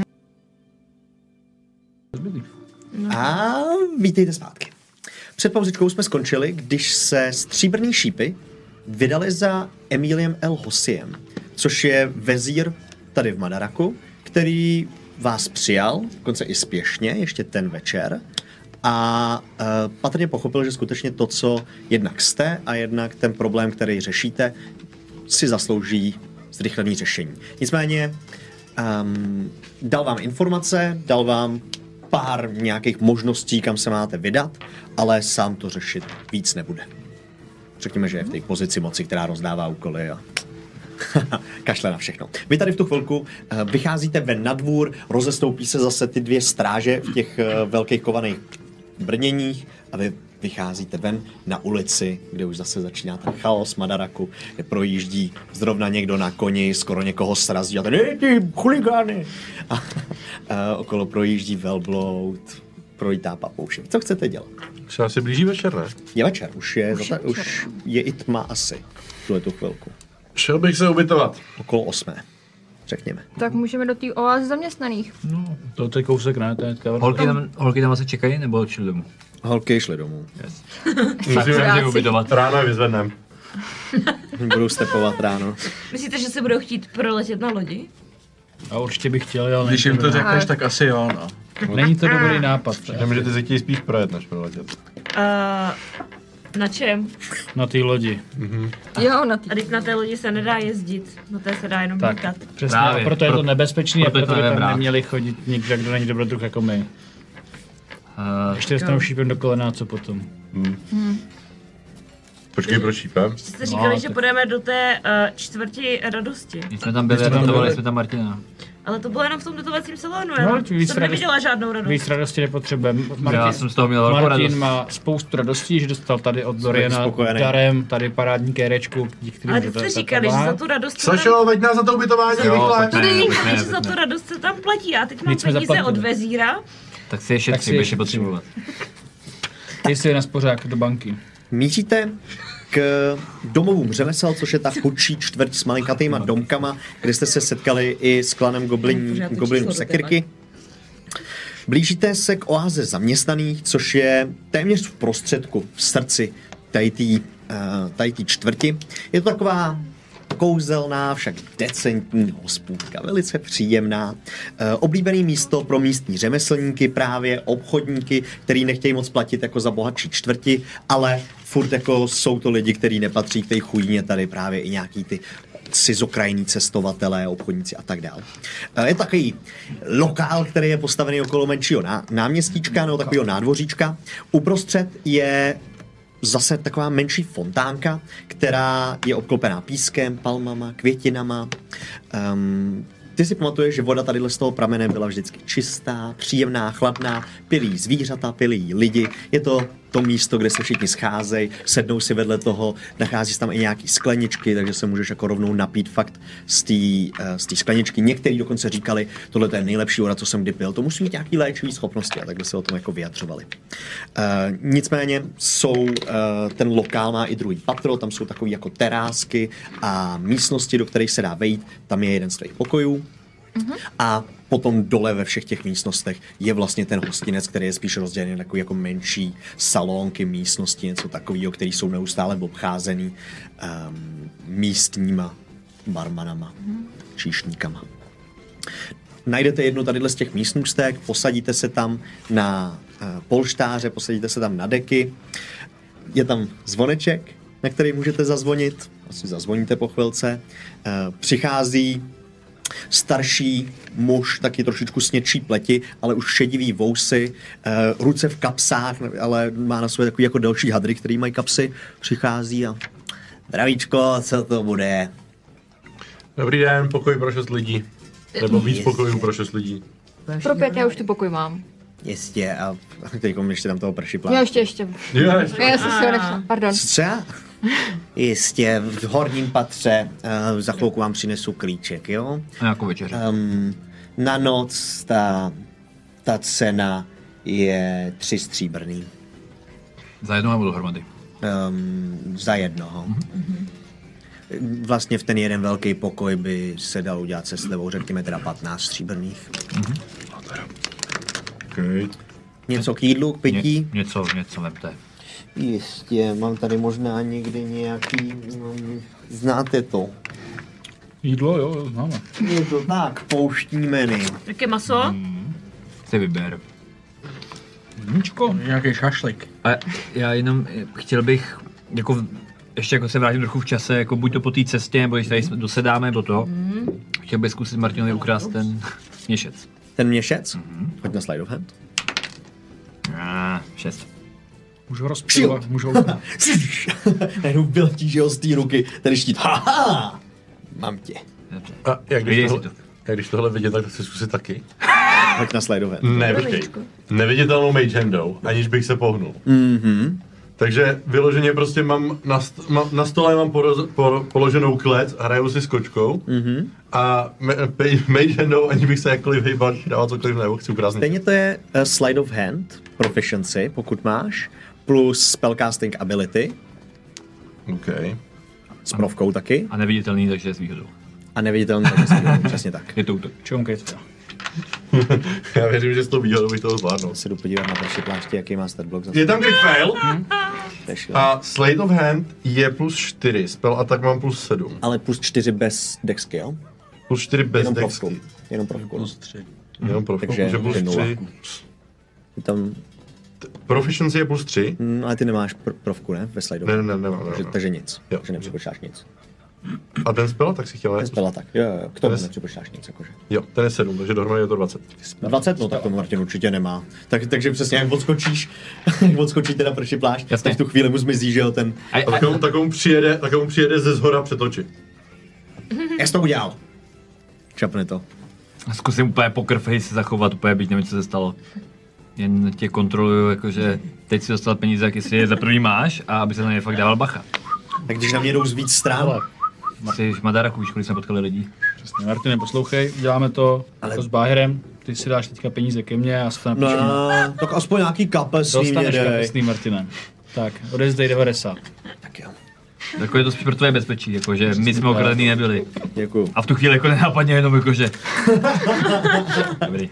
A vítejte zpátky. Před pauzičkou jsme skončili, když se stříbrný šípy vydali za Emiliem El Hosiem, což je vezír tady v Madaraku, který vás přijal, dokonce i spěšně, ještě ten večer, a uh, patrně pochopil, že skutečně to, co jednak jste a jednak ten problém, který řešíte, si zaslouží zrychlené řešení. Nicméně um, dal vám informace, dal vám pár nějakých možností, kam se máte vydat, ale sám to řešit víc nebude. Řekněme, že je v té pozici moci, která rozdává úkoly a kašle na všechno. Vy tady v tu chvilku uh, vycházíte ven na dvůr, rozestoupí se zase ty dvě stráže v těch uh, velkých kovaných brněních a vy vycházíte ven na ulici, kde už zase začíná ten chaos Madaraku, kde projíždí zrovna někdo na koni, skoro někoho srazí a ten, hej ty chuligány! A, a okolo projíždí velbloud, projítá papoušek. Co chcete dělat? Se asi blíží večer, ne? Je večer, už je, Už zata, je večer. už je i tma asi v tuhle tu chvilku. Šel bych se ubytovat. Okolo osmé, řekněme. Tak můžeme do té oázy zaměstnaných. No, to je kousek, ne? To je kavern. Holky tam, holky tam asi čekají, nebo šli domů? Holky šly domů. Yes. Musíme Práci. ubytovat. ráno je vyzvedneme. Budou stepovat ráno. Myslíte, že se budou chtít proletět na lodi? A určitě bych chtěl, ale Když není jim to dobrý- řekneš, tak asi jo, no. Není to dobrý nápad. Že ty se chtějí spíš projet, než proletět. Uh, na čem? Na té lodi. Jo, na ty. A teď na té lodi se nedá jezdit, na té se dá jenom Tak, lítat. přesně. Právě. A proto je to Pro- nebezpečný a proto je to proto by tam nebrát. neměli chodit nikdo, kdo není dobrodruh jako my. Uh, Ještě dostanou šípem do kolena, co potom? Počkej, proč šípem? Jste říkali, No, že tak- půjdeme do té uh, čtvrti radosti. my jsme tam byli, My jsme tam radotovali byli. jsme tam Martina. Ale to bylo jenom v tom dotovacím salonu, No, já víc jsem radost- neviděla žádnou radost. Víc radosti nepotřebujeme. Já jsem z toho měl velkou Martin radost. má spoustu radostí, že dostal tady od Doriana spokojený. darem, tady parádní kérečku, díky kterým Ale to- teď to- jste to- říkali, to že má. za tu radost se tam... Sašo, veď nás za to ubytování, Jo, rychle. To Ne, není ne, pravda, že ne, za ne. tu radost se tam platí. Já teď mám Nic jsme peníze zaplatili. od vezíra. Tak si je Tak šetří, si budeš je je potřebovat. Dej si je na spořák do banky. Míříte k domovům řemesel, což je ta chudší čtvrť s malinkatýma domkama, kde jste se setkali i s klanem goblin, Pořád to goblinů číslo do Sekirky. Blížíte se k oáze zaměstnaných, což je téměř v prostředku, v srdci tady té uh, tady té čtvrti. Je to taková kouzelná, však decentní hospůdka, velice příjemná. Uh, oblíbený místo pro místní řemeslníky, právě obchodníky, který nechtějí moc platit jako za bohatší čtvrti, ale furt jako jsou to lidi, kteří nepatří k té chudíně, tady právě i nějaký ty cizokrajní cestovatelé, obchodníci a tak dále. Uh, je takový lokál, který je postavený okolo menšího ná- náměstíčka nebo takového nádvoříčka. Uprostřed je zase taková menší fontánka, která je obklopená pískem, palmama, květinama. Um, ty si pamatuješ, že voda tady z toho pramene byla vždycky čistá, příjemná, chladná, pili jí zvířata, pili jí lidi. Je to to místo, kde se všichni scházejí, sednou si vedle toho, nachází se tam i nějaký skleničky, takže se můžeš jako rovnou napít fakt z té uh, z té skleničky. Někteří dokonce říkali, tohle je nejlepší voda, co jsem kdy pil. To musí mít nějaký léčivý schopnosti a takhle se o tom jako vyjadřovali. Uh, nicméně jsou, uh, ten lokál má i druhý patro, tam jsou takové jako terásky a místnosti, do kterých se dá vejít. Tam je jeden z těch pokojů. Mm-hmm. A potom dole ve všech těch místnostech je vlastně ten hostinec, který je spíš rozdělený na takový jako menší salonky, místnosti, něco takového, který jsou neustále obcházený um, místníma barmanama, mm. číšníkama. Najdete jednu tady z těch místnostek, posadíte se tam na uh, polštáře, posadíte se tam na deky, je tam zvoneček, na který můžete zazvonit, asi zazvoníte po chvilce, uh, přichází starší muž, taky trošičku snědší pleti, ale už šedivý vousy, uh, ruce v kapsách, ale má na sobě takový jako delší hadry, který mají kapsy, přichází a zdravíčko, co to bude? Dobrý den, pokoj pro šest lidí. Nebo víc pokojů pro šest lidí. Pro pět já už tu pokoj mám. Jistě, a teď ještě tam toho prší Jo, plán. ještě, ještě. Jo, Já jsem si ho nešla, pardon. Co? Jistě, v horním patře, uh, za chvilku vám přinesu klíček, jo? A nějakou večeři. Um, na noc ta, ta cena je tři stříbrný. Za jednou nebo dohromady? Um, za jednoho. Mm-hmm. Vlastně v ten jeden velký pokoj by se dal udělat se slevou, řekněme teda patnáct stříbrných. Mm-hmm. Okay. Něco k jídlu, k pití? Ně, něco, něco vemte. Jistě, mám tady možná někdy nějaký... Um, znáte to? Jídlo, jo, známe. Je to tak, pouštní menu. Jaké maso? Hmm. Si vyber. Vníčko. Nějaký šašlik. A já jenom eh, chtěl bych jako ještě jako se vrátím trochu v čase, jako buď to po té cestě, nebo když tady jsme dosedáme, nebo to. Mm. Chtěl bych zkusit Martinovi ukrást ten měšec. Ten měšec? Mm-hmm. Pojď na slide of hand. Ah, šest. Můžu ho rozpilovat, můžu ho... Najednou vyletí, že jo, z té ruky, ten štít. Haha! Mám tě. Dobře. A jak když, Viděj si tohle, to. jak když tohle vidět, tak to chci zkusit taky. Pojď na slide of hand. Ne, počkej. Neviditelnou mage handou, aniž bych se pohnul. Mhm. Takže vyloženě prostě mám na, st- mám, na stole mám poroz, por, položenou klec, hraju si s kočkou Mhm. a ma- pej- mage handou, aniž bych se jakkoliv hejbal, dával cokoliv nebo chci ukrást. Stejně to je uh, slide of hand, proficiency, pokud máš, plus spellcasting ability, OK. s provkou taky, A neviditelný, takže s výhodou. a neviditelný taky s výhodou, přesně tak. Je to útok. Čunkej to. Já věřím, že s tou výhodou bych toho zvládnul. Se jdu podívat na vaši pláště, jaký má stat block zase. Je tam crit fail To je šílený. a Slate of Hand je plus čtyři, spell attack mám plus sedm. Ale plus čtyři bez dex skill, Plus čtyři bez jenom dexky. provku. Jenom provku. Plus tři. Jenom pro Takže takže plus je nula. tři. Je tam, Proficiency je plus tři. mm, ale ty nemáš pr- provku, ne? Ve slide of Ne, hand. ne, ne, nemám, Takže, nemám. takže nic, Jo. takže nepřipočítáš nic. A ten spell tak si chtěl, Ten ne? spell tak, jo, jo, k tomu Ten je- nepřipočítáš nic, jakože. Jo, ten je sedm, takže dohromady je to dvacet. dvacet, no tak to Martin určitě nemá. Tak, takže přesně jak odskočíš, jak odskočíte na prší plášť, Jasně. tak v tu chvíli mu zmizí, že jo, ten... A, A takovou, takovou přijede, takovou přijede ze zhora před oči. Jak jsi to udělal? Čapne to. a zkusím úplně poker face se zachovat, úplně být, nevím, co se stalo. Jen tě kontroluju, jakože teď si dostal peníze, jak jestli je za první máš, a aby se na ně fakt dával bacha. Tak když na mě jdou z víc stran, Ale, Jsi v Madaraku, víš, kolik jsme potkali lidí. přesně, Martine, poslouchej, děláme to Ale- jako s Báhirem, ty si dáš teďka peníze ke mně, já se to no, napíšu. tak aspoň nějaký kapesný mě Dostaneš dej. kapesný, Martine. Tak, odezdej devadesát. Tak jo, Jako je to spíš pro tvoje bezpečí, jakože my jsme okradený nebyli. děkuju. A v tu chvíli jako nenápadně jenom jakože... Dobrý.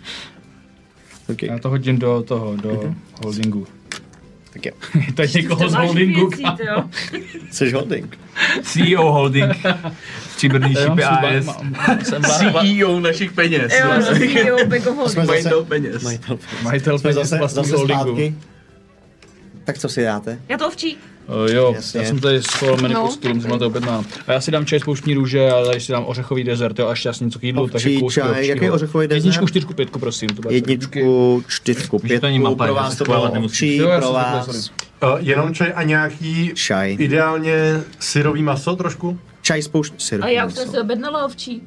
Okay. Já to hodím do toho, do holdingu. Tak jo. to je někoho z máš holdingu. věcí, ty jo. Jsi holding. C E O Holding. Stříbrný Já mám šipy A suba- S. mám- jsem C vlá- E O našich peněz. Jo, jo, Big of Holding. Jsme zase, Majitel peněz. majitel. majitel Jsme peněz zase, vlastního zase holdingu. zpátky. Tak co si dáte? Já to ovčí. O, jo, Jasně. já jsem tady schoval menu No. kostým, jsem na to objednal. A já si dám čaj z pouštní růže, a tady si dám ořechový dezert, jo, a ještě něco k jídlu, Ovčí takže kousky čaj, ovčího. jaký ořechový dezert? Jedničku, čtyřku, pětku, prosím. To bude Jedničku, čtyřku, Víš, že to není pětku, mapa, pro že vás se to bylo schvalovat nemusíš. ovčí, Jo, já pro jsem takhle, vás sorry. Uh, jenom čaj a nějaký čaj. ideálně syrový maso trošku? Čaj z pouštní syrup. A já už jsem si objednala ovčí.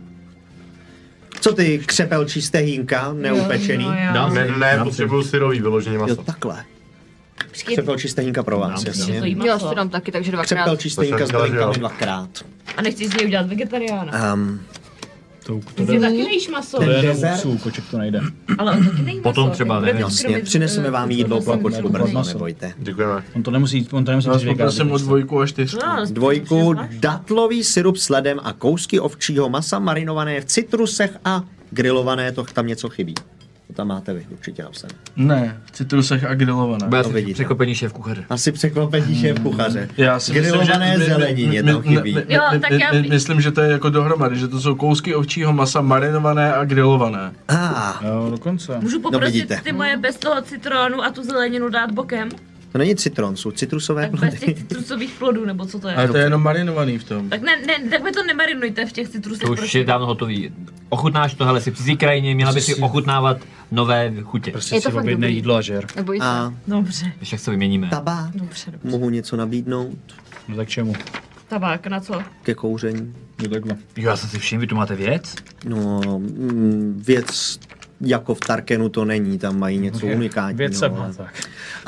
Co ty, křepelčí stehínka, neupečený? Jo, jo. Dám Ne, si, ne, dám si. potřebuju syrový vyloženě Jo, maso. takhle. Počkej, Křepelčí stehínka pro vás, Dám si, jasně. to jí Já si maso. to dám taky, takže dvakrát. Křepelčí stehínka s říkala, že drinkami jo. dvakrát. A nechci z něj udělat vegetariána. Um, To, to Ty jde, taky nejíš maso. to jde jenom dezert? psů, koček to nejde. Ale on taky nejí maso. Potom třeba, Jak nevím. budete jasně, krmit, přineseme eh, vám jídlo to jsem plakočku neměla. brzo, maso. nebojte. Děkujeme. On to nemusí, on to nemusí Já říct poprosím o dvojku a čtyřku. No, ale Dvojku, máš? datlový syrup s ledem a kousky ovčího masa marinované v citrusech a grilované, to tam něco chybí. To tam máte vy, určitě napsané. Ne, v citrusech a grilované. Bude To asi vidíte. překvapení šéf kuchaře. Asi překvapení šéf kuchaře. Já si Grilované myslím, že, zelenině my- tam my- chybí. my- my- Jo, my- tak my- já my- bych- Myslím, že to je jako dohromady, že to jsou kousky ovčího masa marinované a grilované. Ah, Jo, dokonce. Můžu No, poprosit vidíte. ty moje bez toho citronu a tu zeleninu dát bokem? to není citron, jsou citrusové Tak bez plody. těch citrusových plodů, nebo co to je? Ale to je jenom marinovaný v tom. Tak ne, ne, tak mi to nemarinujte v těch citrusech, To už prosím. je dávno hotový. Ochutnáš to, hele, jsi v cizí krajině, měla by si ochutnávat nové chutě. Prostě Je to si fakt objednej dobrý. jídlo a žer. Neboj se. A Dobře, Když jak se vyměníme. tabák, dobře, dobře. mohu něco nabídnout No tak čemu? Tabák, na co? ke kouření. Jo, takhle. Jo, já jsem si všiml, vy tu máte věc? No, mm, věc jako v Tarkenu to není, tam mají něco unikátního. Věc se má, ale- tak.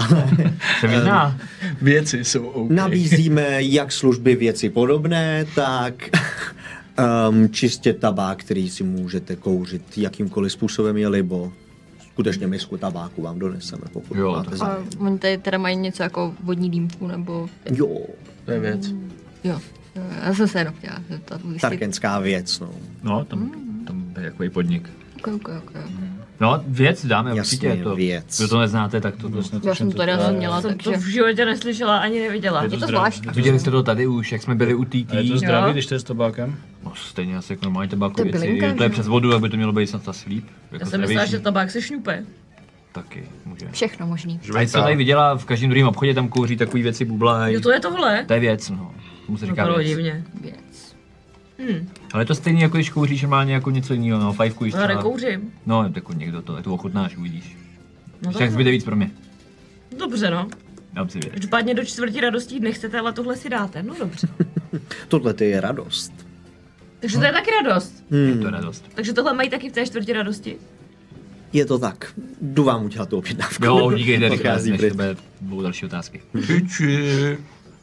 Se mi zná. Věci jsou OK. Nabízíme jak služby věci podobné, tak um, čistě tabák, který si můžete kouřit jakýmkoliv způsobem je libo. Skutečně misku tabáku vám doneseme, pokud Jo, máte tak- A zájem. oni tady teda mají něco jako vodní dýmku, nebo... Jo, To je věc. Jo, jo, já jsem se jenom chtěla zeptat. ujistit. tarkenská věc, no. No, tam, tam je takový podnik. Ok, ok, ok. No, věc dáme, Jasně, určitě je to. věc. Kdo to neznáte, tak to Vůbec Já netuším, jsem co to tady je. asi měla, Jsem to takže... v životě neslyšela ani neviděla. Je Je to zdraví. zvláštní. Viděli jste to tady už, jak jsme byli u T A je to T. zdraví, Jo. když to je s tabákem? No, stejně asi jako normální To tabákové je věci. bylinka, To je že? přes vodu, aby to mělo být snad ta slíp. Já jsem myslela, že tabák se šňupe. Taky může. Všechno možný. A co tady viděla, v každém druhém obchodě tam kouří takový věci, bublají. Jo, to je tohle? To je věc, no. Tomu se říká Vypadalo věc. divně. Věc. Hm, Ale to stejně jako když kouříš normálně jako něco jiného, no, fajfku jíš já třeba. nekouřím. No, jako někdo to, to ochutnáš, uvidíš. No Tak zbyde víc pro mě. Dobře, no. Dám si věc. Každopádně do čtvrtí radostí nechcete, ale tohle si dáte. No dobře. Tohle ty je radost. Takže to je taky radost. Je to radost. Takže tohle mají taky v té čtvrtí radosti. Je to tak. Jdu vám udělat tu objednávku. Jo, díky, Derek, Odchází než pryč. tebe budou další otázky. Piči.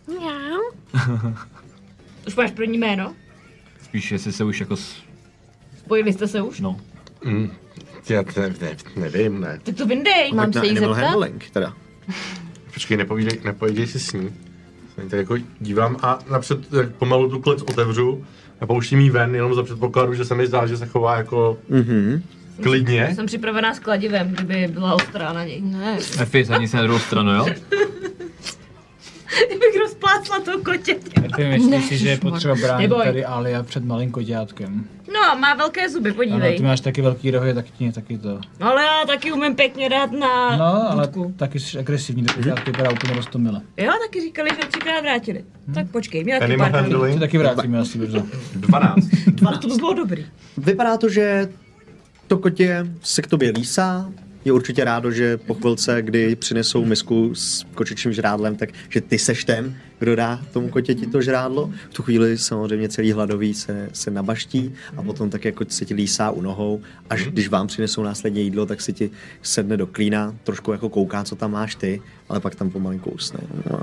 Už máš první jméno? Spíš, jestli se už jako s... Spojili jste se už? No. Mm. Já ne, ne, nevím, ne. Tak to vyndej. Mám Pojď na se jí animal zeptat? handling, teda. Počkej, nepovídej, nepovídej si s ní. Se na ní tak jako dívám a napřed tak pomalu tu klec otevřu a pouštím jí ven, jenom za předpokladu, že se mi zdá, že se chová jako Mhm. klidně. Jsem připravená s kladivem, kdyby byla ostrá na něj. Ne, Efi, sadni se na druhou stranu, jo? Kdybych rozplácla to kotě. Efi, myslíš si, že je potřeba bránit Neboj. tady Alia před malým koťátkem? No, má velké zuby, Ano, podívej. ty máš taky velký rohy, tak ti taky to. No, ale já taky umím pěkně dát na No, ale budku. taky jsi agresivní, to koťátko vypadá úplně roztomile. Jo, taky říkali, že třikrát vrátili. Tak počkej, mě taky Animal pár dní. Ty handling taky vrátíme asi brzo. dvanáct. Dva, to by bylo dobrý. Vypadá to, že to kotě se k tobě lísá. Je určitě rádo, že po chvilce, kdy přinesou misku s kočičím žrádlem, tak že ty seš ten, kdo dá tomu kotěti to žrádlo. V tu chvíli samozřejmě celý hladový se, se nabaští a potom tak jako se ti lísá u nohou. Až když vám přinesou následně jídlo, tak si ti sedne do klína, trošku jako kouká, co tam máš ty, ale pak tam pomalinku usne.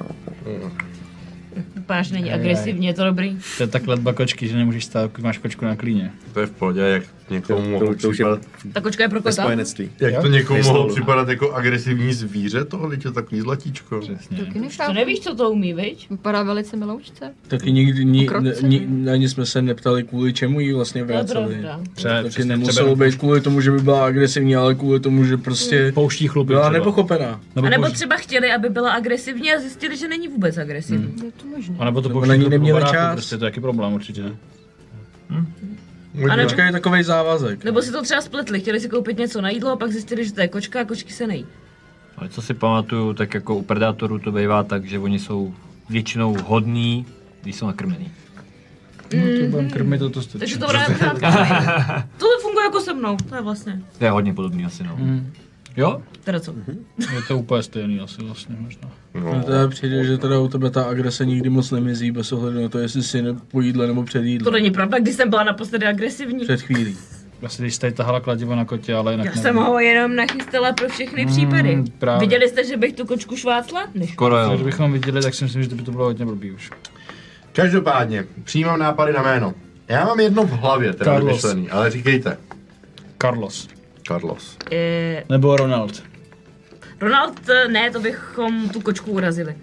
Vypadáš, není agresivní, je to dobrý. To je tak letba kočky, že nemůžeš stát, když máš kočku na klíně. To je v pohodě, jak někomu To, mohlo to, to už je připadat, Ta kočka je pro ve kota. spojenectví. jak Jo? to někomu Nejsou. mohlo připadat jako agresivní zvíře, tohle je takový zlatíčko. Přesně. taky To nechápu. nevíš, co to umí, viď? Vypadá velice miloučce. Taky nikdy ni, Krotce, ni, ni, ani jsme se neptali, kvůli čemu jí vlastně To je vraceli. pravda. Třeba, Taky přesně, nemuselo třeba být kvůli tomu, že by byla agresivní, ale kvůli tomu, že prostě pouští chlupy byla třeba. nepochopená. Nebo A nebo pouští- třeba chtěli, aby byla agresivní a zjistili, že není vůbec agresivní. Je to možné. A nebo to Nebo pouští na ní chlupy neměli po baráku, čas. Prostě to je taky problém určitě. Ne? A nebo- Kočka je takovej závazek. Nebo si to třeba spletli, chtěli si koupit něco na jídlo a pak zjistili, že to je kočka a kočky se nejí. Ale co si pamatuju, tak jako u predátorů to bývá tak, že oni jsou většinou hodní, když jsou nakrmený. No, to budeme krmit to, to stačí. Takže to bude pořád. Tohle funguje jako se mnou, to je vlastně. To je hodně podobný asi, no. Mm. Jo? Teda co? Je to úplně stejný asi vlastně možná. No. Teda přijde, že teda u tebe ta agrese nikdy moc nemizí, bez ohledu na to, jestli si ne- po jídle nebo před To jídlem. není pravda, když jsem byla naposledy agresivní. Před chvílí. Vlastně když jsi tady tahala kladivo na kotě, ale jinak Já nevím. jsem ho jenom nachystala pro všechny případy. právě. Viděli jste, že bych tu kočku švácla? Než. Skoro jo. Kdybychom viděli, tak si myslím, že by to bylo hodně blbý už. Každopádně, přijímám nápady na jméno. Já mám jedno v hlavě, teda Carlos. vymyšlený, ale říkejte. Carlos. Carlos. E, Nebo Ronald. Ronald, ne, to bychom tu kočku urazili.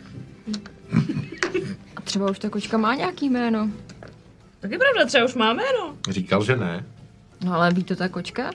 A třeba už ta kočka má nějaký jméno. Tak je pravda, třeba už máme, no. Říkal, že ne. No ale ví to ta kočka?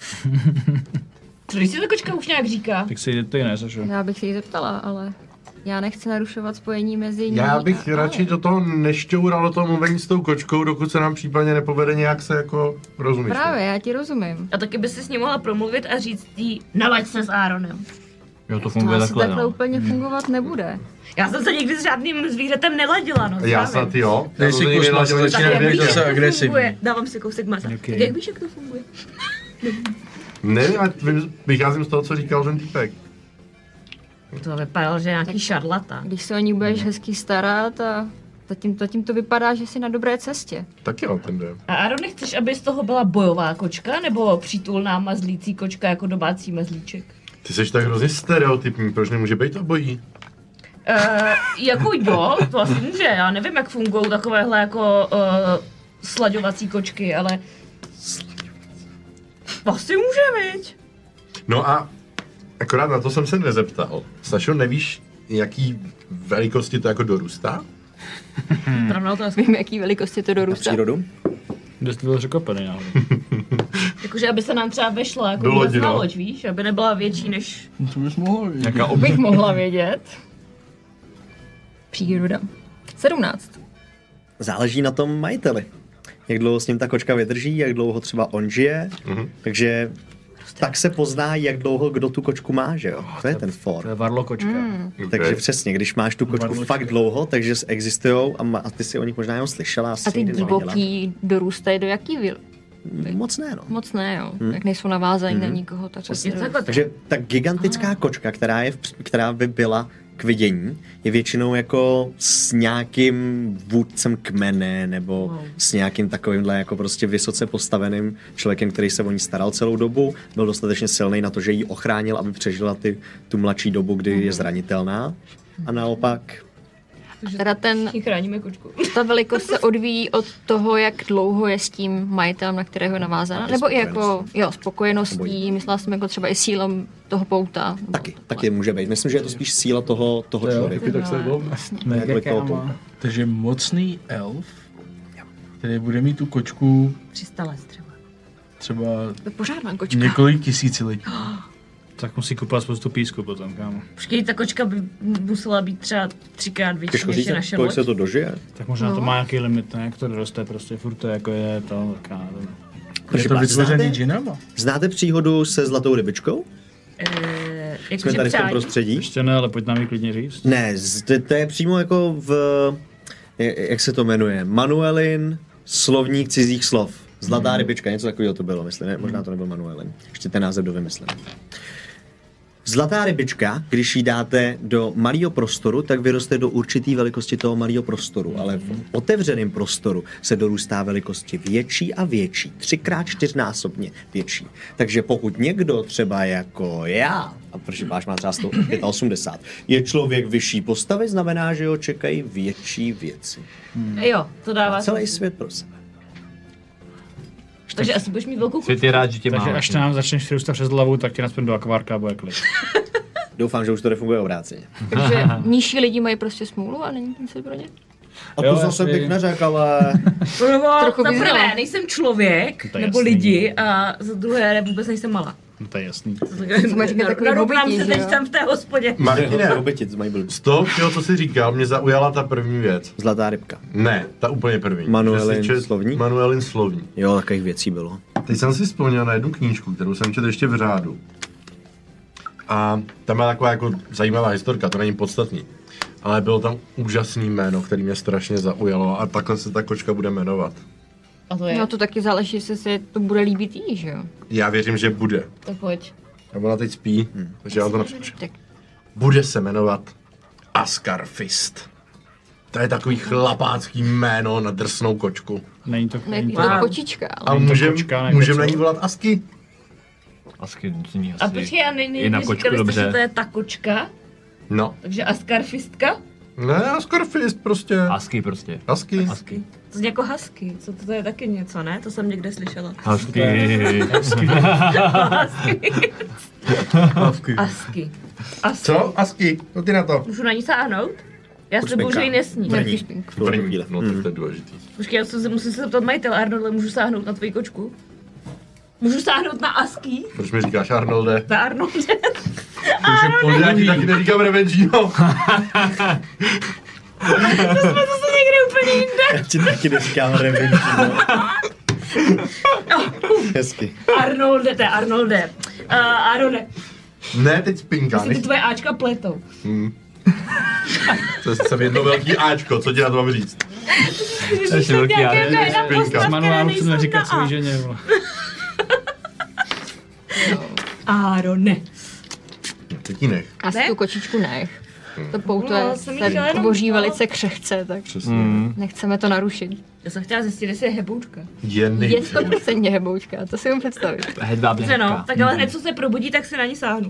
Co když si ta kočka už nějak říká? Tak si ty ne, Sašo. Já bych se jí zeptala, ale já nechci narušovat spojení mezi ní Já bych a radši Ale. do toho nešťoural do toho mluvení s tou kočkou, dokud se nám případně nepovede nějak se jako rozumíš. Právě, já ti rozumím. A taky by si s ní mohla promluvit a říct jí, nalaď se s Aaronem. Jo, to To funguje asi takhle, takhle no. úplně fungovat nebude. Já jsem se nikdy s žádným zvířetem neladila, no. Já zdraví. snad jo. Dej si kus masa, Tak začíná jak být víš, zase jak to agresivní. funguje? Dávám si kousek masa. Okay. Tak jak víš, jak to funguje? Nevím, ať vím- vycházím z toho, co říkal ten týpek. To vypadalo, že je nějaký šarlatán. Když se o ní budeš hezky starat a zatím, zatím to vypadá, že jsi na dobré cestě. Tak jo, ten jde. A Aaron, chceš, aby z toho byla bojová kočka, nebo přítulná mazlící kočka jako domácí mazlíček? Ty jsi tak hrozně stereotypní, proč nemůže být obojí? Uh, jako jo, to asi může, já nevím, jak fungují takovéhle jako uh, slaďovací kočky, ale... Asi může, viď? No a akorát na to jsem se nezeptal. Sašo, nevíš, jaký velikosti to jako dorůstá? Hmm. Pravná otázka. Vím, jaký velikosti to Na dorůstá. přírodu? Dost byl překvapený náhodou. Jakože, aby se nám třeba vešla jako Do vůbec lodi, na no. loď, víš? Aby nebyla větší než... To bys mohla vidět. Nějaká ob... Bych mohla vědět. Příroda. sedmnáct. Záleží na tom majiteli. Jak dlouho s ním ta kočka vydrží, jak dlouho třeba on žije. Mhm. Takže tak se pozná, jak dlouho kdo tu kočku má, že jo? To je ten To for. je varlo kočka. Mm. Takže přesně, když máš tu kočku Varločka. fakt dlouho, takže existujou a, ma- a ty si o nich možná jenom slyšela. Asi A ty nikdy neviděla. divoký dorůstají do jaký vil? Moc ne, no. Moc ne, jo. Hmm. Jak nejsou navázaní hmm. na nikoho, tak Je to takhle. Takže ta gigantická kočka, která, je v, která by byla k vidění, je většinou jako s nějakým vůdcem kmene nebo wow. s nějakým takovýmhle jako prostě vysoce postaveným člověkem, který se o ní staral celou dobu, byl dostatečně silný na to, že ji ochránil, aby přežila ty, tu mladší dobu, kdy je zranitelná. A naopak Teda ten, Všichni chráníme kočku. ta velikost se odvíjí od toho, jak dlouho je s tím majitelem, na kterého je navázána. Nebo i jako, jo, spokojeností, myslela jsem jako třeba i sílem toho pouta. taky, taky může být. Myslím, že je to spíš síla toho, toho člověka. Tak se bylo. Jakoby toho pouta. Takže mocný elf, který bude mít tu kočku tři sta let třeba. třeba Pořádná kočka. několik tisíciletí. Tak musí kupovat spoustu písku potom, kámo. Počkej, ta kočka by musela být třeba třikrát větší Těžko než říct, je naše kolik loď. se to dožije. Tak možná No. to má nějaký limit, ne? Jak to doroste, prostě furt to jako je to, tak já nevím. Je to Znáte- vytvořený džinama? Znáte příhodu se zlatou rybičkou? Eh, Jsme jakože tady v tom přání. prostředí? Ještě ne, ale pojď nám ji klidně říct. Ne, z- to, to je přímo jako v, jak se to jmenuje, Manuelin, slovník cizích slov. Zlatá rybička, něco takového to bylo, myslím, ne? Možná to nebyl Manuelin. Ještě ten název dovymyslím. Zlatá rybička, když ji dáte do malého prostoru, tak vyroste do určité velikosti toho malého prostoru, ale v otevřeném prostoru se dorůstá velikosti větší a větší, třikrát čtyřnásobně větší. Takže pokud někdo třeba jako já, a protože váš má třeba sto osmdesát pět, je člověk vyšší postavy, znamená, že ho čekají větší věci. Jo, to dává A celý smysl. svět pro sebe. Takže asi budeš mít velkou Svět je rád, že tě má. Takže až nám začneš vyrůstat přes hlavu, tak tě naspěm do akvárka a bude klid. Doufám, že už to nefunguje obráceně. Takže nižší lidi mají prostě smůlu a není nic pro ně. A to Jo, zase asi- bych neřekl, ale... Trochu Za vyznělo. prvé, nejsem člověk, To je nebo jasný. lidi, a za druhé, vůbec nejsem malá. No to je jasný. Máš říkat takový Narovnám hobiti, se že teď jo? tam v té hospodě. Martine, Hobiti, to mají blbý. z toho všeho, co jsi říkal, mě zaujala ta první věc. Zlatá rybka. Ne, ta úplně první. Manuelin Že jsi čet- slovník? Manuelin slovník. Jo, takových věcí bylo. Teď jsem si vzpomněl na jednu knížku, kterou jsem četl ještě v řádu. A tam je taková jako zajímavá historka, to není podstatný. Ale bylo tam úžasný jméno, který mě strašně zaujalo a takhle se ta kočka bude jmenovat. A to je, No to taky záleží, jestli se to bude líbit jí, že jo? Já věřím, že bude. tak pojď. A ona teď spí, hmm. takže já to napíšu. Tak Bude se jmenovat Askarfist. To je takový chlapácký jméno na drsnou kočku. Není to, ne, není je to, to kočička, A ale Není to můžeme kočka, ne můžem koco? na ní volat Asky? Asky zní asi. A počkej, a nej, I na nej, kočku říkali jste, že dobře. to je ta kočka, No. takže Askarfistka? Ne, Askarfist prostě. Asky prostě. Asky. Asky. To zní jako husky, co to, to je taky něco, ne? To jsem někde slyšela. Asky. Asky. Plavky. Asky. Asky. Co? Asky, co ty na to? Můžu na ní sáhnout? Já slibuju, že ji nesním. Vrní. spinku. V tuhle chvíli. No, tak to je důležitý. Počkej, já se, musím se zeptat majitele, Arnoldle, můžu sáhnout na tvoji kočku? Můžu sáhnout na Asky? Proč mi říkáš Arnolde? Na Arnolde? Takže já ti taky neříkám Revengino. To jsme zase někde úplně jinde. Já ti taky neříkám revenge. Hezky. Arnolde, to je Arnolde. Uh, Arone, Ne, teď spinka. si ty Nech... tvoje Ačka pletou. To jsem jedno velký Ačko, co ti na to mám říct? Ještě velký Nějaké jádro. jména spinka. postav, z které manuálu chci nejsou neříkat na svý A. ženě. vole. Arone. Teď ji nech. Asi Ne? tu kočičku nech. To pouto No, je jsem jí se chtěla jenom tvoří to. velice křehce, tak Přesně. nechceme to narušit. Já jsem chtěla zjistit, jestli je heboučka. Je Je nejvíc. sto procent heboučka, to si umím představit. Hedváb Dobře no, hezká. tak ale hned co se probudí, tak si na ní sáhnu.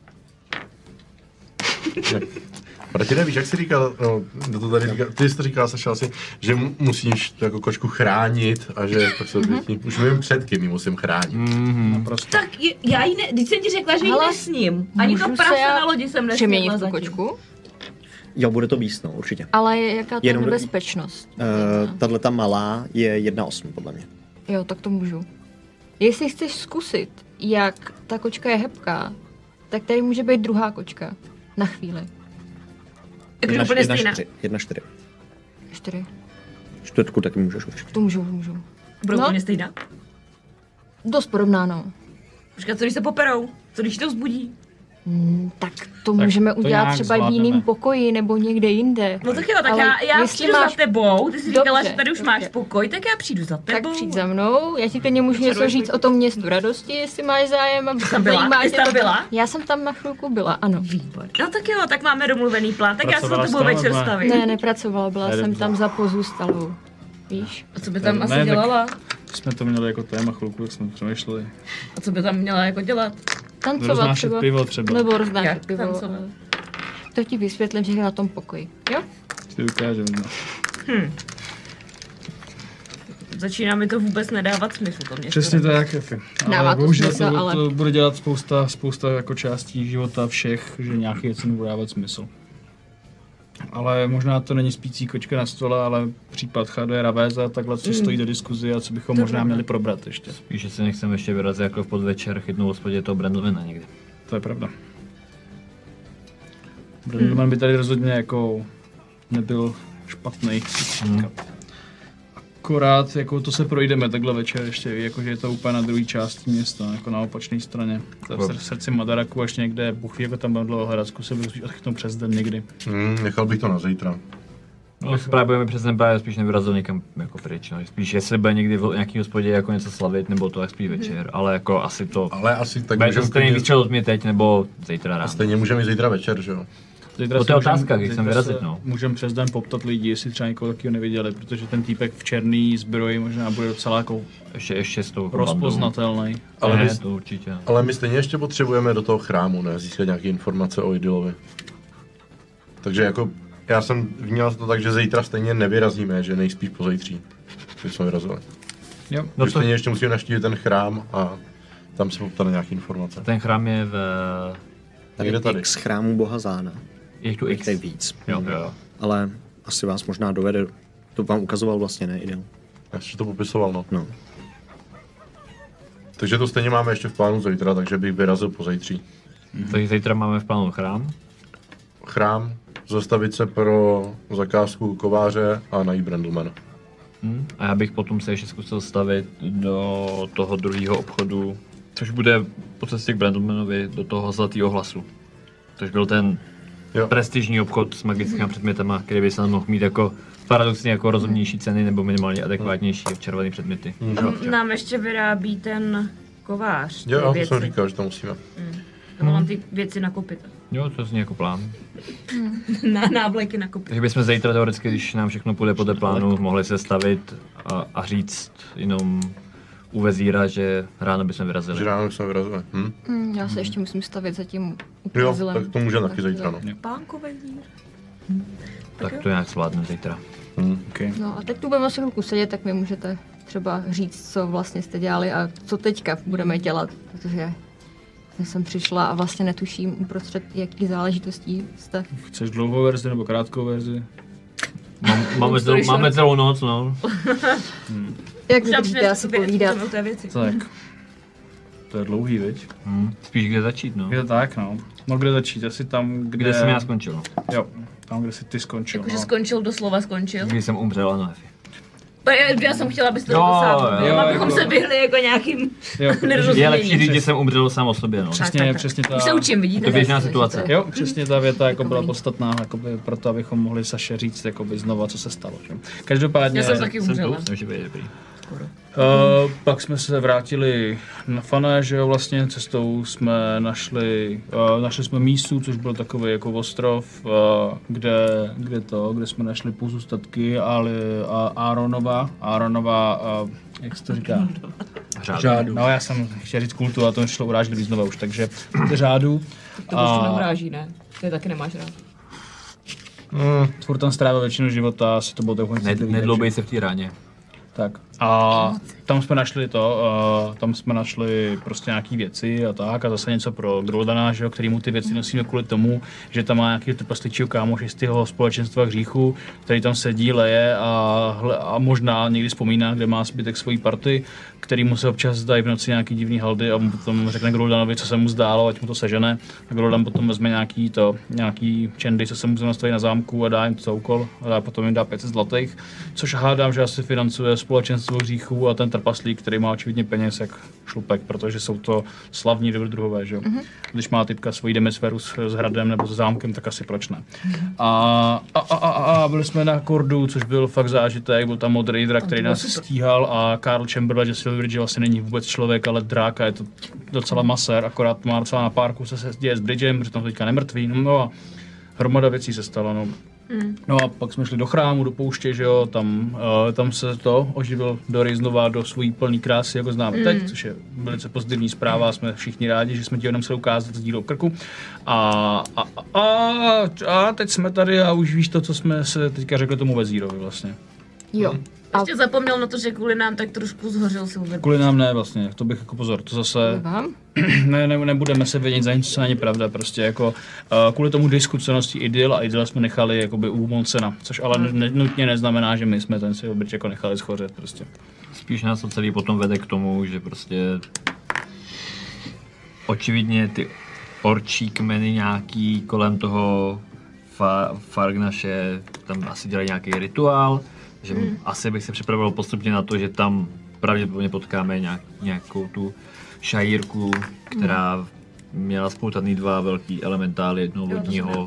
Martine, víš, jak jsi říkal, no, kdo to tady říkal, ty jsi to říkal, Saša, asi, že m- musíš tu jako kočku chránit a že pak se mm-hmm. už mým před kým ji musím chránit. Naprosto. Tak je, já jí ne, když jsem ti řekla, že jí Hele, nesním. Ani to můžu se prase já na lodi jsem přeměnit nesnědla v tu zatím. kočku, Jo, bude to víc, no, určitě. ale jaká to je Jenom do- nebezpečnost? Uh, Tahle ta malá je jedna osm, podle mě. Jo, tak to můžu. Jestli chceš zkusit, jak ta kočka je hebká, tak tady může být druhá kočka. Na chvíli. Takže Jedna, úplně jedna, stejná. čtyři, jedna čtyři. Čtyři. Čtvrtku taky můžeš určitě. To můžu, můžu. Budou No. úplně stejná. Dost podobná, no. Počkat, co když se poperou? Co když to vzbudí? Hmm, tak to můžeme to udělat nějak třeba v zvládneme. jiném pokoji nebo někde jinde. No tak jo, tak Ale já, já jestli přijdu máš- za tebou, ty jsi říkala, Dobře, že tady už dobře. máš pokoj, tak já přijdu za tebou. Tak přijď za mnou, já ti klidně můžu něco Potřebuješ říct mi- o tom městu radosti, jestli máš zájem. A tam byla? zajímá Ty tě jsi tam to. byla? Já jsem tam na chvilku byla, ano. Výbor. No tak jo, tak máme domluvený plán, tak Pracovala já se za jsi tebou tam, večer nebo ne? stavím. Ne, nepracovala, byla Ne, jsem dobře. tam za pozůstalou. Víš? A co by tam Ne, asi tak- dělala? Jsme to měli jako téma chvilku, jak jsme přemýšleli. A co by tam měla jako dělat? Tancovat Roznášet třeba. pivo třeba. Nebo roznášet Jak pivo. tancovat? To ti vysvětlím všechno na tom pokoji. Jo? Ti ukážem, no. Začíná mi to vůbec nedávat smysl, to mě. Přesně tak, Efi. Dává Ale to bohužel smysl, to, ale- to bude dělat spousta, spousta jako částí života všech, že nějaké věci nebudou dávat smysl. Ale možná to není spící kočka na stole, ale případ Chade Ravéza, takhle co stojí do diskuzi a co bychom To možná pravda. měli probrat ještě. Spíš, že si nechceme ještě vyrazit jako v podvečer chytnout v hospodě toho Brandlmana někdy. To je pravda. Brandlman by tady rozhodně jako nebyl špatný. Hmm. Akorát jako to se projdeme takhle večer ještě, jakože je to úplně na druhé části města, jako na opačné straně. To v srdci Madaraku až někde, Bůh ví, jako tam bylo hrad, zkusil bych spíš odchytnout přes den někdy. Hmm, nechal bych to na zítra. No, právě budeme přes ten právě spíš nevyrazil někam jako pryč, no. Spíš jestli bude někdy v nějaký hospodě jako něco slavit, nebo to jak spíš večer, ale jako asi to... Ale asi tak Bude to můžeme stejný klidně- výstřel od mě teď, nebo zítra a ráno. stejně můžeme i zítra večer, že jo? Zítra To se je můžem- otázka, když zítra jsem vyrazit, se no. Můžeme přes den poptat lidi, jestli třeba někoho takového neviděli, protože ten týpek v černý zbroji možná bude docela jako Ještě, ještě s tou rozpoznatelný. Ale ne, my- to určitě. Ale my stejně ještě potřebujeme do toho chrámu, ne? Získat nějaké informace o Idylovi. Takže jako, já jsem vnímal to tak, že zítra stejně nevyrazíme, že nejspíš po zítří. Když jsme vyrazili. Jo. No No to, stejně ještě musíme navštívit ten chrám a tam se poptat na nějaké informace. ten chrám je v... Tady Někde je tady. X chrámů boha Zána. Je tu Je X. tady víc. Jo, jo, jo. Ale asi vás možná dovede, to vám ukazoval vlastně, ne, Idyl. Já jsem to popisoval, no. No. Takže to stejně máme ještě v plánu zítra, takže bych vyrazil po zítří. Takže zítra máme v plánu chrám. Chrám, zastavit se pro zakázku kováře a najít Brandlmana. Hm? A já bych potom se ještě zkusil stavit do toho druhého obchodu, což bude po cestě k Brandlmanovi, do toho zlatého hlasu. Což byl ten Jo. prestižní obchod s magickými předmětama, který by se tam mohl mít jako paradoxně jako rozumnější ceny nebo minimálně adekvátnější červené předměty. A nám ještě vyrábí ten kovář. ty Jo, jo, to věci. jsem říkal, že to musíme. Já mám ty věci nakopit. Jo, to zní jako plán. Na nábleky nakopit. Takže bychom zítra teoreticky, když nám všechno půjde podle plánu, mohli se stavit a, a říct jenom u vezíra, že ráno bychom vyrazili. Že ráno jsme vyrazili. Hm? Hmm, já se ještě musím stavit za tím Jo, ukazilem. tak to můžeme taky zítra, no. Pánkové dír. Tak to nějak zvládneme zítra. Hm. Okay. No a teď tu budeme asi chvilku sedět, tak mi můžete třeba říct, co vlastně jste dělali a co teďka budeme dělat, protože já jsem přišla a vlastně netuším uprostřed jakých záležitostí jste. Chceš dlouhou verzi nebo krátkou verzi? Mám, máme, celou, máme celou noc, no. Jak vydržíte asi povídat? O té věci. Tak. To je dlouhý, viď? Hm. Spíš kde začít, no. Je to tak, no. No kde začít? Asi tam, kde... Kde jsem já skončil? Jo, tam, kde jsi ty skončil. Jakože no. skončil, doslova skončil. Když jsem umřel, ano, Efi. Já, já jsem chtěla, abyste to Jo, dosáhli, jo, abychom jako- se vyhli jako nějakým Jo, Je lepší nedorozuměním. říct, že jsem umřel sám o sobě, no. Přesně, Tak, tak, tak. přesně ta... Už se učím, vidíte? To je běžná zase, situace. že to je- Jo, přesně ta věta jako byla podstatná, jakoby proto, abychom mohli Saše říct jakoby znova, co se stalo. Že? Každopádně, Já jsem taky Jsem umřela. tu, jsem dobrý. uh, pak jsme se vrátili na Fané, že jo, vlastně cestou jsme našli, uh, našli jsme místu, což byl takový jako ostrov, uh, kde, kde to, kde jsme našli pozůstatky ale, a Áronova, Áronova, uh, jak se to říká? Řádu. No já jsem chtěl říct kultu, a to šlo urážlivý znova už, takže řádu. To už to neuráží, ne? Ty taky nemáš rád. Mm, furt tam strávil většinu života, asi to bylo trochu Ne, citlivý, nedloubej se v té ráně. Tak. A tam jsme našli to, uh, tam jsme našli prostě nějaký věci a tak a zase něco pro Groldana, že jo, který mu ty věci nosíme kvůli tomu, že tam má nějaký trpasličího kámoše z toho společenstva hříchu, který tam sedí, leje a, hle, a možná někdy vzpomíná, kde má zbytek svojí party, který mu se občas dají v noci nějaký divný haldy a on potom řekne Groldanovi, co se mu zdálo, ať mu to sežene. A Groldan potom vezme nějaký to, nějaký čendy, co se mu nastaví na zámku a dá jim to za úkol a dá, potom jim dá pět set zlatých, což hádám, že asi financuje společenstvo množstvo hříchů a ten trpaslík, který má očividně peněz jak šlupek, protože jsou to slavní dobrodruhové, že jo. Mm-hmm. Když má typka svoji demisféru s, s hradem nebo s zámkem, tak asi proč ne. Mm-hmm. A, a, a, a, a byli jsme na Kordu, což byl fakt zážitek, byl tam modrý drak, který nás stíhal a Karl Chamberlain, že Silverbridge vlastně není vůbec člověk, ale drák a je to docela masér, akorát má docela na párku se, se děje s Bridgem, protože tam teďka nemrtvý, no a hromada věcí se stala, no. Mm. No a pak jsme šli do chrámu, do pouště, že jo, tam, uh, tam se to oživil Dory znova do svojí plný krásy, jako známe mm. teď, což je velice pozitivní zpráva, jsme všichni rádi, že jsme ti jenom se ukázat s dílou krku. A, a, a, a teď jsme tady a už víš to, co jsme se teďka řekli tomu vezírovi vlastně. Jo. Mm. Ještě zapomněl na to, že kvůli nám tak trošku zhořel Silver. Kvůli nám ne vlastně, to bych jako pozor, to zase, ne, ne, nebudeme se vědět za nic, co není pravda, prostě jako uh, kvůli tomu disku ceností Idyl a Idyla jsme nechali jakoby u Monsena, což ale ne, nutně neznamená, že my jsme ten Silverbridge jako nechali schořet prostě. Spíš nás to celý potom vede k tomu, že prostě očividně ty orčí kmeny nějaký kolem toho fa- Fargnaše tam asi dělají nějaký rituál, že mm. asi bych se připravil postupně na to, že tam pravděpodobně potkáme nějak, nějakou tu šajírku, která mm. měla spoutaný dva velký elementály, jednoho vodního,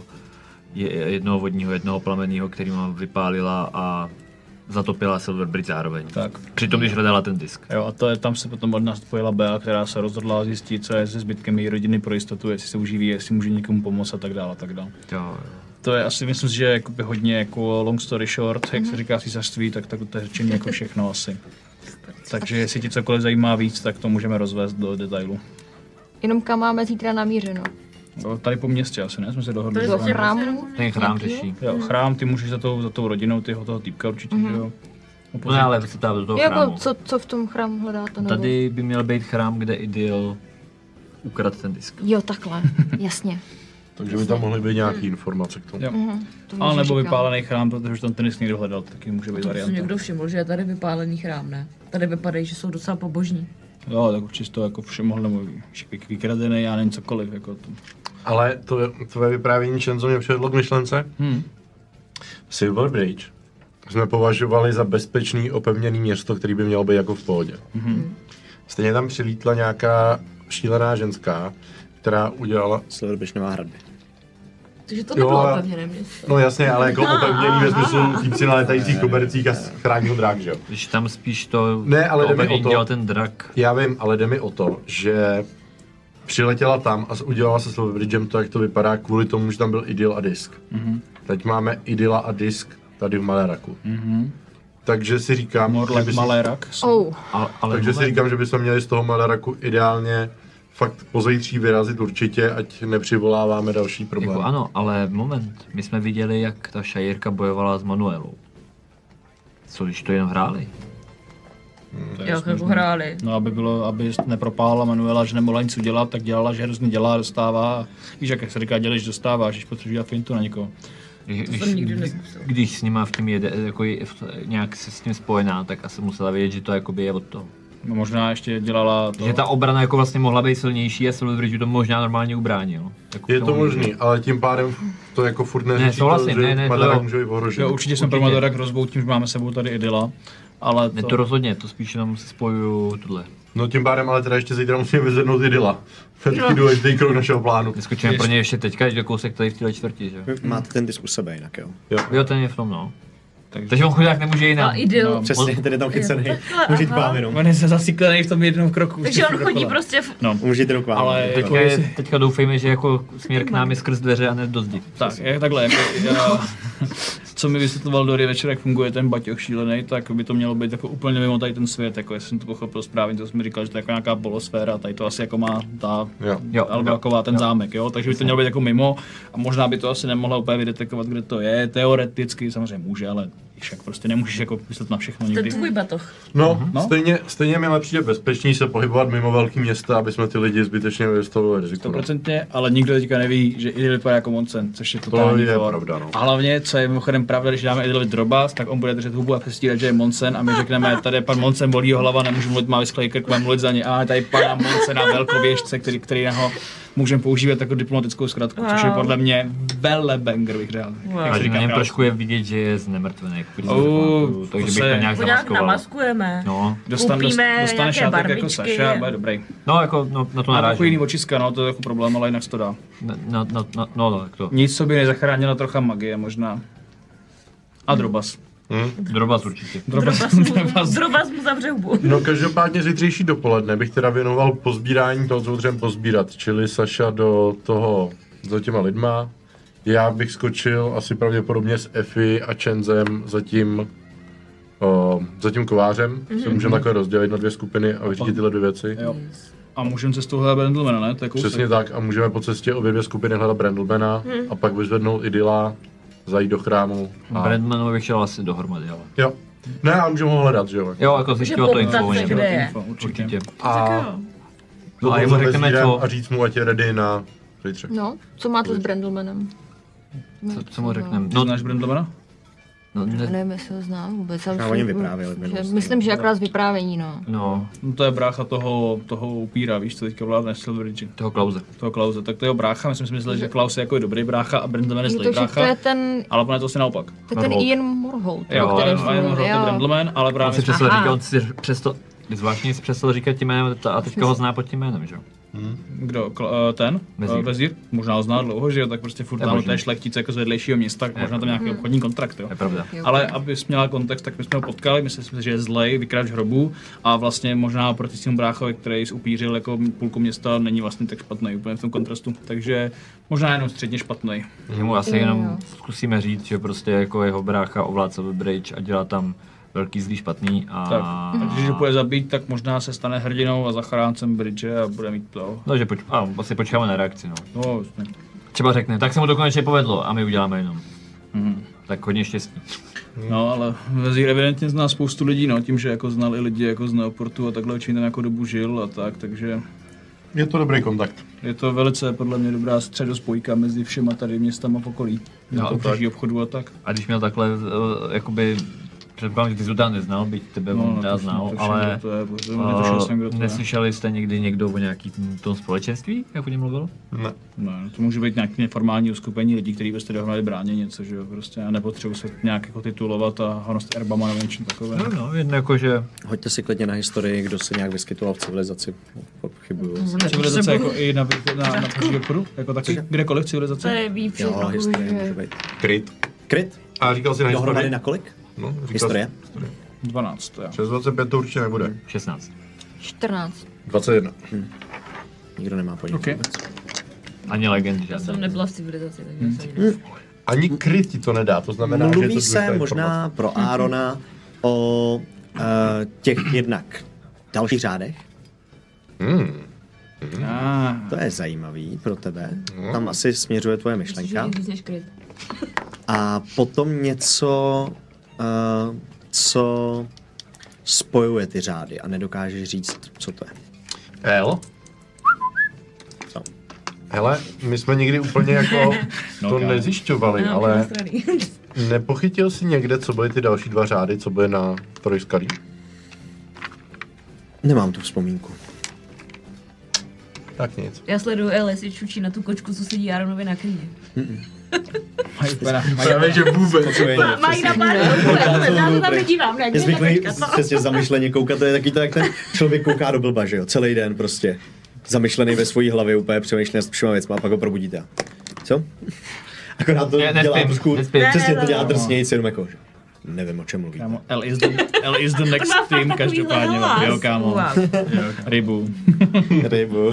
jednoho vodního, jednoho plamenného, který mám vypálila a zatopila Silverbridge zároveň. Tak. Přitom, když hledala ten disk. Jo, a to je, tam se potom od nás spojila Bea, která se rozhodla zjistit, co je se zbytkem její rodiny pro jistotu, jestli se uživí, jestli může někomu pomoct a tak dále, a tak dále. Jo, jo. To je asi, myslím si, že jakoby hodně jako long story short, jak se říká císařství, tak, tak to je řečení jako všechno asi. Takže jestli ti cokoliv zajímá víc, tak to můžeme rozvést do detailu. Jenom kam máme zítra namířeno? No, tady po městě asi, ne? Jsme se dohodli. Do chrámu? Ten chrám řeší. Jo, chrám, ty můžeš za tou, za tou rodinou, tyho toho týpka určitě, mm-hmm. že jo? No ne, ale se do toho jako, chrámu. Co, co v tom chrámu hledáte? Nebo? Tady by měl být chrám, kde Idyl ukradl ten disk. Jo, takhle, jasně. Takže by tam mohly být nějaké informace k tomu. Jo. Mm-hmm. Ale nebo vypálený chrám, protože už tam ten disk někdo hledal, taky může být varianta. To někdo všiml, že je tady vypálený chrám, ne? Tady vypadají, že jsou docela pobožní. Jo, tak určitě to jako všemohl nebo vykradený, já nevím cokoliv. Jako to. Ale to tvoje vyprávění, Čenzo, mě přivedlo k myšlence. Hmm. Silverbridge jsme považovali za bezpečný, opevněný město, který by mělo být jako v pohodě. Hmm. Stejně tam přilítla nějaká šílená ženská, která udělala... Silverbridge nemá hradby. Takže to nebylo opevněné město. No jasně, ale jako opevněný ve smyslu týpci na letajících kobercích a chrání ho drak, že jo? Když tam spíš to, ne, ale to jde mi o to, dělal ten drak. Já vím, ale jde mi o to, že přiletěla tam a udělala se Silverbridgem to, jak to vypadá, kvůli tomu, že tam byl Idyl a disk. Mm-hmm. Teď máme Idyla a disk tady v Maleraku. Mm-hmm. Takže si říkám, More like Malerak. Oh. A, ale takže si říkám, že bychom měli z toho Maleraku ideálně fakt pozítří vyrazit určitě, ať nepřivoláváme další problém. Jako ano, ale moment, my jsme viděli, jak ta šajírka bojovala s Manuelou. Co když to jen hráli? Hmm. Jak jako hráli. No, aby bylo, aby nepropálila Manuela, že nemohla nic udělat, tak dělala, že hrozně dělá, dostává. Víš, jak se říká, děleš, dostáváš, když potřebuješ dělat fintu na někoho. Když, když, když s nima v tím jede, jako nějak se s tím spojená, tak asi musela vědět, že to jakoby je od toho. No, možná ještě dělala to... Že ta obrana jako vlastně mohla být silnější a Silverbridge to možná normálně ubránil. Jako je to možný, ale tím pádem to jako furt neřeší ne, vlastně, to, že ne, ne, Madarak může být ohrožený. Jo, určitě jsem pro Madarak rozbou tím, že máme sebou tady Idyla, ale to... Ne, to rozhodně, to spíš jenom si spojuju tohle. No tím pádem, ale teda ještě zítra musíme vyzvednout Idyla. To je důležitý krok našeho plánu. Vyskočíme pro ně ještě teďka, že kousek tady v téhle čtvrti, že? Máte ten disk u sebe jinak, jo? Jo, jo ten je v tom, no. Takže, Takže on chudák nemůže jinam. A Idyl. No, přesně, ten je tam chycený. Může jít k vám jenom. On je se zasyklený v tom jednom kroku. Takže on chodí prostě v... No, může jít jenom k vám. Ale teďka, je, teďka doufejme, že jako směr k nám je skrz dveře a ne do zdi. Tak, je takhle, jako, já, co mi vysvětloval Dory večer, jak funguje ten baťoch šílený, tak by to mělo být jako úplně mimo tady ten svět, jako jestli jsem to pochopil správně, to jsme říkal, že to je jako nějaká polosféra, tady to asi jako má ta, jo, Albaková, ten jo. zámek, jo, takže by to mělo být jako mimo a možná by to asi nemohla úplně vydetekovat, kde to je, teoreticky samozřejmě může, ale však prostě nemůžeš jako myslet na všechno nikdy. Ten tvůj batoh. No, no? Stejně, stejně mi přijde bezpečný se pohybovat mimo velký města, aby jsme ty lidi zbytečně vystavovali riziku. sto procent, ale nikdo teďka neví, že Idyl vypadá jako Monsen, což je totální to je for. pravda, no. A hlavně, co je mimochodem pravda, když dáme Idylovi drobas, tak on bude držet hubu a přestírat, že je Monsen a my řekneme, tady je pan Monsen, bolí ho hlava, nemůžu mluvit, má vysklej krk, mám mluvit za ně. A tady pana Monsena velkověžce, který, který ho můžeme používat jako diplomatickou zkratku, což je podle mě vele banger, bych řekl. Wow. Ale na něm trošku je vidět, že je znemrtvený. Oh, takže bych se- to nějak To nějak zamaskoval. namaskujeme. No, Dostan, dost, Koupíme dostane nějaké šátek jako barvičky Saša, a- bude dobrý. no jako no, na to Má takový jiný narážím. očiska, no, to je jako problém, ale jinak se to dá. No, no, no, no, no, tak to. Nic sobě nezachránila trocha magie možná. A drobas. Drobas určitě. Drobas, drobas. Drobas mu zavře hubu. No každopádně zítřejší dopoledne bych teda věnoval pozbírání toho, co potřebujeme pozbírat. Čili Saša do toho, za těma lidma. Já bych skočil asi pravděpodobně s Efi a Čenzem za tím, o, za tím kovářem. Mm-hmm. Se můžeme takhle rozdělit na dvě skupiny a vyřídit tyhle dvě věci. Jo. A můžeme cestou hledat Brandlemana, ne? To je kousek. Přesně tak a můžeme po cestě obě dvě skupiny hledat Brandlemana hmm. a pak vyzvednout Idyla, zajít do chrámu. A... Brandmanovi bych šel asi dohromady, ale. Jo. Ne, ale můžeme ho hledat, že jo? Jo, jako zjišťovat to info o poptat se, něm. kde je. Info, určitě. Určitě. A No a jemu řekneme co? a říct mu, ať je ready na zítřek. No, co máte s Brandlemanem? Co, co mu řekneme? Ty No, znáš Brandlemana? no, ne, Nevím, jestli ho znám vůbec. Já Já o něm vyprávěli v že, minulosti. myslím, že akorát z vyprávění, no. no, No to je brácha toho, toho upíra, víš, co teďka vládne Silveridge. toho Klauze. Toho Klause. Tak to je jeho brácha, my jsme si mysleli, že Klaus je jako dobrý brácha a Brandleman je Je zlý to, že to brácha. je ten, Ale ono je to asi naopak. to je ten Morholt. Ian Morholt, Jo, o kterém a jsi je mluvil, to Brandleman, ale On právě... si přestal Aha. říkat, on si přesto, zvláštně si přestal říkat tím jménem a teďka ho zná pod tím jménem, že jo? Kdo? Kl- eh, ten? Vezír. Eh, Vezír? Možná ho zná dlouho, že jo, tak prostě furt Je tam možný. té šlechtice jako z vedlejšího města, tak možná tam nějaký obchodní kontrakt, jo. Je pravda. Ale abys měla kontext, tak my jsme ho potkali, mysleli jsme si, že je zlej, vykrač hrobu a vlastně možná proti svým bráchovi, který upířil jako půlku města, není vlastně tak špatný úplně v tom kontrastu. Takže možná jenom středně špatný. Že mu asi Jo, jenom jo. zkusíme říct, že prostě jako jeho brácha ovládce Bridge a dělá tam velký zlý špatný a... Tak, a když ho půjde zabít, tak možná se stane hrdinou a zachráncem Bridge a bude mít to. No, že poč- a, asi počkáme na reakci, no. No, jasně. Třeba řekne, tak se mu to konečně povedlo a my uděláme jenom. Mhm. Tak hodně štěstí. No, ale Vezír evidentně zná spoustu lidí, no, tím, že jako znal i lidi jako z Neoportu a takhle určitě tam jako dobu žil a tak, takže Je to dobrý kontakt. je to velice podle mě dobrá středospojka mezi všema tady městama v okolí. No, Na pobřeží obchodu a tak. A když měl takhle, uh, jakoby, předpokládám, že ty Zudán neznal, byť tebe No, on no, teda to- znal, to všem, ale kdo to je, protože netušil jsem, kdo to uh, je. neslyšeli jste někdy někdo o nějakým tom společenství, jak o něm mluvil? Ne. No, to může být nějaké neformální uskupení lidí, kteří byste dohromady brání něco, že jo, prostě já nepotřebuji se nějak jako titulovat a honost erbama nebo něčím takovém. No, no, jen jako, že Hoďte si klidně na historii, kdo se nějak vyskytoval v civilizaci. Pochybuju. Civilizace jako i na, na, na pobřeží obchodu, jako taky kdekoliv To civilizace. je ví Jo, všechno. historie může být. Kryt. Kryt? A říkal jsi na Dohromady historii? na kolik? No, říkal Historie? dvanáct, jo. Přes dvacet pět to určitě nebude. šestnáct. čtrnáct. dvacet jedna. Nikdo nemá podnik. Okay. Ani legend Já žádný. jsem nebyla v civilizaci, takže se ani Ani kryt ti to nedá, to znamená, že je Mluví to se důležitá možná pro Arona o uh, těch jednak dalších řádech. Hmm. Ah, To je zajímavý pro tebe. Tam asi směřuje tvoje myšlenka. Myslím, že víc než kryt. A potom něco, uh, co spojuje ty řády a nedokážeš říct, co to je. L? Co? Hele, my jsme nikdy úplně jako No, to kámo. nezjišťovali, No, ale straný. nepochytil jsi někde, co byly ty další dva řády, co byly na trojskalí? Nemám tu vzpomínku. Tak nic. Já sleduju L, jestli čučí na tu kočku, co sedí Aaronovi na klíně. mají úplně, mají, Právě, že vůbec. Mají na pár já se tam nedívám, ne, Je kde je ta zvyklý kočka, co? přesně zamyšleně koukat, to je taky to, jak ten člověk kouká do blba, že jo, celý den prostě. Zamyšlený ve svojí hlavě, úplně přemýšlený s všema věcma a pak ho probudíte. Co? Akorát to Ne, dělá nespím, trošku, nespím. přesně Ne, to ne, dělá ne, drsnějc, jenom jako, že nevím, o čem mluví. kámo, L is the, L is the next On má fakt team, takovýhle každopádně, hlas. jo, kámo. Wow. Rybu. Rybu.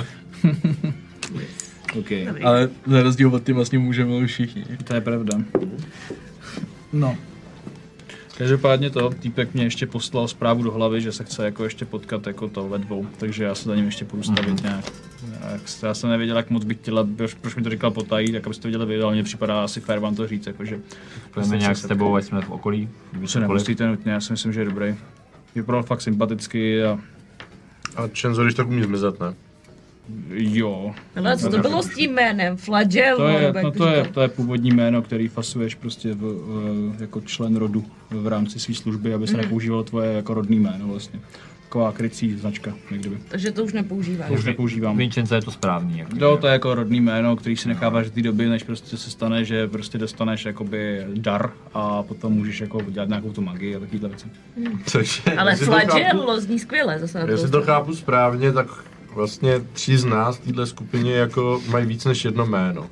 OK, Ale na rozdíl od tím vlastně můžeme mluvit všichni. to je pravda. No. Každopádně to, týpek mě ještě poslal zprávu do hlavy, že se chce jako ještě potkat jako to ve dvou, takže já se za ním ještě půjdu stavit nějak. Jak, já jsem nevěděl, jak moc bych chtěla, proč, proč mi to říkal potají, tak abyste to viděli video, ale mně připadá asi fair vám to říct, jakože. Půjdeme nějak s tebou, ať jsme v okolí. kdyby Se cokoliv. nemusíte nutně, já si myslím, že je dobrý. Vypadal fakt sympaticky a A Čenzo, když tak umí zmizet, ne? jo. Ale co to bylo s tím jménem? Flagel? To je, nebo jak no to to je, říkal? to je původní jméno, který fasuješ prostě v, v, jako člen rodu v rámci své služby, aby se nepoužívalo tvoje jako rodný jméno vlastně. taková krycí značka, někdyby. Takže to už nepoužíváš. To už nepoužívám. Vincenzo je to správný. Jako. Jo, to je jako rodný jméno, který si necháváš v té době, než prostě se stane, že prostě dostaneš jakoby dar a potom můžeš jako dělat nějakou tu magii a takovýhle věci. Cože, Ale jestli to chápu- flagel zní skvěle zase na Jestli to chápu správně, tak vlastně tři z nás v této skupině jako mají víc než jedno jméno.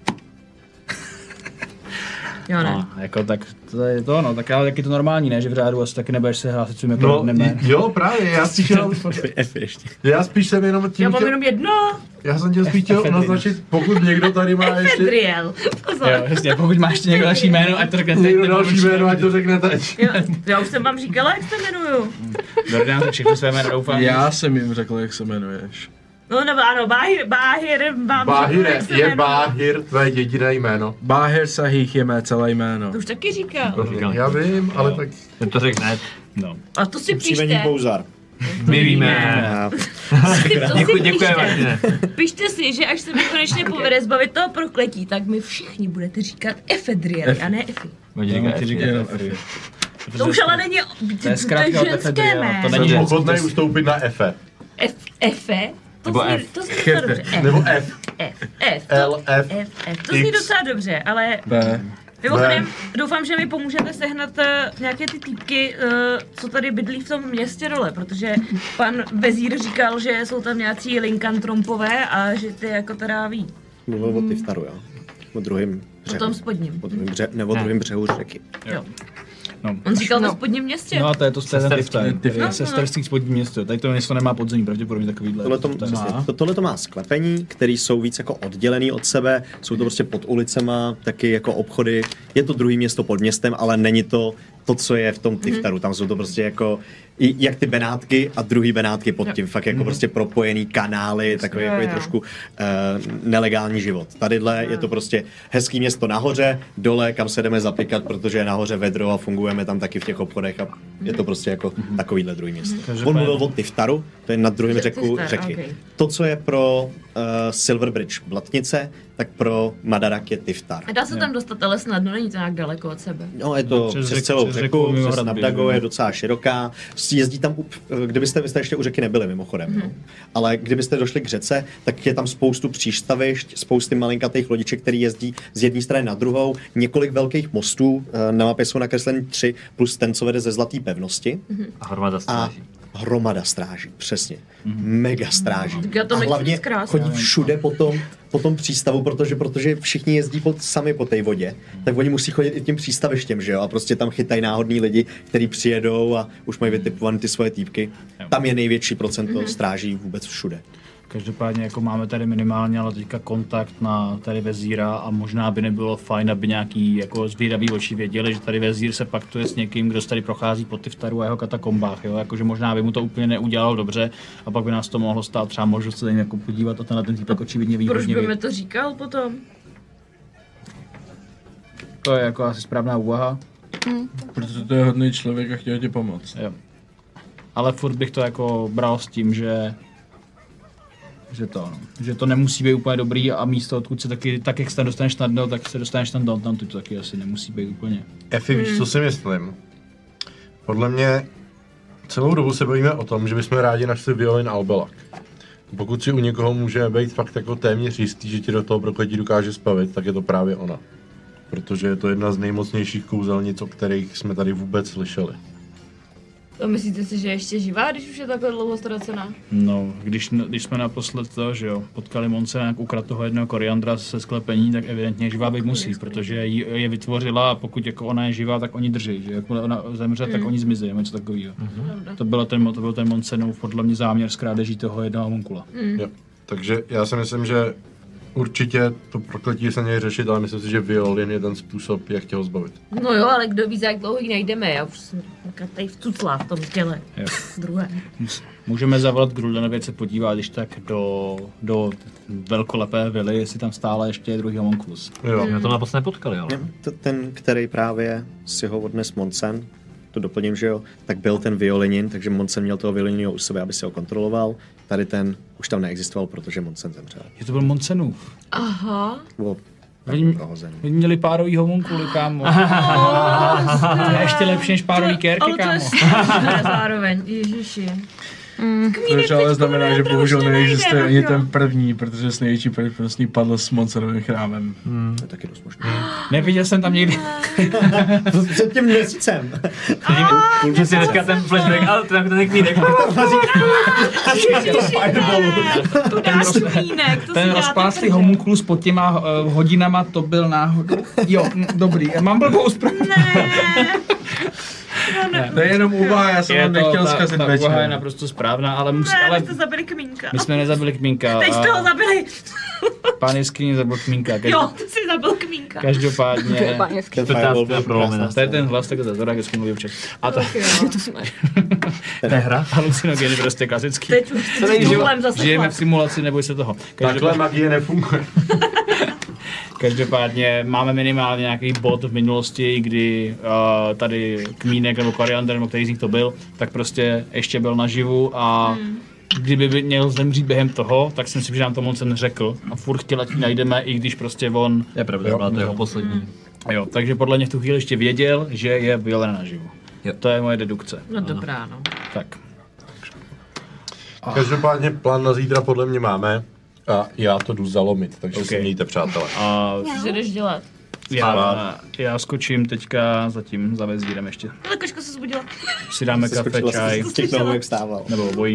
Jo, ne. No, jako tak to je to, no, tak ale jak je to normální, ne, že v řádu asi taky nebudeš se hlásit svým jako No, jménem. jo, právě, já spíš, jenom, F ještě. já spíš jsem jenom tím Já mám chtěl, jenom jedno. já jsem tě spíš chtěl naznačit, pokud někdo tady má ještě Fedriel. Pozor. Jo, jasně, pokud máš ještě někdo další jméno, ať to řekne teď. někdo nebo další určitě jméno, ať to nebudu. řekne teď. Jo, já už jsem vám říkala, jak se jmenuju. Dordán, tak všechny své jméno doufám. Já jsem jim řekl, jak se jmenuješ. No nebo ano, Báhir, Báhir, vám Báhire, řeknu, jak se je jmenuju. Báhir tvé jediné jméno. Báhir Sahih je mé celé jméno. To už taky říkal. To říkal. Já vím, ale tak Ten to řekne. No. A to si Příjmení pište. Bouzar. My víme. A To si, to si Děkuji, děkuji, pište. Martine. Pište si, že až se mi konečně povede zbavit toho prokletí, tak mi všichni budete říkat Efedriel, a ne Efi. Oni No, říkají, ti říkají Efri. To už ale není, To je zkrátka od ženské Efedriel, to jméno. není jsem ženský, ochotný to je- ustoupit na Efe. F, Efe? To Nebo zní, F. to zní docela dobře. F, Nebo F. F, F, to, L, F, F, F. To zní X. docela dobře, ale B. mimochodem doufám, že mi pomůžete sehnat uh, nějaké ty týpky, uh, co tady bydlí v tom městě dole, protože pan Vezír říkal, že jsou tam nějací linkantrompové a že ty jako teda ví. mluvil o Tiftaru, jo. O druhém O břehu. tom spodním. O druhém bře- nebo o druhém břehu řeky. Jo. No. On říkal No. ve spodním městě. No a to je to to je ten Sesterský. Tiftar. To je No, sesterský spodní město. Tady to město nemá podzemí, pravděpodobně takovýhle. Tohle to, To je- přesně, to, tohle to má sklepení, které jsou víc jako oddělený od sebe, jsou to prostě pod ulicema, taky jako obchody. Je to druhý město pod městem, ale není to to, co je v tom Tiftaru. Tam jsou to prostě jako i, jak ty Benátky a druhý Benátky pod tím. Fakt jako prostě propojený kanály, takový Jo, jako jo. trošku uh, nelegální život. Tadyhle je to prostě hezký město nahoře, dole, kam se jdeme zapikat, protože je nahoře vedro a fungujeme tam taky v těch obchodech a je to prostě jako takovýhle druhý město. On Každopádně- mluvil o Tiftaru, to je nad druhým řeku Tiftar, řeky. okej. To, co je pro uh, Silverbridge Blatnice, tak pro Madarak je Tiftar. A dá se tam dostat, ale snadno, není to nějak daleko od sebe. No, je to Přes přes, řeku- celou přes řeku, řeku mimo přes hrad Nabdago běží, je no. docela široká. Jezdí tam, up, kdybyste, vy jste ještě u řeky nebyli mimochodem, mm-hmm. no. Ale kdybyste došli k řece, tak je tam spoustu přístavišť, spousty malinkatých lodiček, které jezdí z jedné strany na druhou, několik velkých mostů, eh, na mapě jsou nakresleny tři, plus ten, co vede ze Zlaté pevnosti. Mm-hmm. A hromada A stráží. hromada stráží, přesně. Mm-hmm. Mega stráží. Tak já to a nechci hlavně nic krásně. chodí všude po tom, po tom přístavu, protože, protože všichni jezdí pod, sami po té vodě, tak oni musí chodit i tím přístavištěm, že jo? A prostě tam chytají náhodní lidi, kteří přijedou a už mají vytipované ty svoje týpky. Tam je největší procento mm-hmm. stráží vůbec všude. Každopádně jako máme tady minimálně, ale teďka kontakt na tady Vezíra a možná by nebylo fajn, aby nějaký jako zvědavý oči věděli, že tady Vezír se paktuje s někým, kdo se tady prochází po Tiftaru a jeho katakombách, jo, jakože možná by mu to úplně neudělalo dobře a pak by nás to mohlo stát třeba možnost se tady jako podívat a tenhle ten týpek očividně ví Proč hodně by mi věc. to říkal potom? To je jako asi správná úvaha, Protože to je hodný člověk a chtěl ti pomoct. jo. Ale furt bych to jako bral s tím, že že to, no. Že to nemusí být úplně dobrý a místo, odkud se taky, tak jak se tam dostaneš snadno, tak se dostaneš tam do tam, to taky asi nemusí být úplně. Efi, víš, co si myslím? Podle mě celou dobu se bavíme o tom, že bychom rádi našli violin Albelak. Pokud si u někoho může být fakt jako téměř jistý, že ti do toho prokletí dokáže spavit, tak je to právě ona. Protože je to jedna z nejmocnějších kouzelnic, o kterých jsme tady vůbec slyšeli. To myslíte si, že je ještě živá, když už je takhle dlouho ztracená? No, když, když jsme naposled to, že jo, potkali Monce jak ukradl toho jednoho koriandra se sklepení, tak evidentně živá být musí, protože ji, je vytvořila a pokud jako ona je živá, tak oni drží, že jakmile ona zemře, tak oni zmizí, nebo něco takového. Pravda. To byl ten, to byl ten Moncenův podle mě záměr z krádeží toho jednoho homunkula. Jo. Takže já si myslím, že určitě to prokletí se měli řešit, ale myslím si, že violin je ten způsob, jak tě ho zbavit. No jo, ale kdo ví, za jak dlouho ji najdeme, já už jsem tady vcucla v tom těle. Jo. Druhé. Můžeme zavolat Gruldenovět se podívat, když tak do, do velkolepé vily, jestli tam stále ještě je druhý homunculus. Jo. My to naposled nepotkali, ale. T- Ten, který právě si ho odnes Moncen, to doplním, že jo, tak byl ten violinin, takže Moncen měl toho violinního u sebe, aby si ho kontroloval. Tady ten už tam neexistoval, protože Moncen zemřel. Je to byl Moncenův. Aha. Bylo Oni, prohozený. oni měli párový homunkuly, kámo. To je ještě lepší než párový kérky, Ale to je kámo. strašné zároveň, ježiši. Což ale znamená, že bohužel neexistuje ani ten první, protože s největší pravděpodobností padl s Moncerovým chrámem. Hmm. To je taky dost možné. Neviděl jsem tam nikdy. Před tím měsícem. Že si dneska ten flashback, ale to je ten kvínek. Ten rozpláslý homunculus pod těma uh, hodinama, to byl náhodou. Jo, m, dobrý. Mám blbou zprávu. Ne. To je jenom úvaha, já jsem vám nechtěl zkazit ta večer. úvaha je naprosto správná, ale musí... Ne, ale vy jste zabili Kmínka. my jsme nezabili Kmínka. Teď jste ho zabili. Pán jeskyně zabil Kmínka. Každý, Jo, ty jsi zabil Kmínka. každopádně... Ten To fireball je byl prolomená. krásná To je ten hlas, tak to je jak mluví včas. A to To je hra. halucinogeny prostě klasický. Teď už jste s důlem zase. Žijeme v simulaci, neboj se toho. Takhle Každopádně, magie nefunguje. každopádně máme minimálně nějaký bod v minulosti, kdy uh, tady Kmínek nebo Koriander, nebo který z nich to byl, tak prostě ještě byl naživu a hmm. kdyby by měl zemřít během toho, tak si myslím, že nám to moc neřekl. A furt chtěl, ať ji najdeme, i když prostě on... Je pravda, byla to jeho poslední. Jo, takže podle mě v tu chvíli ještě věděl, že je Violena naživu. Jo. To je moje dedukce. No dobrá, no. Tak. Každopádně plán na zítra podle mě máme a já to jdu zalomit, takže Ok. se mějte, přátelé. A Co jdeš dělat? já, já skočím teďka zatím za vezírem ještě. Ale kočka se zbudila. Si dáme kafe, čaj, Z těch nohou, jak stával. nebo obojí.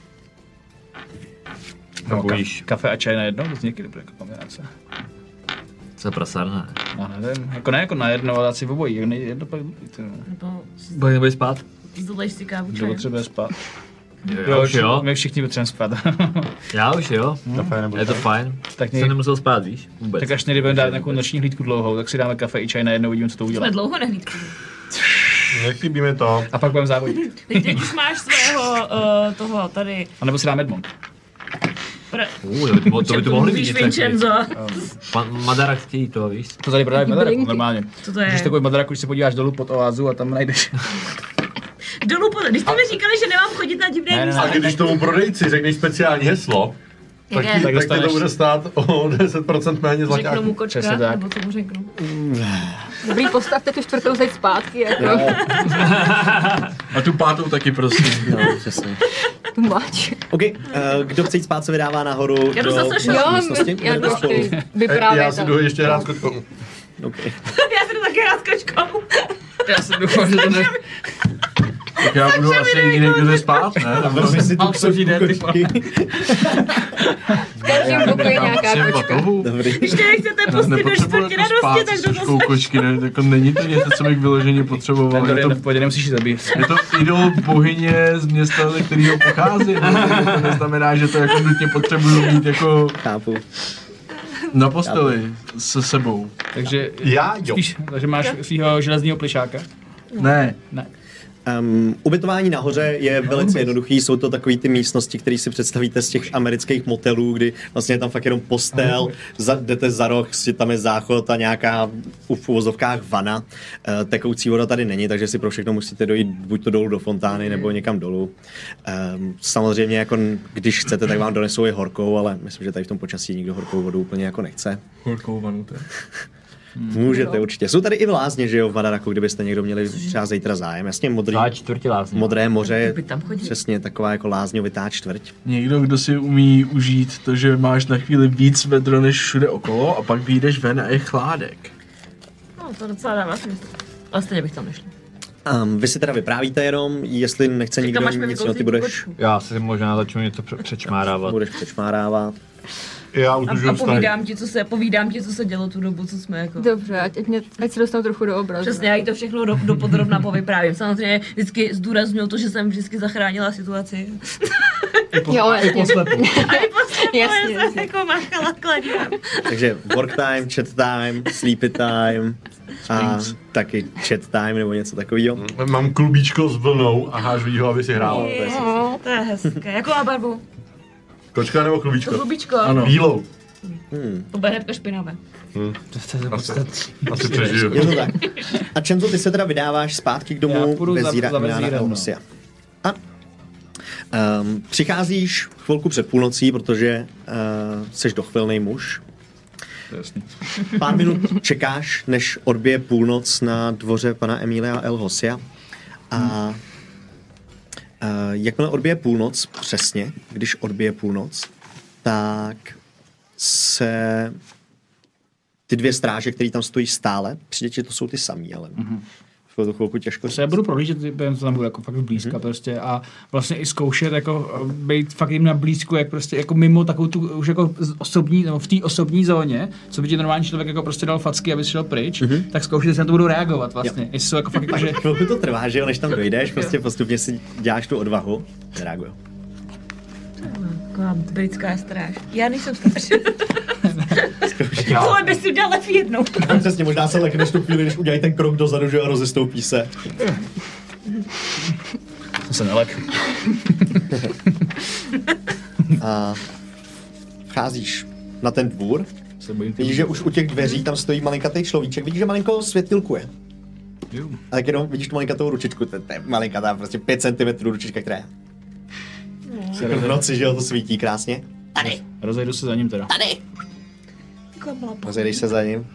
No, bojíš. ka- kafe a čaj najednou, to zní dobré jako kombinace. Co je prasárna? Já nevím, jako ne jako najednou, ale asi obojí, jak nejde jedno pak druhý, ty jo. Nebo Bude nebudeš spát? zdolejš si kávu Kdo čajem. potřebuje spát? Já už jo. My všichni potřebujeme spát. Já už jo. Kafe nebo Je to fajn. Tak, Jsem nej, nemusel spát, víš? Vůbec. tak až někdy budeme dát nějakou noční hlídku dlouhou, tak si dáme kafe i čaj najednou, uvidíme, co to udělá. Jsme dlouho nehlídku. Nechybí mi to. A pak budeme závodit. Teď, teď už máš svého uh, toho tady. A nebo si dáme Edmond. Pra... Uh, to by to, mo- to, by to mohli být Víš něco takový. Vincenzo. Pan Madara chtějí to, víš? To tady prodávají Madaraku, Drinky. normálně. Co to je? Když takový Madaraku, když se podíváš dolů pod oázu a tam najdeš. Dolů po... Když jste mi říkali, že nemám chodit na divné Ne, ne, místa. A když tomu prodejci řekneš speciální heslo, tak, Jaké? ti, Tak tak tě to dostaneš- bude stát o deset procent méně Řeknu mu zlaťáků. kočka, Přesně tak. nebo co mu řeknu? Dobrý, postavte tu čtvrtou zeď zpátky, jako A tu pátou taky prosím. No, přesně. tu máč. OK, uh, kdo chce jít spát, se vydává nahoru Já jdu do zase šel. Jo, místnosti. já Jdete to spolu. chci Já vyprávět. si jdu ještě hrát s kočkou. OK. Já se jdu taky rád s kočkou. Já si doufám, že to ne... Tak já budu asi jediný, kdo jde spát, ne? Vezmi si tu Mám křivku jde, ty kočky. V každém pokoji nějaká Jsem kočka. batohu. Dobrý. Když tě nechcete pustit do Nepotřebuji čtvrtě jako radosti, spát tak s to kočkou zase... kočky, ne? Jako není to něco, co bych vyloženě potřeboval. Ten Je to, v pohodě, nemusíš ji zabít. je to idol bohyně z města, ze kterého pochází. Ne? To neznamená, že to jako nutně potřebuju mít jako Chápu. na posteli se sebou. Takže Já jo. spíš, takže máš svého železného plišáka. Ne. Ne. Um, ubytování nahoře je velice jednoduchý, jsou to takové ty místnosti, které si představíte z těch amerických motelů, kdy vlastně je tam fakt jenom postel, za, jdete za roh, si tam je záchod a nějaká v uvozovkách vana. Uh, tekoucí voda tady není, takže si pro všechno musíte dojít buď to dolů do fontány, nebo někam dolů. Um, samozřejmě, jako, když chcete, tak vám donesou i horkou, ale myslím, že tady v tom počasí nikdo horkou vodu úplně jako nechce. Horkou vanu, to je. Můžete určitě. Jsou tady i v Lázně, že jo, v Madaraku, kdybyste někdo měli třeba zítra zájem. Jasně, modrý, Dva čtvrtě lázní. modré moře je By tam chodili. přesně taková jako lázňovitá čtvrť. Někdo, kdo si umí užít to, že máš na chvíli víc vedro než všude okolo a pak vyjdeš ven a je chládek. No, to docela dává smysl. Ale stejně bych tam nešla. Um, vy si teda vyprávíte jenom, jestli nechce nikdo máš mi nic, no, ty vykouzlit budeš, kočku. Já si možná začnu něco pře- přečmárávat. budeš přečmárávat. Já A, udržuju a vztahy. povídám ti, co se, povídám ti, co se dělo tu dobu, co jsme jako... Dobře, ať, ať, mě, ať se dostanu trochu do obrazu. Přesně, já jí to všechno do, do podrobna povyprávím. Samozřejmě vždycky zdůraznuju to, že jsem vždycky zachránila situaci. Jo, jasně. A i posledně Jasně, jsem jasně. jako máchala kladívem. Takže work time, chat time, sleepy time a taky chat time nebo něco takového. Mám klubíčko s vlnou a hážu jí ho, aby si hrála. Jo, to je hezké. Jakou má barvu? Kočka nebo To klubíčko? hlubičko. Ano. Bílou. To bude hnedka špinavé. Asi, asi přežiju. Je to tak. A Čenzo, ty se teda vydáváš zpátky k Já domu půjdu za- Vezíra za Emiliana vezírem, no. Elhosia. A um, přicházíš chvilku před půlnocí, protože uh, jsi dochvilnej muž. To je jasný. Pár minut čekáš, než odbije půlnoc na dvoře pana Emilia Elhosia. A jakmile odbije půlnoc, přesně, když odbije půlnoc, tak se ty dvě stráže, které tam stojí stále, přijde, že to jsou ty samý, ale mm-hmm. bylo to chvilku těžko. Se já budu prohlížet, to tam budu jako fakt blízka mm-hmm. prostě a vlastně i zkoušet jako být fakt jim na blízku, jak prostě jako mimo takovou tu už jako osobní, nebo v té osobní zóně, co by ti normální člověk jako prostě dal facky, aby šel pryč, mm-hmm. tak zkoušet, že na to budu reagovat vlastně. Jo. Jestli jsou jako fakt jako, že... Chvilku to trvá, že jo, než tam dojdeš, prostě postupně si děláš tu odvahu, nereaguju. Taková britská stráž. Já nejsem stráž. Tohle bys si udělal lepší jednou. Přesně, možná se lekneš tu chvíli, když udělají ten krok dozadu, že a rozestoupí se. To se nelek. A vcházíš na ten dvůr. Vidíš, že už u těch dveří tam stojí malinkatý človíček. Vidíš, že malinko světilkuje. Ale jenom vidíš tu malinkatou ručičku. To je malinkatá, prostě pět centimetrů ručička, která je. V noci, že jo, to svítí krásně. Tady. Rozejdu se za ním teda. Tady. Rozejdeš se za ním.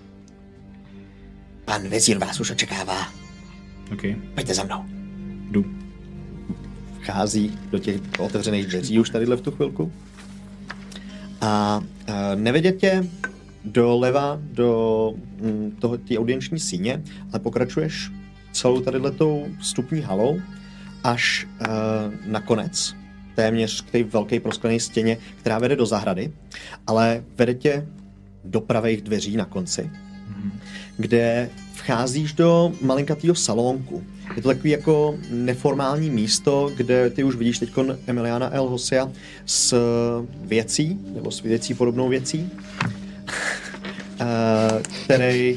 Pan vezír vás už očekává. Okay. Pojďte za mnou. Jdu. Vchází do těch otevřených dveří už tadyhle v tu chvilku. A, a nevedě tě doleva do mm, toho, té audienční síně, ale pokračuješ celou tadyhletou vstupní halou až uh, nakonec téměř k té velké prosklené stěně, která vede do zahrady, ale vede tě do pravých dveří na konci, mm-hmm. kde vcházíš do malinkatýho salonku. Je to takový jako neformální místo, kde ty už vidíš teďkon Emiliana El Hosia s věcí, nebo s věcí podobnou věcí, který,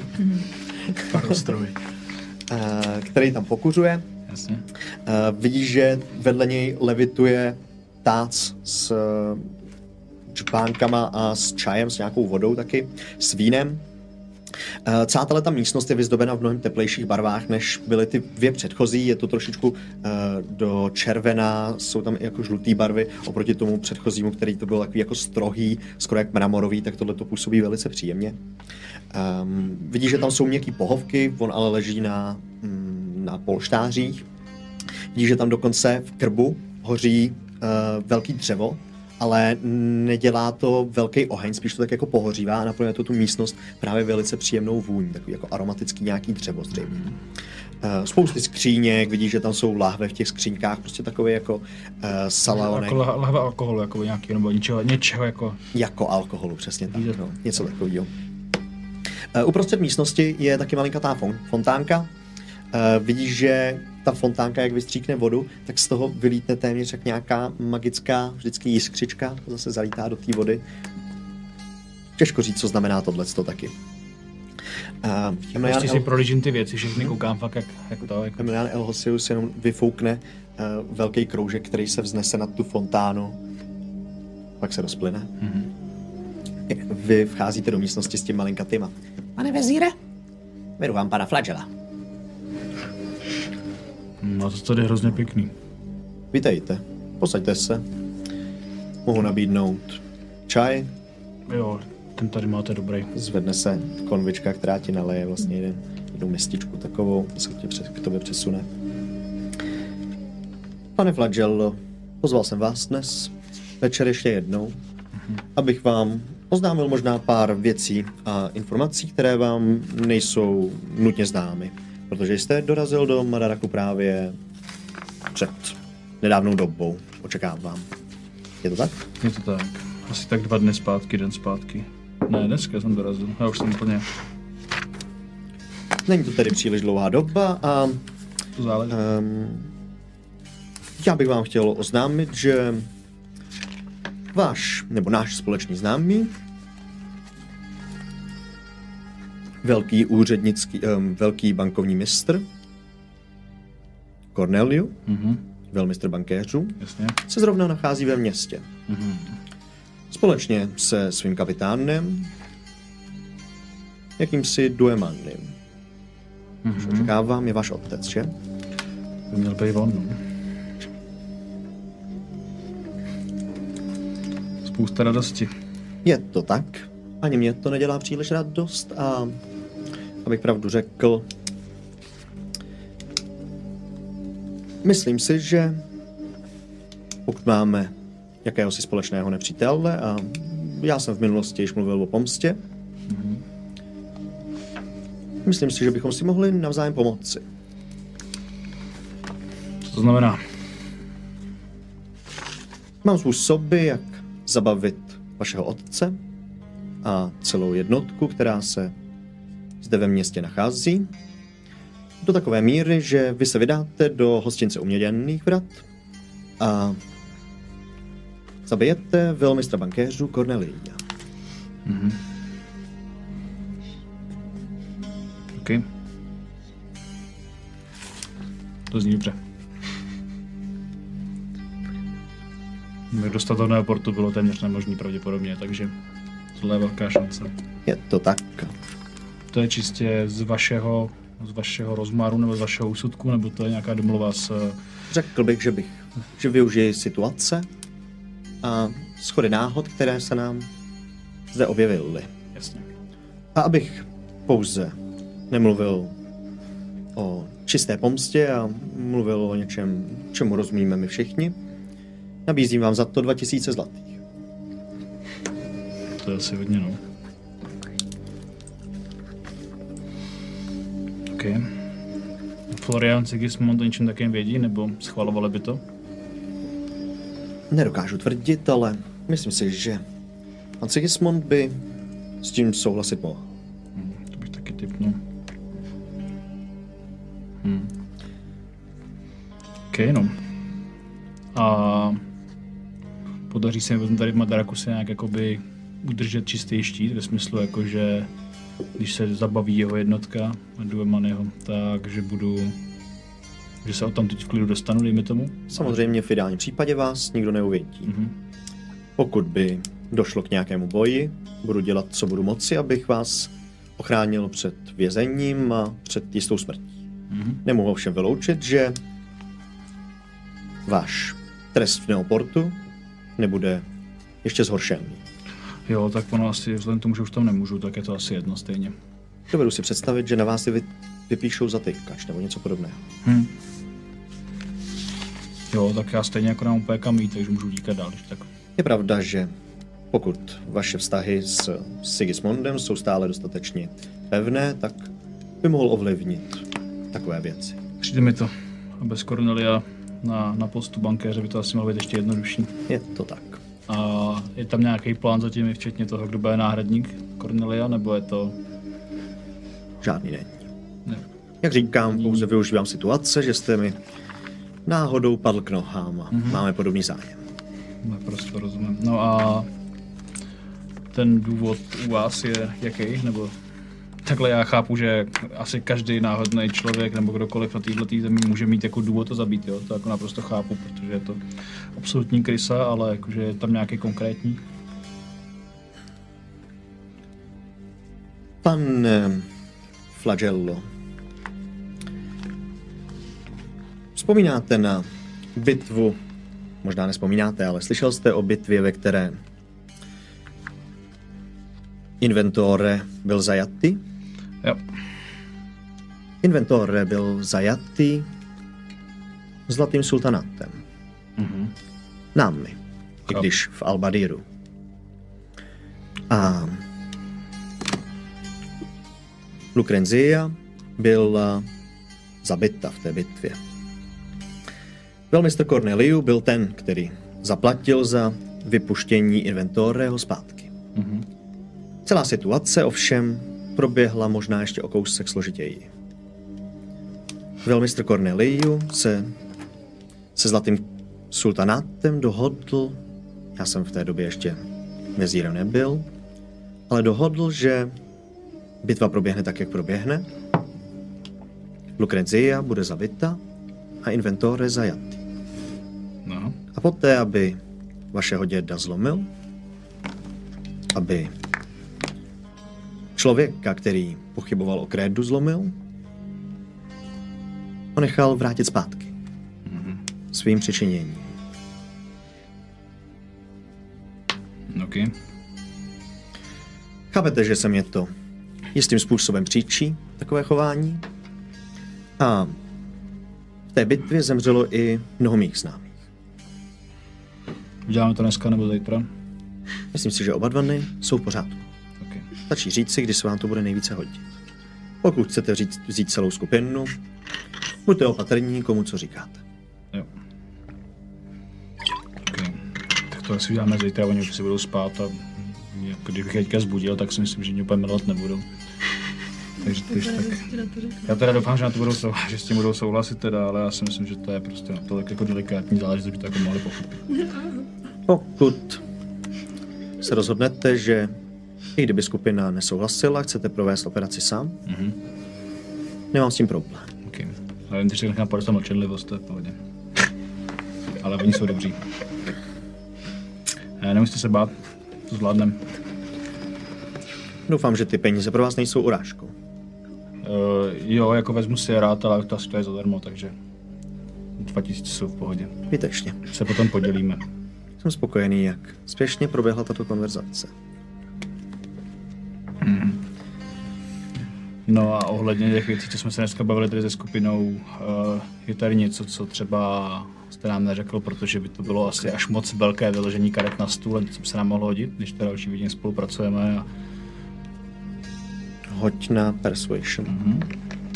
který tam pokuřuje. Jasně. Vidíš, že vedle něj levituje tác s čpánkama a s čajem, s nějakou vodou taky, s vínem. Celá tato místnost je vyzdobena v mnohem teplejších barvách, než byly ty dvě předchozí. Je to trošičku uh, do červená, jsou tam i jako žlutý barvy oproti tomu předchozímu, který to byl takový jako strohý, skoro jak mramorový, tak tohle to působí velice příjemně. Um, vidíš, že tam jsou měkký pohovky, on ale leží na, mm, na polštářích. Vidíš, že tam dokonce v krbu hoří uh, velký dřevo, ale nedělá to velký oheň, spíš to tak jako pohořívá a naplňuje to tu místnost právě velice příjemnou vůní, takový jako aromatický nějaký dřevo zřejmě. Uh, spousty skříněk, vidíš, že tam jsou lahve v těch skříňkách, prostě takové jako uh, salonek. Jako lahve alkoholu, jako nějaký, nebo něčeho, něčeho jako... Jako alkoholu, přesně tak, no, něco takového. Uh, uprostřed místnosti je taky malinkatá fontánka. Uh, vidíš, že ta fontánka, jak vystříkne vodu, tak z toho vylítne téměř jak nějaká magická vždycky jiskřička, zase zalítá do té vody. Těžko říct, co znamená tohleto taky. Uh, Prostě si prolížím ty věci, všechny koukám fakt jak, jak to. Jako... Emilian El Hosius jenom vyfoukne uh, velký kroužek, který se vznese nad tu fontánu, pak se rozplyne. Mm-hmm. Vy vcházíte do místnosti s tím malinkatýma. Pane vezíre, vedu vám pana Flagella. No to tady je hrozně pěkný. Vítejte, posaďte se. Mohu nabídnout čaj. Jo, ten tady máte dobrý. Zvedne se konvička, která ti naleje vlastně jeden, jednu mističku takovou, se k, tě, k tobě přesune. Pane Flagello, pozval jsem vás dnes večer ještě jednou, mm-hmm. abych vám oznámil možná pár věcí a informací, které vám nejsou nutně známy. Protože jste dorazil do Madaraku právě před nedávnou dobou, očekávám. Je to tak? Je to tak. Asi tak dva dny zpátky, den zpátky. Ne, dneska jsem dorazil. Já už jsem úplně... Není to tedy příliš dlouhá doba a... To záleží. Um, já bych vám chtěl oznámit, že váš, nebo náš společný známý, velký úřednický, um, velký bankovní mistr Corneliu, mm-hmm. velmistr bankéřů, jasně, se zrovna nachází ve městě. Mm-hmm. Společně se svým kapitánem, jakýmsi Duemannim. Mm-hmm. Očekávám, je váš otec, že? By měl být on, no. Spousta radosti. Je to tak. Ani mě to nedělá příliš radost a abych pravdu řekl, myslím si, že pokud máme jakéhosi společného nepřítele a já jsem v minulosti již mluvil o pomstě, mm-hmm. myslím si, že bychom si mohli navzájem pomoci. Co to znamená? Mám způsoby, jak zabavit vašeho otce a celou jednotku, která se zde ve městě nachází, do takové míry, že vy se vydáte do hostince uměděných vrat a zabijete velmistra bankéřů Cornelia. Mhm. OK. To zní dobře. Dostat do portu bylo téměř nemožný pravděpodobně, takže tohle je velká šance. Je to tak. To je čistě z vašeho, z vašeho rozmaru nebo z vašeho úsudku, nebo to je nějaká domluva s... Řekl bych, že bych, že využiji situace a schody náhod, které se nám zde objevily. Jasně. A abych pouze nemluvil o čisté pomstě a mluvil o něčem, čemu rozumíme my všichni, nabízím vám za to dva tisíce zlatých. To je asi hodně, no. OK. Florian Sigismund o něčem takém vědí, nebo schvalovali by to? Nedokážu tvrdit, ale myslím si, že pan Sigismund by s tím souhlasit mohl. Hmm, to bych taky tipnul. Hmm. OK, no. A podaří se mi tady v Madaraku se nějak jakoby udržet čistý štít, ve smyslu jako, že když se zabaví jeho jednotka, Duemanyho, takže budu, že se o tam teď v klidu dostanu, dejme tomu. Samozřejmě v ideálním případě vás nikdo neuvidí. Mm-hmm. Pokud by došlo k nějakému boji, budu dělat, co budu moci, abych vás ochránil před vězením a před jistou smrtí. Mm-hmm. Nemohu ovšem vyloučit, že váš trest v Neoportu nebude ještě zhoršený. Jo, tak ono asi, vzhledem tomu, že už tam nemůžu, tak je to asi jedno stejně. Dovedu si představit, že na vás si vy, vypíšou zatýkač nebo něco podobného. Hm. Jo, tak já stejně jako nám úplně kam jít, takže můžu díkat dál, tak. Je pravda, že pokud vaše vztahy s Sigismundem jsou stále dostatečně pevné, tak by mohl ovlivnit takové věci. Přijde mi to. A bez Cornelia na, na postu bankéře by to asi mohlo být ještě jednodušší. Je to tak. A je tam nějaký plán zatím, včetně toho, kdo bude náhradník Cornelia, nebo je to... Žádný není. Ne. Jak říkám, pouze využívám situace, že jste mi náhodou padl k nohám a mm-hmm. máme podobný zájem. Naprosto rozumím. No a ten důvod u vás je jaký? Nebo takhle já chápu, že asi každý náhodný člověk nebo kdokoliv na této zemi může mít jako důvod to zabít, jo? To jako naprosto chápu, protože je to absolutní krysa, ale jakože je tam nějaký konkrétní. Pan eh, Flagello, vzpomínáte na bitvu, možná nespomínáte, ale slyšel jste o bitvě, ve které Inventore byl zajatý? Jo. Inventore byl zajatý zlatým sultanátem. Mhm. Námi, i když v Albadíru. A Lucrenzia byla zabita v té bitvě. Velmistr Corneliu byl ten, který zaplatil za vypuštění Inventoreho zpátky. Mhm. Celá situace ovšem proběhla možná ještě o kousek složitěji. Velmistr Corneliu se se zlatým sultanátem dohodl, já jsem v té době ještě vezírem nebyl, ale dohodl, že bitva proběhne tak, jak proběhne, Lucrenzia bude zabita a Inventore zajatý. No. A poté, aby vašeho děda zlomil, aby člověka, který pochyboval o krédu, zlomil, ho nechal vrátit zpátky. Mm-hmm. Svým přičiněním. OK. Chápete, že se mě to jistým způsobem příčí, takové chování? A v té bitvě zemřelo i mnoho mých známých. Uděláme to dneska nebo zítra? Myslím si, že oba dva dny jsou v pořádku. Okay. Stačí říct si, kdy se vám to bude nejvíce hodit. Pokud chcete vzít, vzít celou skupinu, buďte opatrní, komu co říkáte. Jo. Okay. Tak to asi uděláme zítra, oni už si budou spát a jako kdybych teďka zbudil, tak si myslím, že mě úplně milovat nebudou. Takže tyž, tak. Já teda doufám, že, na to budou sou, že s tím budou souhlasit teda, ale já si myslím, že to je prostě natolik jako delikátní záležitost, že to jako mohli pochopit. Pokud se rozhodnete, že i kdyby skupina nesouhlasila, chcete provést operaci sám, Mhm. nemám s tím problém. Okay. Ale vím, že nechám porostat mlčenlivost, to je v pohodě. Ale oni jsou dobří. Eh, nemusíte se bát, to zvládnem. Doufám, že ty peníze pro vás nejsou urážkou. Uh, jo, jako vezmu si je rád, ale to asi to je zadarmo, takže dva tisíce jsou v pohodě. Výtečně. Se potom podělíme. Jsem spokojený, jak spěšně proběhla tato konverzace. Mm. No a ohledně těch věcí, co jsme se dneska bavili tady se skupinou, uh, je tady něco, co třeba jste nám neřekl, protože by to bylo asi až moc velké vyložení karet na stůl, co by se nám mohlo hodit, když teda další vidím spolupracujeme. A... Hoď na Persuasion. Mm-hmm.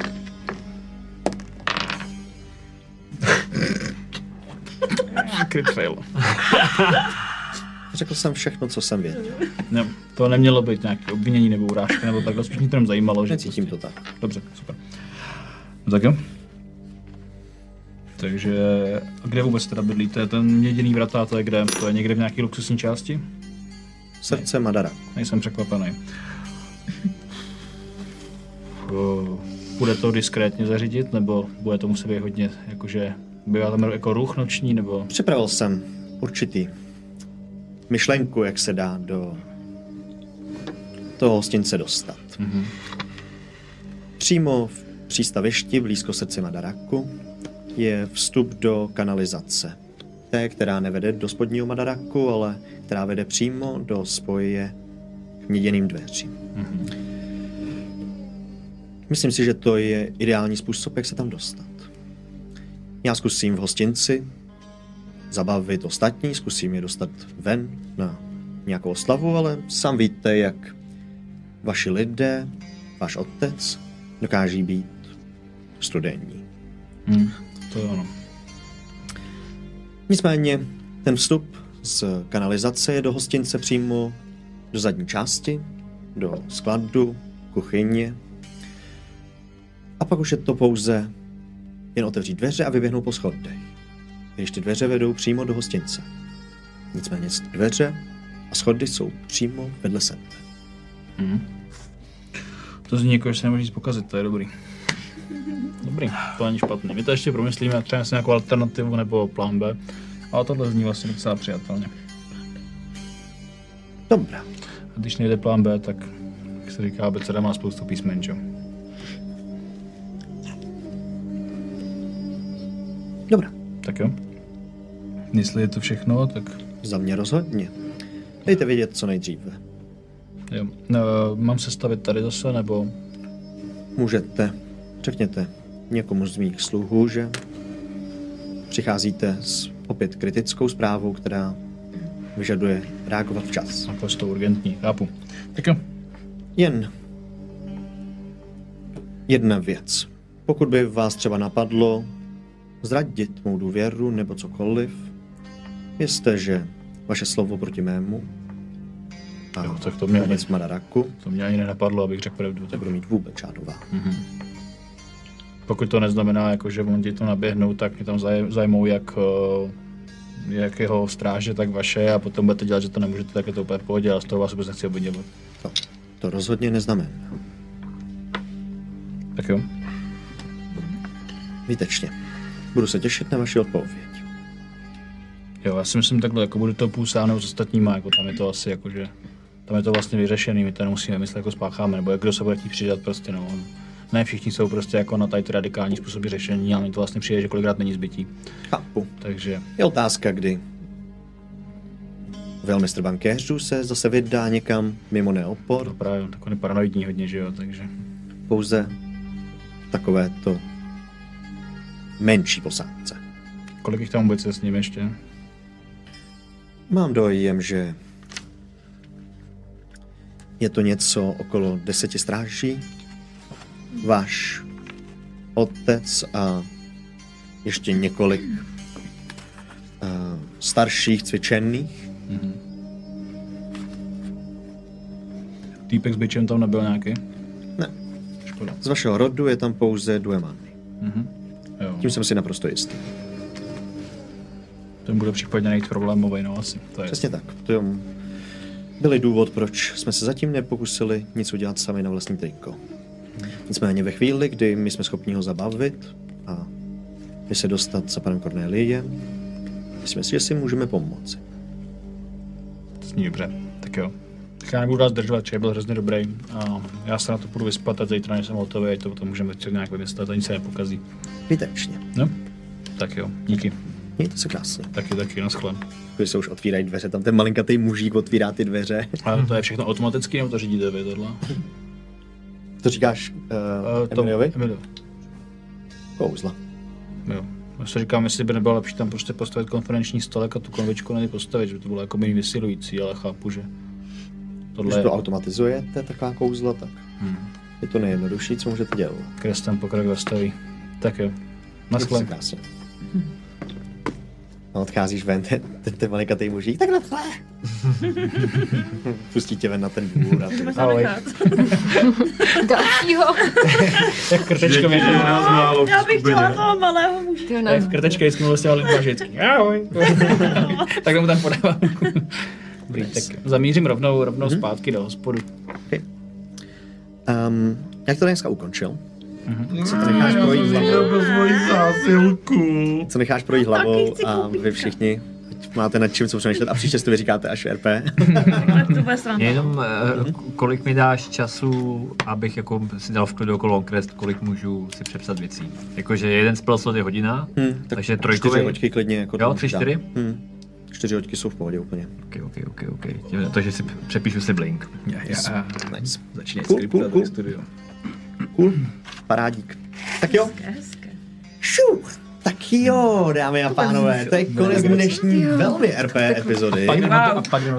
Crit fail. Řekl jsem všechno, co jsem věděl. No, to nemělo být nějaké obvinění nebo urážka, nebo takhle, spíš mě to jenom zajímalo, že Necítím prostě... to tak. Dobře, super. No tak jo. Takže, a kde vůbec teda bydlíte? Ten jediný vratá, to je kde? To je někde v nějaké luxusní části? Srdce Madara. Nejsem překvapený. Bude to diskrétně zařídit, nebo bude to muset být hodně, jakože, bývá tam jako ruch noční, nebo... Připravil jsem určitý myšlenku, jak se dá do toho hostince dostat. Mm-hmm. Přímo v přístavišti blízko srdce Madaraku je vstup do kanalizace. Té, která nevede do spodního Madaraku, ale která vede přímo do spoje k měděným dveřím. Mm-hmm. Myslím si, že to je ideální způsob, jak se tam dostat. Já zkusím v hostinci zabavit ostatní, zkusím je dostat ven na nějakou oslavu, ale sám víte, jak vaši lidé, váš otec, dokáží být studení. Mm, to je ono. Nicméně ten vstup z kanalizace je do hostince přímo do zadní části, do skladu, kuchyně. A pak už je to pouze jen otevřít dveře a vyběhnout po schodech. Když ty dveře vedou přímo do hostince. Nicméně dveře a schody jsou přímo vedle sebe. Mm. To zní jako, že se nemůže nic pokazit, to je dobrý. Dobrý, to není špatný. My to ještě promyslíme a třeba nějakou alternativu nebo plán B, ale tohle zní vlastně docela přijatelně. Dobrá. A když nejde plán B, tak, jak se říká, abeceda má spoustu písmen, čo? Dobrá. Tak jo. Jestli je to všechno, tak... Za mě rozhodně. Dejte vědět co nejdříve. Jo. No, mám se stavit tady zase, nebo... Můžete, řekněte někomu z mých sluhů, že přicházíte s opět kritickou zprávou, která vyžaduje reagovat včas. Naprosto urgentní, chápu. Tak jo. Jen jedna věc. Pokud by vás třeba napadlo zradit mou důvěru nebo cokoliv, vězte, že vaše slovo proti mému a Jo, tak to mě ani- vůbec Madaraku To mě ani nenapadlo, abych řekl pravdu. Tak... nebudu mít vůbec žádnou váhu. Mhm. Pokud to neznamená, jako, že oni to naběhnou, tak mě tam zaj- zajmou jak, uh, jak jeho stráže, tak vaše a potom budete dělat, že to nemůžete, tak je to úplně v pohodě, ale z toho vás vůbec nechci obviňovat. To, to rozhodně neznamená. Tak jo. Výtečně. Budu se těšit na vaši odpověď. Jo, já si myslím takhle, jako budu to půl sáhnout s ostatníma, jako tam je to asi jako, že tam je to vlastně vyřešený, my to nemusíme myslet, jako spácháme, nebo jak kdo se bude chtít přidat prostě, no. Ne všichni jsou prostě jako na tady ty radikální způsoby řešení, ale mi to vlastně přijde, že kolikrát není zbytí. Chápu. Takže, Je otázka, kdy velmistr bankéřů se zase vydá někam mimo neopor, to právě takový paranoidní hodně, že jo, takže. pouze takovéto menší posádce. Kolik jich tam vůbec je s ním ještě? Mám dojem, že je to něco okolo deseti stráží. Váš otec a ještě několik uh, starších cvičených. Mhm. Týpek s bičem tam nebyl nějaký? Ne. Škoda. Z vašeho rodu je tam pouze Duemanny. Mhm. Jo. Tím jsem si naprosto jistý. Ten bude případně nejít problémový, no asi. To je. Přesně tak. To je byli důvod, proč jsme se zatím nepokusili nic udělat sami na vlastní triko. Nicméně ve chvíli, kdy my jsme schopni ho zabavit a my se dostat za panem Cornéliem, myslím si, že si můžeme pomoci. To zní dobře. Tak jo. Tak já nebudu vás zdržovat, že byl hrozně dobrý. A já se na to půjdu vyspat a zítra, než jsem hotový, ať to potom můžeme večer nějak vymyslet, ani se nepokazí. Výtečně. No? Tak jo, díky. Mějte se krásně. Taky, taky, naschle. Když se už otvírají dveře, tam ten malinkatý mužík otvírá ty dveře. A to je všechno automaticky, nebo to řídíte vy tohle? To říkáš uh, uh, Emiliovi? Emilio. Kouzla. Jo. Já si říkám, jestli by nebylo lepší tam prostě postavit konferenční stolek a tu konvičku na ní postavit, že by to bylo jako méně vysilující, ale chápu, že tohle Když je to automatizujete, taková kouzla, tak hmm. je to nejjednodušší, co můžete dělat. Krestem pokrok zastaví. Tak jo. Mějte se Naschle. krásně. A odcházíš ven, ten, ten, ten malinkatý mužík, tak naschle. Pustí tě ven na ten dvůr a ty. Ahoj. Dalšího. Jak krtečka mě to málo v Já bych chtěla skupině. toho malého muže. Ty Tak v krtečka vždycky mluvil s těma lidma vždycky. Ahoj. Tak mu tam podávám. Dobrý, tak zamířím rovnou, rovnou zpátky do hospodu. Okay. Um, jak to dneska ukončil? Mhm. Co to necháš projít hlavou? Bez mojí zásilku. Co necháš projít hlavou chci a koupit. vy všichni ať máte nad čím co přemýšlet a příště si to vyříkáte až R P. Tak to bude sranda. Mě jenom, eh, kolik mi dáš času, abych jako si dal v klidu okolo Longcrest, kolik můžu si přepsat věcí. Jakože jeden spell slot je hodina, Hmm, takže čtyři trojkový. hoďky klidně jako Jo, to tři, dá. čtyři? Hmm. Čtyři hoďky jsou v pohodě úplně. Ok, ok, ok, ok. Tím- Takže si přepíšu si blink. Já, já. Nice. Začínej Cool, skriptovat cool, cool. studio. Cool. Parádík. Tak jo. Hezké. Šu. Tak jo, dámy a pánové, to je konec dnešní velmi R P epizody. Pak jdeme na to- a pak jdeme